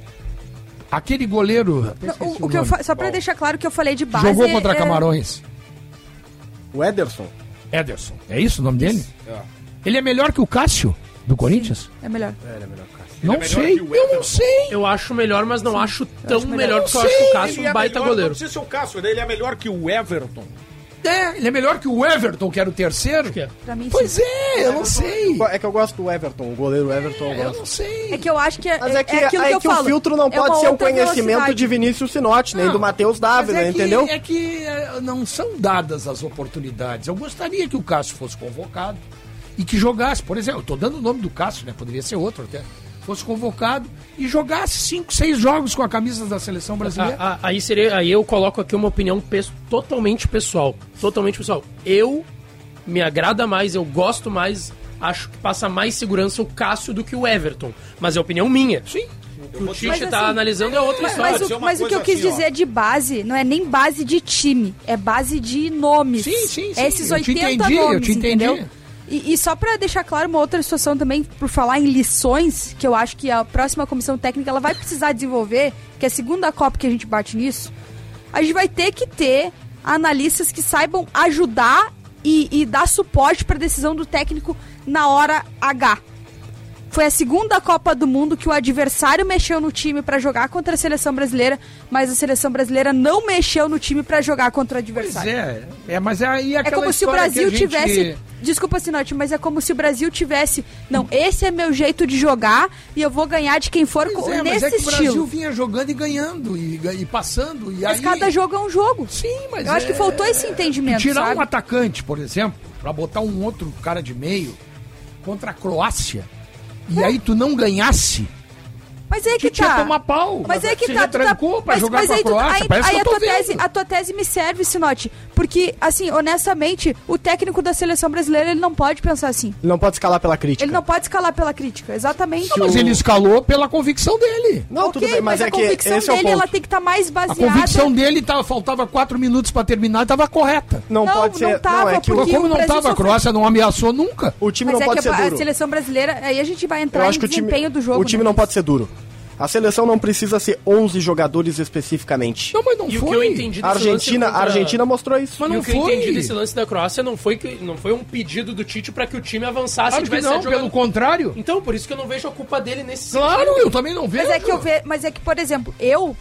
aquele goleiro... Só pra deixar claro que eu falei de base... Jogou contra Camarões. O Ederson. Ederson. É isso o nome dele? Ele é melhor que o Cássio, do Corinthians? É melhor. Ele é melhor que o Cássio. Não sei, eu não sei. Eu acho melhor, mas não acho tão melhor porque eu Não acho sei. o Cássio um baita goleiro. Não sei se é o Cássio, ele é melhor que o Everton. Ele é melhor que o Everton, que era o terceiro? Pra mim, Pois sim. eu não sei. É que eu gosto do Everton, o goleiro Everton eu gosto. Eu não sei. É que eu acho que Mas é que, aquilo que eu o falo. filtro não É pode uma ser o outra conhecimento velocidade. de Vinícius Sinotti, nem do Matheus Dávila, Mas entendeu? É que não são dadas as oportunidades. Eu gostaria que o Cássio fosse convocado e que jogasse, por exemplo, eu tô dando o nome do Cássio, né? Poderia ser outro até. Fosse convocado e jogasse 5, 6 jogos com a camisa da seleção brasileira. Aí eu coloco aqui uma opinião totalmente pessoal. Totalmente pessoal. Me agrada mais, eu gosto mais, acho que passa mais segurança o Cássio do que o Everton. Mas é opinião minha. Sim. O que o Tite tá analisando é outra história. Mas o que eu quis dizer de base não é nem base de time, é base de nomes. Sim. É esses Eu te 80 entendi, nomes, eu te entendi. entendeu? E só pra deixar claro uma outra situação também, por falar em lições, que eu acho que a próxima comissão técnica ela vai precisar desenvolver, que é a segunda Copa que a gente bate nisso, a gente vai ter que ter analistas que saibam ajudar e dar suporte pra decisão do técnico na hora H. Foi a segunda Copa do Mundo que o adversário mexeu no time pra jogar contra a seleção brasileira, mas a seleção brasileira não mexeu no time pra jogar contra o adversário. Pois mas aí aquela É como se o história Brasil que a gente... tivesse... Desculpa, Sinote, mas é como se o Brasil tivesse... Não, esse é meu jeito de jogar e eu vou ganhar de quem for Pois nesse mas é que o Brasil estilo. vinha jogando e ganhando, e passando, e Mas aí... cada jogo é um jogo. Sim, mas eu acho que faltou esse entendimento, tirar sabe? um atacante, por exemplo, pra botar um outro cara de meio contra a Croácia, e aí tu não ganhasse... Mas é que tinha tá. tomar pau. Mas é que se tá. retrancou pra jogar com a aí Croácia. Parece que eu tô vendo. A tua tese me serve, Sinote. Porque, assim, honestamente, o técnico da seleção brasileira, ele não pode pensar assim. Ele não pode escalar pela crítica. Ele não pode escalar pela crítica, exatamente. Não, mas ele escalou pela convicção dele. Não, tudo bem, mas a é que convicção esse é o dele, ponto. ela tem que estar mais A baseada... convicção dele faltava 4 minutos pra terminar e tava correta. Não pode ser. Não tava, é que porque como o não Brasil tava, a sofreu. Croácia não ameaçou nunca. O time Mas não é pode que ser a duro. seleção brasileira, aí a gente vai Eu entrar acho em que desempenho do jogo. o time né? não pode ser duro. A seleção não precisa ser 11 jogadores especificamente. Não, mas não E foi. o que eu entendi A desse Argentina, lance contra- a Argentina mostrou isso. Mas E não o que eu foi. entendi desse lance da Croácia não foi um pedido do Tite pra que o time avançasse Claro e que tivesse não, sete jogadores. pelo contrário. Então, por isso que eu não vejo a culpa dele nesse Claro, sentido. eu também não vejo. Mas é que, por exemplo,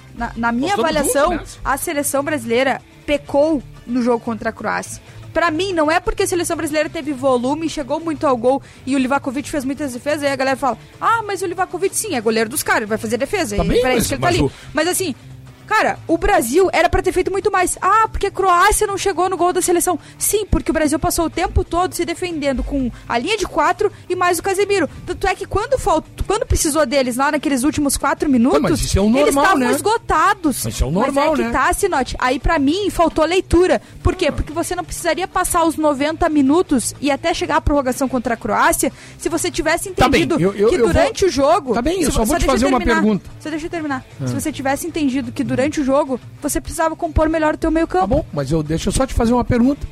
na minha Nós estamos avaliação, juntos nessa. a seleção brasileira pecou no jogo contra a Croácia. Pra mim, não é porque a seleção brasileira teve volume, chegou muito ao gol e o Livakovic fez muitas defesas, aí a galera fala, mas o Livakovic sim, é goleiro dos caras, vai fazer defesa, Tá e bem, pra mas- isso que ele tá mas ali. o- Mas assim, cara, o Brasil era pra ter feito muito mais. Porque a Croácia não chegou no gol da seleção. Sim, porque o Brasil passou o tempo todo se defendendo com a linha de 4 e mais o Casemiro. Tanto é que quando precisou deles lá naqueles últimos 4 minutos, mas isso é o eles normal, estavam né? esgotados. Mas isso é o normal, mas é que né? tá, Sinote. Aí pra mim faltou leitura. Por quê? Porque você não precisaria passar os 90 minutos e até chegar à prorrogação contra a Croácia se você tivesse Tá bem, entendido eu que durante o jogo... Tá bem, eu se só vou te deixa fazer uma terminar. pergunta. Só deixa eu terminar. Se você tivesse entendido que durante o jogo você precisava compor melhor o teu meio campo. Tá bom, mas deixa eu só te fazer uma pergunta.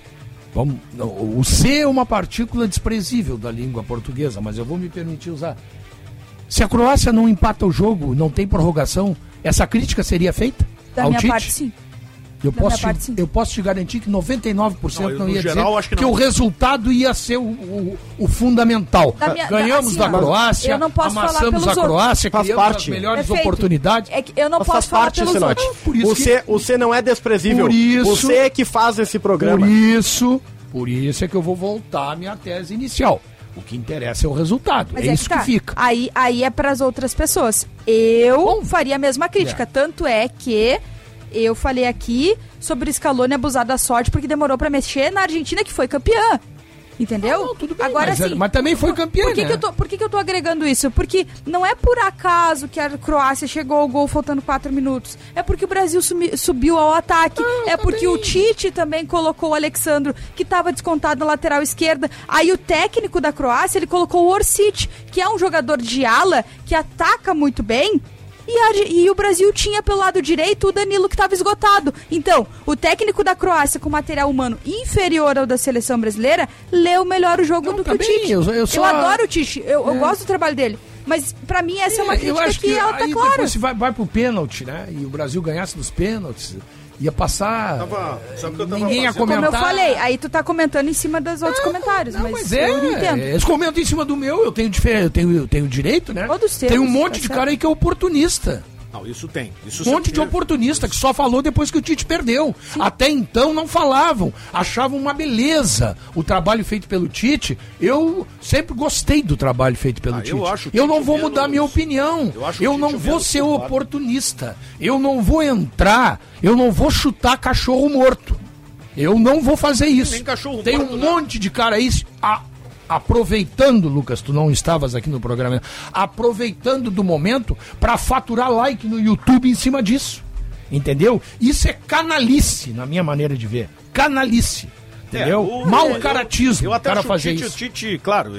O C é uma partícula desprezível da língua portuguesa, mas eu vou me permitir usar. Se a Croácia não empata o jogo, não tem prorrogação, essa crítica seria feita Da ao minha Tite? parte, sim. Eu Da minha posso, parte, sim. eu posso te garantir que 99% não no ia geral, dizer acho que que não. o resultado ia ser o fundamental. Ganhamos assim, da ó, Croácia, eu não posso falar amassamos pelos a Croácia, Faz criamos parte. as melhores Perfeito. oportunidades. É que eu não Mas posso faz falar parte, pelos Sinote. outros. Por isso O C não é desprezível. Por isso- O C é que faz esse programa. Por isso é que eu vou voltar à minha tese inicial. O que interessa é o resultado. Mas é isso que tá. fica. Aí é pras outras pessoas. Eu faria a mesma crítica. Tanto é que eu falei aqui sobre o Scaloni abusar da sorte porque demorou pra mexer na Argentina, que foi campeã. Entendeu? Tudo bem, Agora mas, sim. mas também foi campeã, Por que, né? por que eu tô agregando isso? Porque não é por acaso que a Croácia chegou ao gol faltando 4 minutos. É porque o Brasil subiu ao ataque. É porque o Tite também colocou o Alexandro, que estava descontado na lateral esquerda. Aí o técnico da Croácia, ele colocou o Orsic, que é um jogador de ala, que ataca muito bem. E o Brasil tinha pelo lado direito o Danilo, que estava esgotado. Então, o técnico da Croácia, com material humano inferior ao da seleção brasileira, leu melhor o jogo do que o Tite. eu adoro o Tite, eu gosto do trabalho dele. Mas, pra mim, essa é uma eu crítica acho que ela tá aí clara. depois se vai pro pênalti, né? E o Brasil ganhasse nos pênaltis. Ia passar. Ninguém ia comentar. Como eu falei, aí tu tá comentando em cima dos outros comentários. Mas eu não entendo. Eles comentam em cima do meu, eu tenho direito, né? Tem um monte de cara aí que é oportunista. Não, isso tem. Um monte de oportunista que só falou depois que o Tite perdeu. Sim. Até então não falavam. Achavam uma beleza o trabalho feito pelo Tite. Eu sempre gostei do trabalho feito pelo Tite. Eu não vou mudar minha opinião. Eu não vou ser oportunista. Eu não vou entrar. Eu não vou chutar cachorro morto. Eu não vou fazer isso. Nem cachorro Tem morto, um monte de cara aí... aproveitando, Lucas, tu não estavas aqui no programa, aproveitando do momento para faturar like no YouTube em cima disso, entendeu? Isso é canalice, na minha maneira de ver, canalice, entendeu? Mau caratismo, eu até para acho fazer o isso. Tite, claro,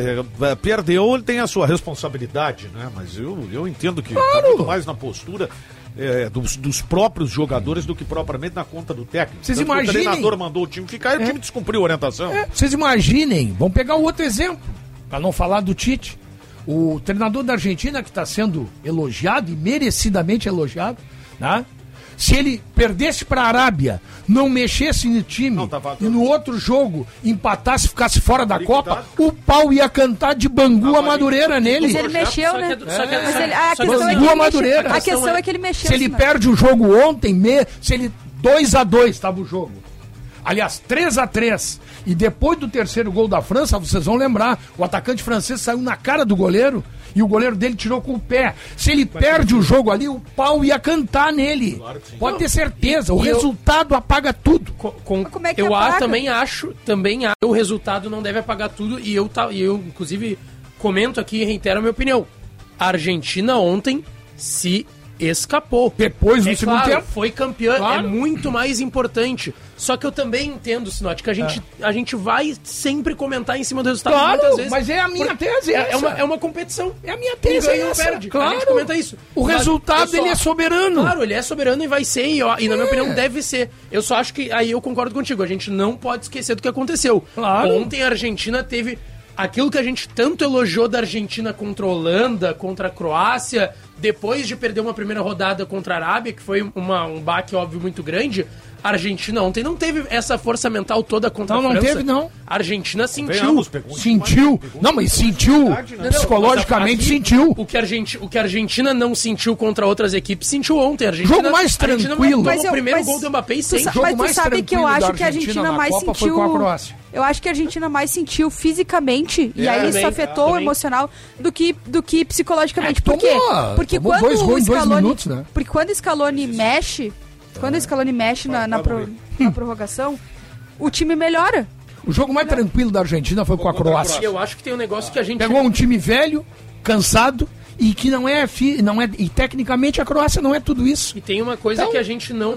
perdeu, ele tem a sua responsabilidade, né? Mas eu entendo que tá muito mais na postura dos próprios jogadores do que propriamente na conta do técnico. Vocês imaginem... O treinador mandou o time ficar e o time descumpriu a orientação. Vocês imaginem, vamos pegar o outro exemplo, para não falar do Tite. O treinador da Argentina que está sendo elogiado e merecidamente elogiado, né? Se ele perdesse para a Arábia, não mexesse no time e no outro jogo empatasse, ficasse fora da Copa, o pau ia cantar de Bangu a Madureira nele. Mas ele mexeu, né? Bangu a Madureira. A questão é que ele mexeu. Se ele perde o jogo ontem, se ele 2-2 estava o jogo. Aliás, 3-3. E depois do terceiro gol da França, vocês vão lembrar, o atacante francês saiu na cara do goleiro e o goleiro dele tirou com o pé. Se ele perde o jogo ali, o pau ia cantar nele. Claro, pode ter certeza, o resultado apaga tudo. Como é que eu apaga? também acho, o resultado não deve apagar tudo e eu inclusive comento aqui e reitero a minha opinião. A Argentina ontem se escapou. Depois do segundo tempo. Foi campeã, é muito mais importante. Só que eu também entendo, Sinote, que a gente vai sempre comentar em cima do resultado muitas vezes. Mas é a minha tese. É uma competição. É a minha tese. Ganha ou perde. Claro. A gente comenta isso. O resultado, ele é soberano. Claro, ele é soberano e vai ser, e na minha opinião deve ser. Eu só acho que, aí eu concordo contigo, a gente não pode esquecer do que aconteceu. Claro. Ontem a Argentina teve aquilo que a gente tanto elogiou da Argentina contra a Holanda, contra a Croácia, depois de perder uma primeira rodada contra a Arábia, que foi um baque, óbvio, muito grande. A Argentina ontem não teve essa força mental toda contra a França. Não teve, não. A Argentina sentiu. Sentiu. Não, mas sentiu. Psicologicamente sentiu. O que a Argentina não sentiu contra outras equipes, sentiu ontem. A Argentina, jogo mais tranquilo. Mas o primeiro gol do Mbappé sem. Mas tu sabe que eu acho que a Argentina mais sentiu... Eu acho que a Argentina mais sentiu fisicamente, e aí isso afetou o emocional, do que psicologicamente. Por quê? Porque quando o Scaloni... Porque quando o Scaloni mexe... Quando o Scaloni mexe na prorrogação, o time melhora. O jogo mais tranquilo da Argentina foi com a Croácia. Eu acho que tem um negócio que a gente... Pegou um time velho, cansado, e que não é e tecnicamente a Croácia não é tudo isso. E tem uma coisa que a gente não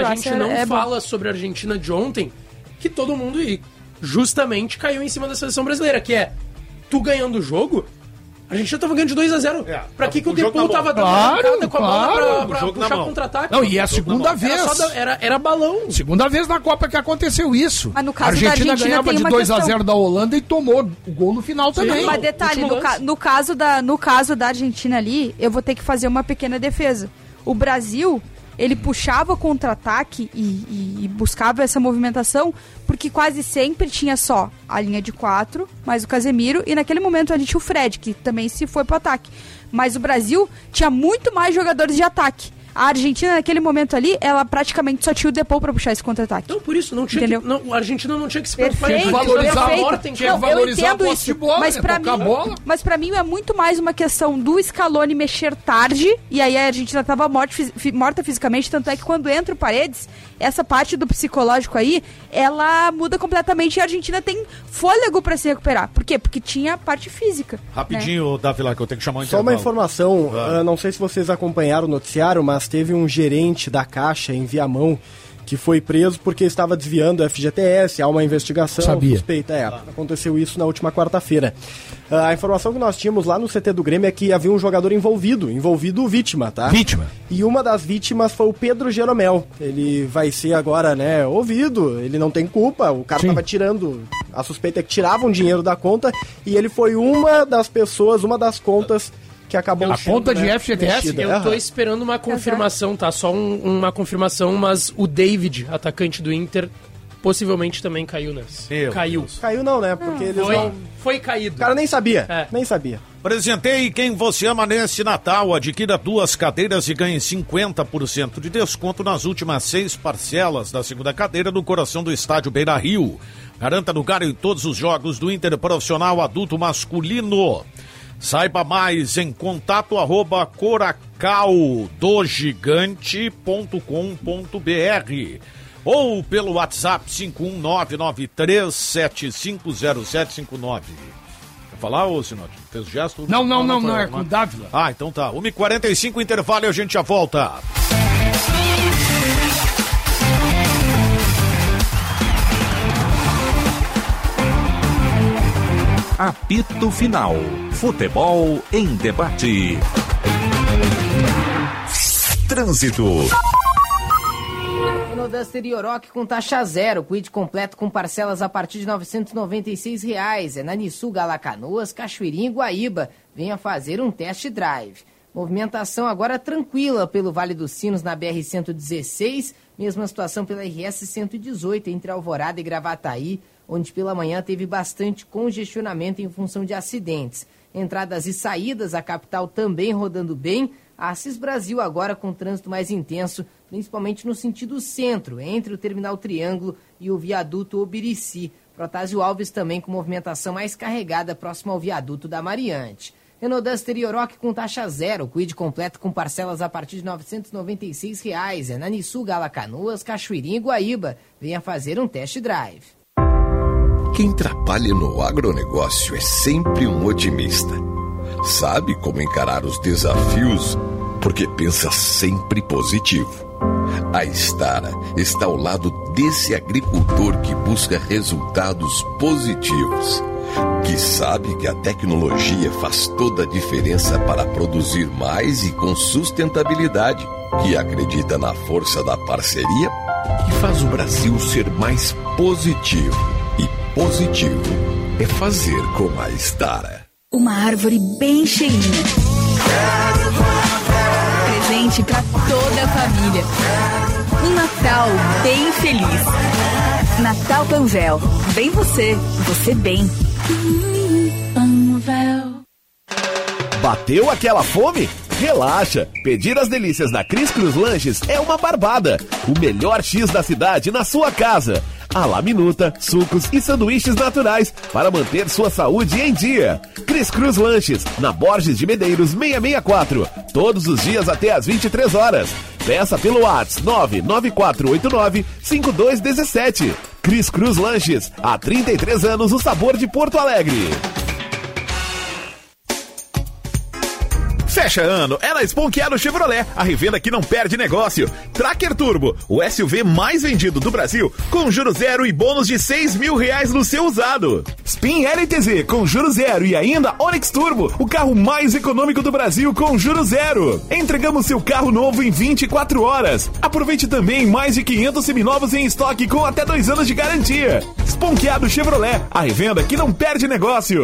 fala sobre a Argentina de ontem, que todo mundo justamente caiu em cima da seleção brasileira, que é, tu ganhando o jogo... A gente já tava ganhando de 2-0. Pra que o Depô tava dando arrancada com a bola pra puxar contra-ataque? Não, e é a segunda vez. Era balão. Segunda vez na Copa que aconteceu isso. Mas no caso a Argentina ganhava de 2-0 da Holanda e tomou o gol no final também. Mas detalhe, no caso da Argentina ali, eu vou ter que fazer uma pequena defesa. O Brasil... ele puxava contra-ataque e buscava essa movimentação, porque quase sempre tinha só a linha de 4, mais o Casemiro, e naquele momento a gente tinha o Fred, que também se foi pro ataque. Mas o Brasil tinha muito mais jogadores de ataque. A Argentina, naquele momento ali, ela praticamente só tinha o Depô pra puxar esse contra-ataque. Então, por isso, não tinha a Argentina não tinha que se preocupar em valorizar a Morten, tinha que valorizar a posse de bola, mas pra mim é muito mais uma questão do Scaloni mexer tarde, e aí a Argentina tava morta fisicamente, tanto é que quando entra o Paredes, essa parte do psicológico aí, ela muda completamente e a Argentina tem fôlego pra se recuperar. Por quê? Porque tinha a parte física. Rapidinho, né? Davi, lá que eu tenho que chamar o intervalo. Só uma informação, não sei se vocês acompanharam o noticiário, mas teve um gerente da Caixa em Viamão que foi preso porque estava desviando o FGTS, há uma investigação suspeita. Aconteceu isso na última quarta-feira. A informação que nós tínhamos lá no CT do Grêmio é que havia um jogador envolvido vítima, tá? Vítima. E uma das vítimas foi o Pedro Jeromel. Ele vai ser agora, né, ouvido, ele não tem culpa, o cara estava tirando, a suspeita é que tiravam dinheiro da conta, e ele foi uma das pessoas, uma das contas que acabou A conta de FGTS? Eu tô esperando uma confirmação, tá? Só uma confirmação, mas o David, atacante do Inter, possivelmente também caiu nessa. Caiu. Caiu não, né? Porque eles Foi caído. O cara nem sabia. Nem sabia. Presentei quem você ama nesse Natal. Adquira 2 cadeiras e ganhe 50% de desconto nas últimas 6 parcelas da segunda cadeira no coração do estádio Beira-Rio. Garanta lugar em todos os jogos do Inter profissional adulto masculino. Saiba mais em contato@coracaldogigante.com.br ou pelo WhatsApp 51993750759. Quer falar, ô Sinote? Fez o gesto? Não, é com o Dávila. Ah, então tá. 1h45, intervalo e a gente já volta. Apito Final. Futebol em debate. Trânsito. Renault Duster Yoroque com taxa zero, quid completo com parcelas a partir de R$ 996. É na Nissu Galacanoas, Cachoeirinha e Guaíba. Venha fazer um test drive. Movimentação agora tranquila pelo Vale dos Sinos na BR-116. Mesma situação pela RS-118 entre Alvorada e Gravataí, onde pela manhã teve bastante congestionamento em função de acidentes. Entradas e saídas, a capital também rodando bem. A Assis Brasil agora com trânsito mais intenso, principalmente no sentido centro, entre o Terminal Triângulo e o viaduto Obirici. Protásio Alves também com movimentação mais carregada próximo ao viaduto da Mariante. Renault Duster Yoroque com taxa zero, quid completo com parcelas a partir de R$ 996. É na Nissu Galacanoas, Cachoeirinha e Guaíba. Venha fazer um test drive. Quem trabalha no agronegócio é sempre um otimista. Sabe como encarar os desafios, porque pensa sempre positivo. A Stara está ao lado desse agricultor que busca resultados positivos, que sabe que a tecnologia faz toda a diferença para produzir mais e com sustentabilidade, que acredita na força da parceria e faz o Brasil ser mais positivo. E positivo é fazer como a Stara. Uma árvore bem cheinha. Presente para toda a família. Um Natal bem feliz. Natal Panvel. Bem você, você bem. Panvel. Bateu aquela fome? Relaxa! Pedir as delícias da Cris Cruz Lanches é uma barbada. O melhor X da cidade na sua casa. A la minuta, sucos e sanduíches naturais para manter sua saúde em dia. Cris Cruz Lanches, na Borges de Medeiros 664. Todos os dias até às 23 horas. Peça pelo WhatsApp 99489-5217. Cris Cruz Lanches, há 33 anos o sabor de Porto Alegre. Fecha ano, é na Esponqueado Chevrolet, a revenda que não perde negócio. Tracker Turbo, o SUV mais vendido do Brasil, com juros zero e bônus de R$6.000 no seu usado. Spin LTZ com juros zero e ainda Onix Turbo, o carro mais econômico do Brasil com juros zero. Entregamos seu carro novo em 24 horas. Aproveite também mais de 500 seminovos em estoque com até 2 anos de garantia. Esponqueado Chevrolet, a revenda que não perde negócio.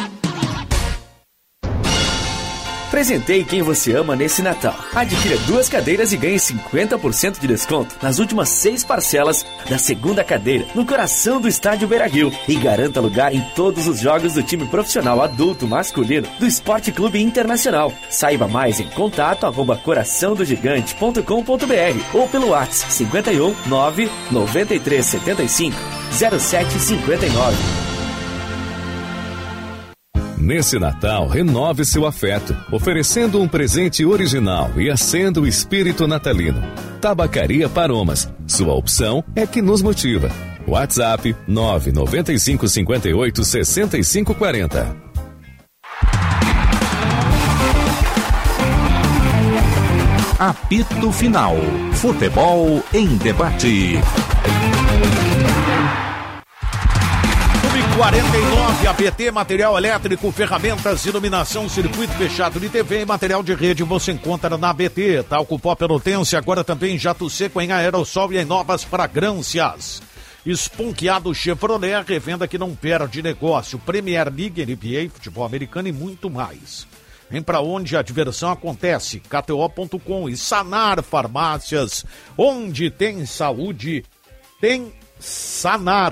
Presentei quem você ama nesse Natal. Adquira 2 cadeiras e ganhe 50% de desconto nas últimas 6 parcelas da segunda cadeira no coração do estádio Beira-Rio e garanta lugar em todos os jogos do time profissional adulto masculino do Esporte Clube Internacional. Saiba mais em contato@coraçãodogigante.com.br ou pelo WhatsApp 51 9 93 75 0759. Nesse Natal, renove seu afeto, oferecendo um presente original e acenda o espírito natalino. Tabacaria Paromas, sua opção é que nos motiva. WhatsApp 995 58 65 40. Apito Final. Futebol em debate. 49, APT, material elétrico, ferramentas, iluminação, circuito fechado de TV e material de rede você encontra na ABT. Talco Pó Pelotense, agora também jato seco em aerossol e em novas fragrâncias. Esponqueado Chevrolet, revenda que não perde negócio. Premier League, NBA, futebol americano e muito mais. Vem pra onde a diversão acontece, KTO.com e Sanar Farmácias, onde tem saúde, tem Sanar.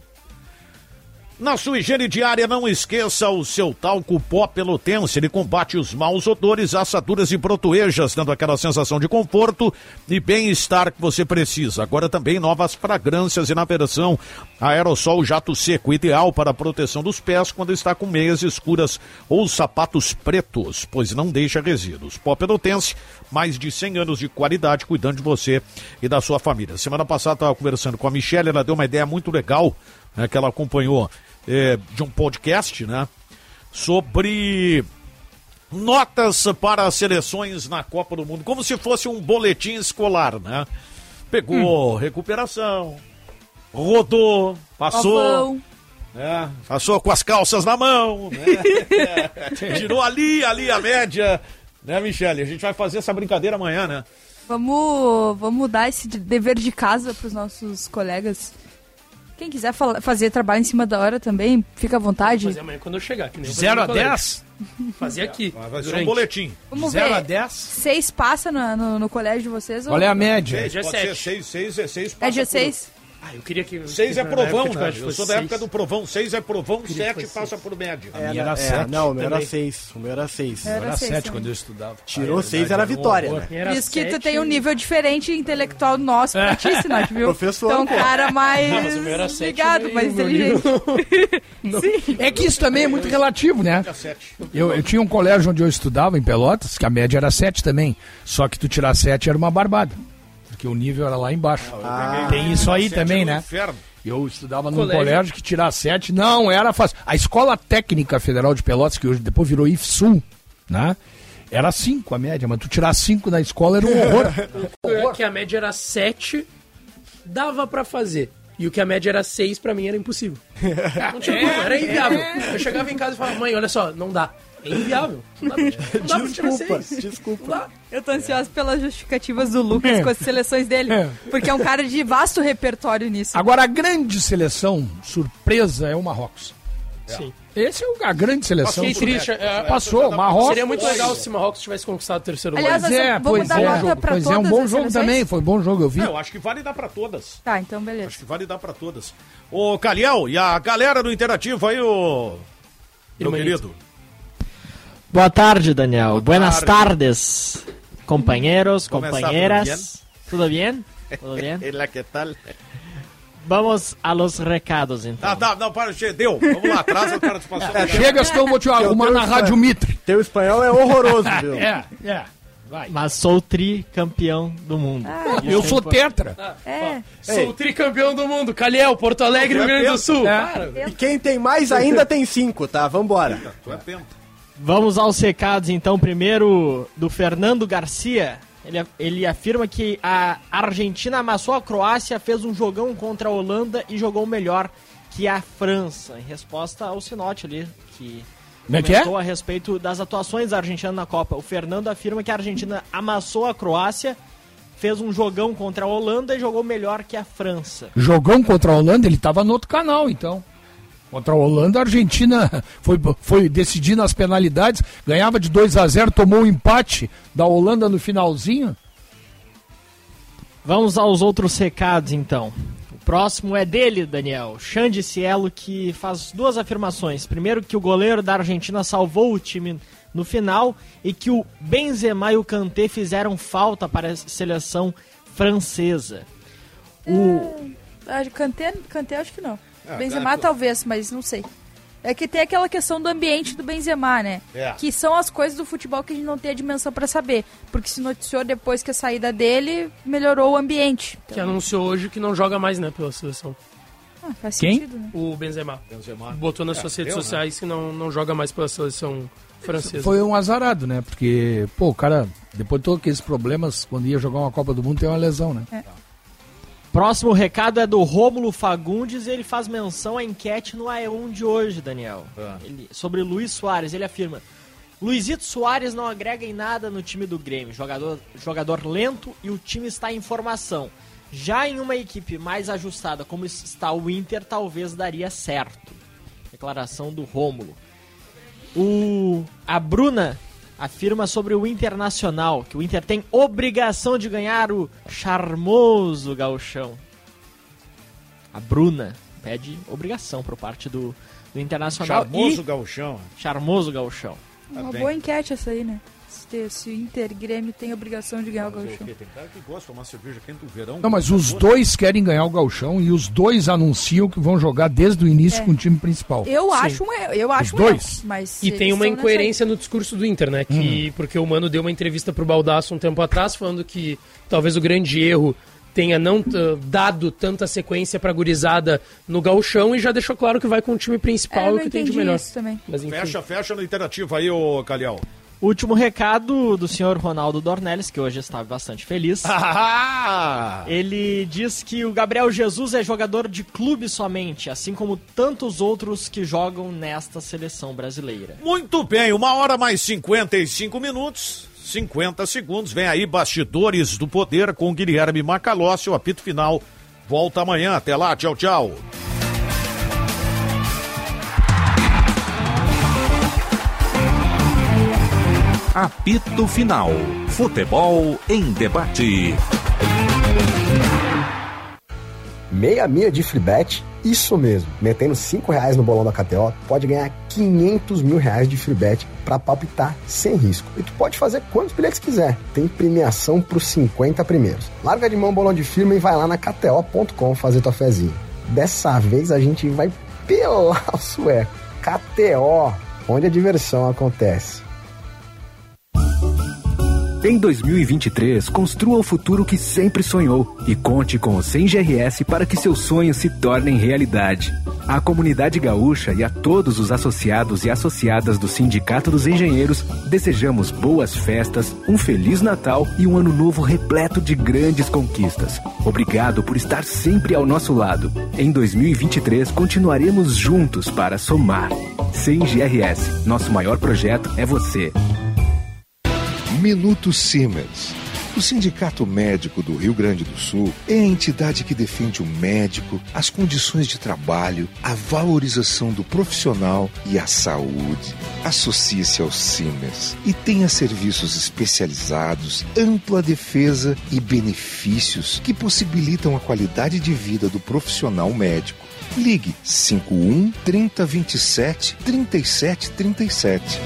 Na sua higiene diária, não esqueça o seu talco pó pelotense. Ele combate os maus odores, assaduras e brotoejas, dando aquela sensação de conforto e bem-estar que você precisa. Agora também novas fragrâncias e na versão aerossol jato seco, ideal para a proteção dos pés quando está com meias escuras ou sapatos pretos, pois não deixa resíduos. Pó pelotense, mais de 100 anos de qualidade, cuidando de você e da sua família. Semana passada eu estava conversando com a Michelle, ela deu uma ideia muito legal, né, que ela acompanhou de um podcast, né, sobre notas para seleções na Copa do Mundo, como se fosse um boletim escolar, né? Pegou recuperação, rodou, passou, né? Passou com as calças na mão, né? Tirou ali a média, né, Michele? A gente vai fazer essa brincadeira amanhã, né? Vamos dar esse dever de casa para os nossos colegas. Quem quiser fazer trabalho em cima da hora também, fica à vontade. Fazer amanhã quando eu chegar. Que nem 0 a 10? Fazer aqui. Vai ser um boletim. Vamos 0 ver. a 10? 6 passa no colégio de vocês? Qual é a média? Média 7. 6 passa. Média 6? Ah, eu queria que... 6 é provão, né? Eu sou da 6. época do provão. 6 é provão, 7 passa por média. Era 7. Não, o meu era 6. O meu era 6. Era 7 quando eu estudava. Tirou 6, era vitória, né? Por isso que tu tem um nível diferente intelectual nosso pra ti, Sinote, viu? Professor, então, cara mais Não, mas o meu era 7 ligado, mais meu inteligente. Sim. É que isso também é muito relativo, né? Eu tinha um colégio onde eu estudava, em Pelotas, que a média era 7 também. Só que tu tirar 7 era uma barbada. Porque o nível era lá embaixo. Tem isso aí também, né? Eu estudava num colégio que tirar 7 não era fácil. A Escola Técnica Federal de Pelotas, que hoje depois virou IFSUL, né? Era 5 a média, mas tu tirar 5 na escola era um horror. Que a média era 7, dava pra fazer. E o que a média era 6, pra mim era impossível. Não tinha como, era inviável. Eu chegava em casa e falava, mãe, olha só, não dá. É inviável. Não dá pra tirar 6. Desculpa. Eu tô ansiosa pelas justificativas do Lucas com as seleções dele. Porque é um cara de vasto repertório nisso. Agora, a grande seleção surpresa é o Marrocos. Sim. Esse é a grande seleção. Fiquei triste. Passou, Marrocos. Seria muito legal se o Marrocos tivesse conquistado o terceiro lugar. Aliás, vamos dar nota pra pois é, um todas bom as jogo seleções? também, foi um bom jogo, eu vi. Eu acho que vale dar pra todas. Tá, então beleza. Acho que vale dar pra todas. Ô, Caliel, e a galera do Interativo aí, ô... Meu querido. Boa tarde, Daniel. Buenas tardes, companheiros, companheiras. Tudo bem? Tudo bem? Olá, que tal? Vamos a los recados, então. Não, para, deu. Vamos lá, atrás, o cara te passou. Chega, que eu vou te arrumar na Rádio Mitre. Teu espanhol é horroroso, viu? Vai. Mas sou tricampeão do mundo. Eu sou tetra. Sou tricampeão do mundo. Caliel, Porto Alegre, Rio Grande do Sul. E quem tem mais ainda tem 5, tá? Vambora. Tu é penta. Vamos aos recados, então. Primeiro, do Fernando Garcia. Ele afirma que a Argentina amassou a Croácia, fez um jogão contra a Holanda e jogou melhor que a França. Em resposta ao Sinote ali, que comentou a respeito das atuações da Argentina na Copa. O Fernando afirma que a Argentina amassou a Croácia, fez um jogão contra a Holanda e jogou melhor que a França. Jogão contra a Holanda, ele estava no outro canal, então. Contra a Holanda, a Argentina foi decidir nas penalidades, ganhava de 2-0, tomou um empate da Holanda no finalzinho. Vamos aos outros recados, então. O próximo é dele, Daniel, Xande Cielo, que faz duas afirmações. Primeiro, que o goleiro da Argentina salvou o time no final e que o Benzema e o Kanté fizeram falta para a seleção francesa. Kanté acho que não. Benzema talvez, mas não sei. É que tem aquela questão do ambiente do Benzema, né? Que são as coisas do futebol que a gente não tem a dimensão pra saber. Porque se noticiou depois que a saída dele melhorou o ambiente. Então... Que anunciou hoje que não joga mais, né, pela seleção. Faz sentido, né? O Benzema. Botou nas suas redes sociais que não joga mais pela seleção francesa. Foi um azarado, né? Porque, o cara, depois de todos aqueles problemas, quando ia jogar uma Copa do Mundo, tem uma lesão, né? Próximo recado é do Rômulo Fagundes e ele faz menção à enquete no AE1 de hoje, Daniel. Sobre Luiz Soares. Ele afirma: Luizito Soares não agrega em nada no time do Grêmio. Jogador lento e o time está em formação. Já em uma equipe mais ajustada como está o Inter, talvez daria certo. Declaração do Rômulo. A Bruna afirma sobre o Internacional, que o Inter tem obrigação de ganhar o charmoso gauchão. A Bruna pede obrigação por parte do Internacional. Charmoso gauchão. Charmoso gauchão. Uma boa enquete essa aí, né? Se o Inter e Grêmio tem obrigação de ganhar o gauchão. Tem cara que gosta de tomar cerveja quente do verão. Não, mas os dois querem ganhar o gauchão e os dois anunciam que vão jogar desde o início com o time principal. Eu acho um dois. erro, mas e tem uma incoerência no discurso do Inter, né? Porque o Mano deu uma entrevista pro Baldasso um tempo atrás falando que talvez o grande erro tenha não dado tanta sequência pra gurizada no gauchão e já deixou claro que vai com o time principal e o que tem de melhor. Isso também. Mas, fecha no interativo aí, ô Calhau. Último recado do senhor Ronaldo Dornelles, que hoje estava bastante feliz. Ele diz que o Gabriel Jesus é jogador de clube somente, assim como tantos outros que jogam nesta seleção brasileira. Muito bem, 1h mais 55 minutos, 50 segundos. Vem aí Bastidores do Poder com Guilherme Macalossi. O apito final volta amanhã. Até lá, tchau, tchau. Apito Final. Futebol em debate. Meia milha de free bet, isso mesmo. Metendo R$5 no bolão da KTO, pode ganhar R$500 mil de free bet pra palpitar sem risco. E tu pode fazer quantos bilhetes quiser. Tem premiação pros 50 primeiros. Larga de mão o bolão de firma e vai lá na KTO.com fazer tua fezinha. Dessa vez a gente vai pelar o sueco. KTO, onde a diversão acontece. Em 2023, construa o futuro que sempre sonhou e conte com o 100 GRS para que seus sonhos se tornem realidade. À comunidade gaúcha e a todos os associados e associadas do Sindicato dos Engenheiros, desejamos boas festas, um Feliz Natal e um ano novo repleto de grandes conquistas. Obrigado por estar sempre ao nosso lado. Em 2023, continuaremos juntos para somar. 100 GRS, nosso maior projeto é você. Minuto Siemens. O Sindicato Médico do Rio Grande do Sul é a entidade que defende o médico, as condições de trabalho, a valorização do profissional e a saúde. Associe-se ao Siemens e tenha serviços especializados, ampla defesa e benefícios que possibilitam a qualidade de vida do profissional médico. Ligue 51 3027 3737.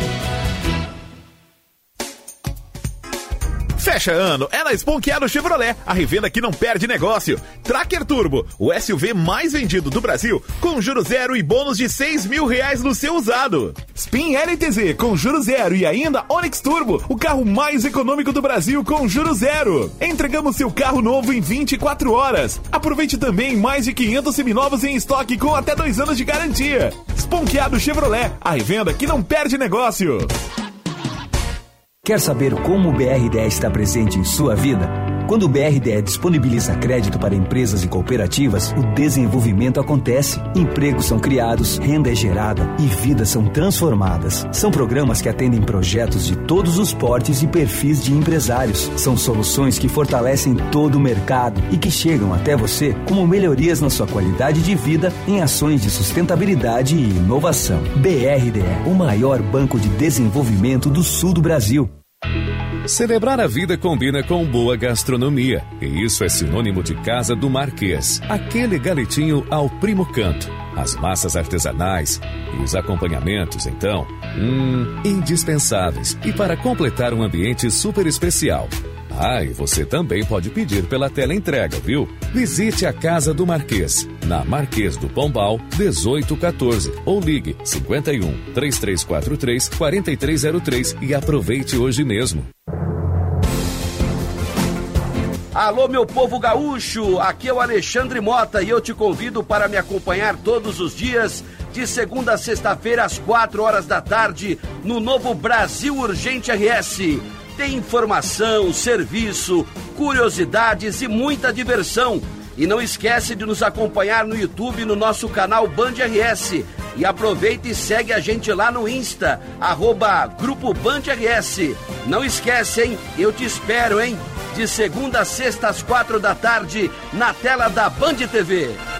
Fecha ano, é na Sponkeado Chevrolet, a revenda que não perde negócio. Tracker Turbo, o SUV mais vendido do Brasil, com juros zero e bônus de R$6 mil no seu usado. Spin LTZ com juros zero e ainda Onix Turbo, o carro mais econômico do Brasil com juros zero. Entregamos seu carro novo em 24 horas. Aproveite também mais de 500 seminovos em estoque com até 2 anos de garantia. Sponkeado Chevrolet, a revenda que não perde negócio. Quer saber como o BRDE está presente em sua vida? Quando o BRDE disponibiliza crédito para empresas e cooperativas, o desenvolvimento acontece, empregos são criados, renda é gerada e vidas são transformadas. São programas que atendem projetos de todos os portes e perfis de empresários. São soluções que fortalecem todo o mercado e que chegam até você como melhorias na sua qualidade de vida em ações de sustentabilidade e inovação. BRDE, o maior banco de desenvolvimento do sul do Brasil. Celebrar a vida combina com boa gastronomia, e isso é sinônimo de Casa do Marquês. Aquele galetinho ao primo canto, as massas artesanais e os acompanhamentos, então, indispensáveis. E para completar um ambiente super especial. Ah, e você também pode pedir pela teleentrega, viu? Visite a Casa do Marquês, na Marquês do Pombal, 1814, ou ligue 51 3343 4303 e aproveite hoje mesmo. Alô, meu povo gaúcho, aqui é o Alexandre Mota e eu te convido para me acompanhar todos os dias, de segunda a sexta-feira, às 4 horas da tarde, no novo Brasil Urgente RS. Tem informação, serviço, curiosidades e muita diversão. E não esquece de nos acompanhar no YouTube, no nosso canal Band RS. E aproveita e segue a gente lá no Insta, @Grupo Band RS. Não esquece, hein? Eu te espero, hein? De segunda a sexta às 4 da tarde, na tela da Band TV.